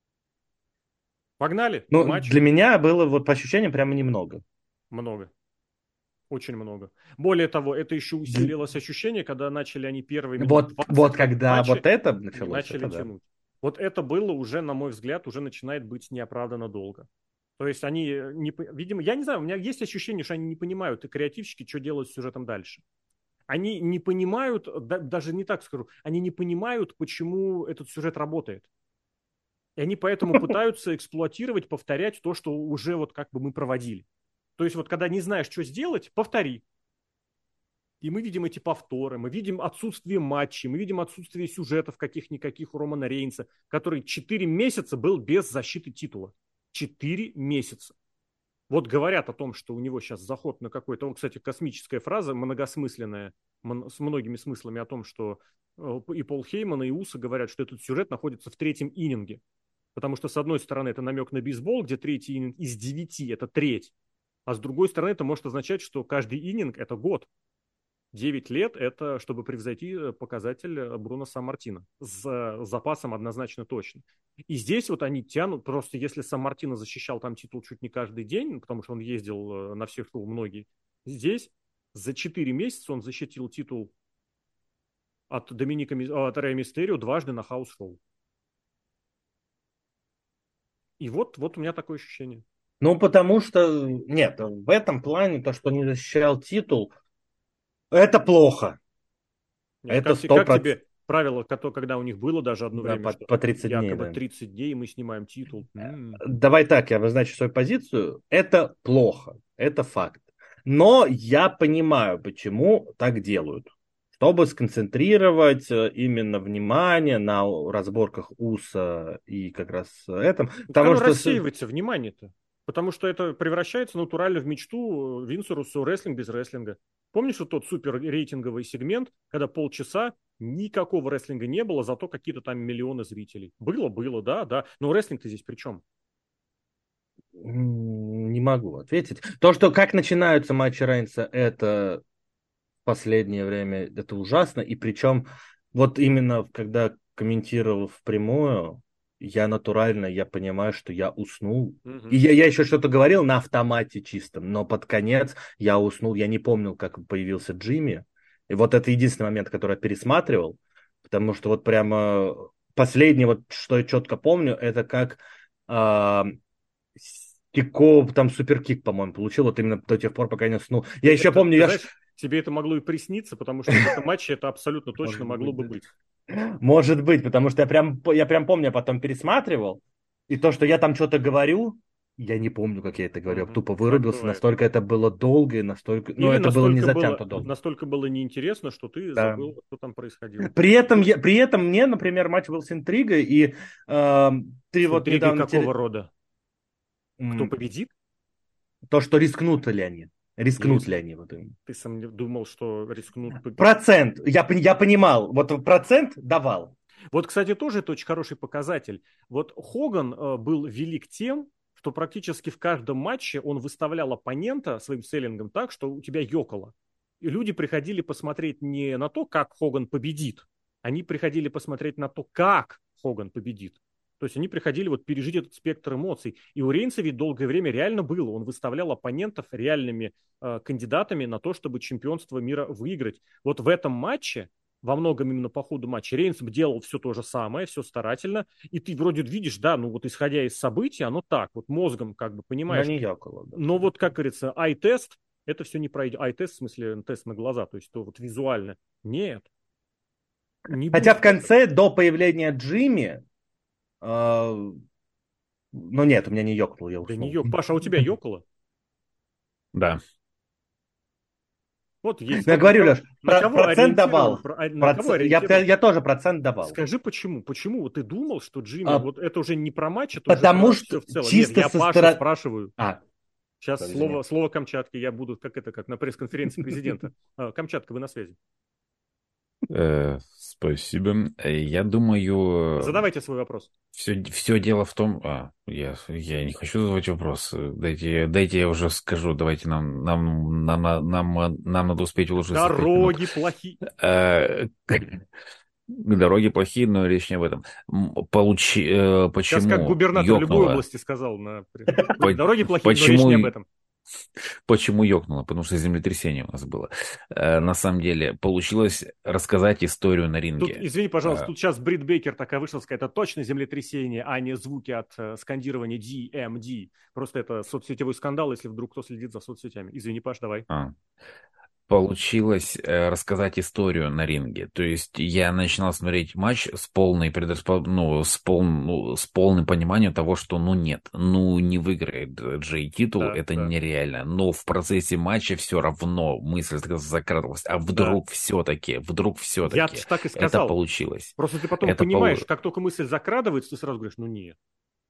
Погнали. Ну, Матч. для меня было вот по ощущениям прямо немного. Много. Очень много. Более того, это еще усилилось ощущение, когда начали они первые минут 20 Вот когда матча, вот это началось, начали это тянуть. Вот это было уже, на мой взгляд, уже начинает быть неоправданно долго. То есть они, видимо, я не знаю, у меня есть ощущение, что они не понимают, и креативщики, что делать с сюжетом дальше. Они не понимают, даже не так скажу, они не понимают, почему этот сюжет работает. И они поэтому пытаются эксплуатировать, повторять то, что уже вот как бы мы проводили. То есть вот когда не знаешь, что сделать, повтори. И мы видим эти повторы, мы видим отсутствие матчей, мы видим отсутствие сюжетов каких-никаких у Романа Рейнса, который 4 месяца был без защиты титула. 4 месяца. Вот говорят о том, что у него сейчас заход на какой-то... кстати, космическая фраза, многосмысленная, с многими смыслами о том, что и Пол Хейман, и Уса говорят, что этот сюжет находится в 3-м иннинге. Потому что, с одной стороны, это намек на бейсбол, где 3-й иннинг из 9 – это треть. А с другой стороны, это может означать, что каждый иннинг – это год. 9 лет – это чтобы превзойти показатель Бруно Сан-Мартино с запасом однозначно точно. И здесь вот они тянут, просто если Сан-Мартино защищал там титул чуть не каждый день, потому что он ездил на всех шоу многие, здесь за 4 месяца он защитил титул от Рея Мистерио дважды на хаус-шоу. И вот у меня такое ощущение. Ну, потому что, нет, в этом плане то, что не защищал титул, это плохо. Нет, Это как тебе правило, когда у них было даже одно время, что по 30 дней, якобы да. 30 дней мы снимаем титул. Давай так, я обозначу свою позицию. Это плохо, это факт. Но я понимаю, почему так делают. Чтобы сконцентрировать именно внимание на разборках Уса и как раз этом. Потому что рассеивается внимание-то. Потому что это превращается натурально в мечту Винса Руссо, рестлинг без рестлинга. Помнишь вот тот супер рейтинговый сегмент, когда полчаса никакого рестлинга не было, зато какие-то там миллионы зрителей? Было, да. Но рестлинг-то здесь при чем? Не могу ответить. То, что как начинаются матчи Рейнса, это в последнее время это ужасно. И причем вот именно когда комментировал впрямую, я понимаю, что я уснул. И я еще что-то говорил на автомате чистом, но под конец я уснул. Я не помнил, как появился Джимми. И вот это единственный момент, который я пересматривал. Потому что вот прямо последнее, вот что я четко помню, это как киков, там суперкик, по-моему, получил. Вот именно до тех пор, пока я не уснул. Я еще помню... Знаешь, тебе это могло и присниться, потому что в этом матче это абсолютно точно могло бы быть. Может быть, потому что я прям помню, я потом пересматривал, и то, что я там что-то говорю, я не помню, как я это говорю, я тупо вырубился, настолько это было долго, и настолько... Ну, это было не затянуто долго. Настолько было неинтересно, что ты забыл, что там происходило. При этом мне, например, матч был с интригой, и ты вот недавно... Какого рода? Кто победит? То, что рискнут ли они. Рискнут ли они? Вот им. Ты сам думал, что рискнут? Процент. Я понимал. Вот процент давал. Вот, кстати, тоже это очень хороший показатель. Вот Хоган был велик тем, что практически в каждом матче он выставлял оппонента своим селлингом так, что у тебя ёкало. И люди приходили посмотреть не на то, как Хоган победит, они приходили посмотреть на то, как Хоган победит. То есть они приходили вот пережить этот спектр эмоций. И у Рейнса ведь долгое время реально было. Он выставлял оппонентов реальными кандидатами на то, чтобы чемпионство мира выиграть. Вот в этом матче, во многом именно по ходу матча, Рейнс делал все то же самое, все старательно. И ты вроде видишь, да, ну вот исходя из событий, оно так, вот мозгом как бы Но понимаешь. не ёкало. Да. Но вот, как говорится, ай-тест, это все не пройдет. Ай-тест, в смысле, тест на глаза, то есть то вот визуально. Нет, не Хотя будет в конце, до появления Джимми, ну нет, у меня не ёкнул, я Да не уснул. ёк. Паша, а у тебя ёкало? Да. Вот есть. Я Вот говорю, Леш, на кого процент ориентирован? давал. На кого ориентирован? Я тоже процент давал. Скажи, почему? Почему вот ты думал, что Джимми, А, вот это уже не про матч, это уже Потому про что все в целом? Нет, чисто я со Пашу стороны... спрашиваю. Сейчас Извини. слово Камчатки, я буду, как на пресс-конференции президента. Камчатка, вы на связи. Спасибо. Я думаю, Задавайте свой вопрос. все дело в том... я не хочу задавать вопрос. Дайте я уже скажу. Давайте нам надо успеть уложиться. в 5 минут. Дороги плохие. Дороги плохие, но речь не об этом. Сейчас Почему как губернатор любой ёкнуло? области сказал. Дороги плохие, но речь Почему не об этом. Почему ёкнуло? Потому что землетрясение у нас было. На самом деле, получилось рассказать историю на Тут, ринге. извини, пожалуйста, тут сейчас Брит Бейкер такая вышла, сказать, это точно землетрясение, а не звуки от скандирования DMD. Просто это соцсетевой скандал, если вдруг кто следит за соцсетями. Извини, Паш, давай. Получилось рассказать историю на ринге. То есть я начинал смотреть матч с полной с полным пониманием того, что нет, не выиграет Джей титул, Да, это да. нереально. Но в процессе матча все равно мысль закрадывалась. А вдруг все-таки, Я так и это сказал. получилось. Просто ты потом понимаешь, как только мысль закрадывается, ты сразу говоришь, нет.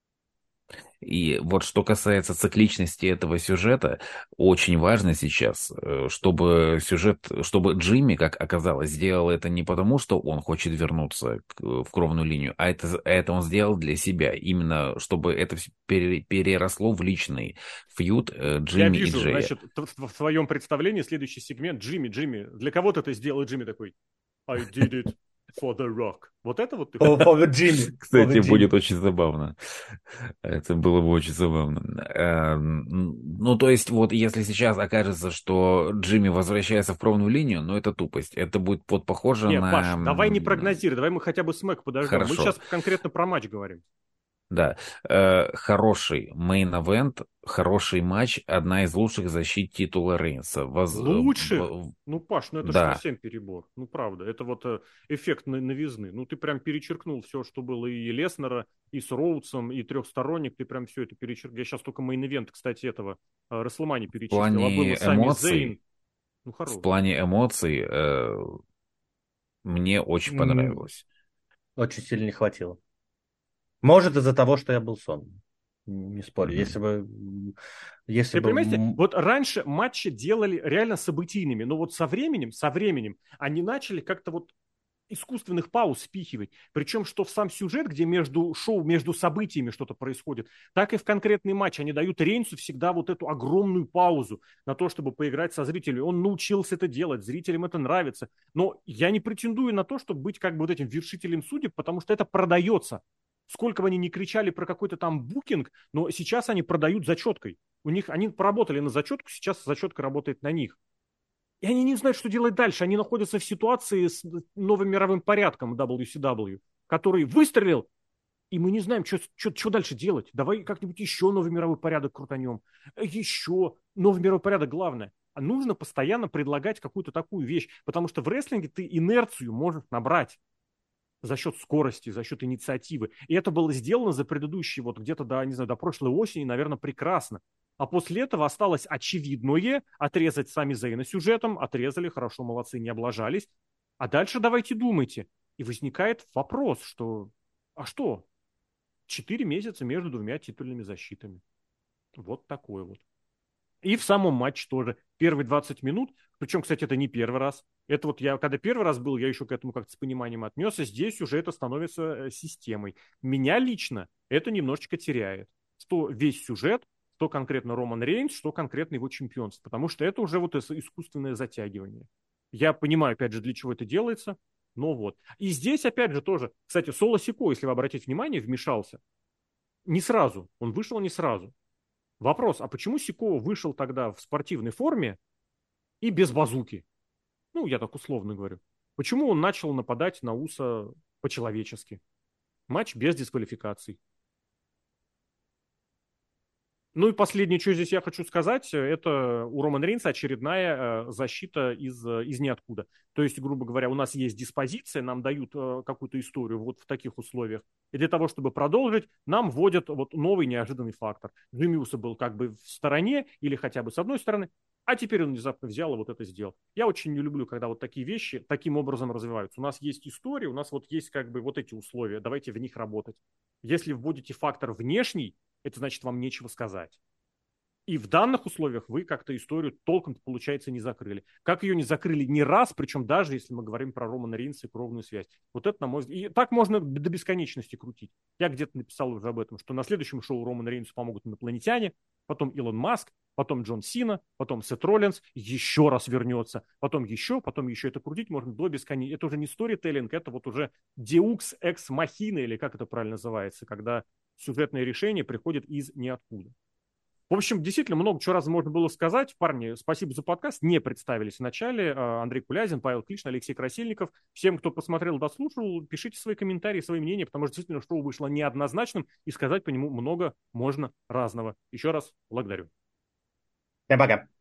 И вот что касается цикличности этого сюжета, очень важно сейчас, чтобы Джимми, как оказалось, сделал это не потому, что он хочет вернуться в кровную линию, а это он сделал для себя, именно чтобы это переросло в личный фьюд Джимми Я вижу, и Джея. значит, в своем представлении следующий сегмент Джимми, для кого ты это сделал, Джимми такой, I did it for the rock. Вот это вот ты... For the Jimmy. Кстати, будет очень забавно. Это было бы очень забавно. То есть, вот если сейчас окажется, что Джимми возвращается в кровную линию, это тупость. Это будет вот похоже Нет, на... Паш, давай не прогнозируй, давай мы хотя бы смэк подождем. Хорошо. Мы сейчас конкретно про матч говорим. Да, хороший мейн-эвент, хороший матч, одна из лучших защит титула Рейнса. Лучше? Паш, это да. же совсем перебор. Правда, это вот эффект новизны. Ты прям перечеркнул все, что было и Леснера, и с Роудсом, и трехсторонник, ты прям все это перечеркнул. Я сейчас только мейн-эвент, кстати, этого Расселмани перечислил. В плане эмоций, в плане эмоций мне очень понравилось. Очень сильно не хватило. Может, из-за того, что я был сонным. Не спорю. Если бы... Понимаете, вот раньше матчи делали реально событийными, но вот со временем они начали как-то вот искусственных пауз спихивать. Причем, что в сам сюжет, где между событиями что-то происходит, так и в конкретный матч. Они дают Рейнсу всегда вот эту огромную паузу на то, чтобы поиграть со зрителями. Он научился это делать, зрителям это нравится. Но я не претендую на то, чтобы быть как бы вот этим вершителем судеб, потому что это продается. Сколько бы они ни кричали про какой-то там букинг, но сейчас они продают зачеткой. Они поработали на зачетку, сейчас зачетка работает на них. И они не знают, что делать дальше. Они находятся в ситуации с новым мировым порядком WCW, который выстрелил, и мы не знаем, что дальше делать. Давай как-нибудь еще новый мировой порядок крутанем. Еще новый мировой порядок главное. А нужно постоянно предлагать какую-то такую вещь, потому что в рестлинге ты инерцию можешь набрать за счет скорости, за счет инициативы. И это было сделано за предыдущие, вот где-то до прошлой осени, наверное, прекрасно. А после этого осталось очевидное отрезать сами Зейна сюжетом, отрезали, хорошо, молодцы, не облажались. А дальше давайте думайте. И возникает вопрос, что, 4 месяца между двумя титульными защитами. Вот такой вот. И в самом матче тоже первые 20 минут, причем, кстати, это не первый раз. Это вот я, когда первый раз был, я еще к этому как-то с пониманием отнесся, здесь уже это становится системой. Меня лично это немножечко теряет. Что весь сюжет, что конкретно Роман Рейнс, что конкретно его чемпионство. Потому что это уже вот искусственное затягивание. Я понимаю, опять же, для чего это делается, но вот. И здесь, опять же, тоже, кстати, Соло Сико, если вы обратите внимание, вмешался не сразу. Он вышел не сразу. Вопрос, а почему Сико вышел тогда в спортивной форме и без базуки? Ну, я так условно говорю. Почему он начал нападать на Уса по-человечески? Матч без дисквалификаций. Ну и последнее, что здесь я хочу сказать, это у Романа Рейнса очередная защита из ниоткуда. То есть, грубо говоря, у нас есть диспозиция, нам дают какую-то историю вот в таких условиях. И для того, чтобы продолжить, нам вводят вот новый неожиданный фактор. Джимми Усо был как бы в стороне или хотя бы с одной стороны, а теперь он внезапно взял и вот это сделал. Я очень не люблю, когда вот такие вещи таким образом развиваются. У нас есть история, у нас вот есть как бы вот эти условия, давайте в них работать. Если вводите фактор внешний, это значит, вам нечего сказать. И в данных условиях вы как-то историю толком, получается, не закрыли. Как ее не закрыли не раз, причем даже если мы говорим про Романа Рейнса и кровную связь. Вот это, на мой взгляд, и так можно до бесконечности крутить. Я где-то написал уже об этом, что на следующем шоу Романа Рейнсу помогут инопланетяне, потом Илон Маск, потом Джон Сина, потом Сет Роллинс, еще раз вернется, потом еще. Это крутить можно до бесконечности. Это уже не сторителлинг, это вот уже Deus Ex Machina, или как это правильно называется, когда сюжетное решение приходит из ниоткуда. В общем, действительно, много чего раза можно было сказать. Парни, спасибо за подкаст. Не представились в начале. Андрей Кулязин, Павел Клишин, Алексей Красильников. Всем, кто посмотрел, дослушал, пишите свои комментарии, свои мнения, потому что действительно шоу вышло неоднозначным, и сказать по нему много можно разного. Еще раз благодарю. Всем пока.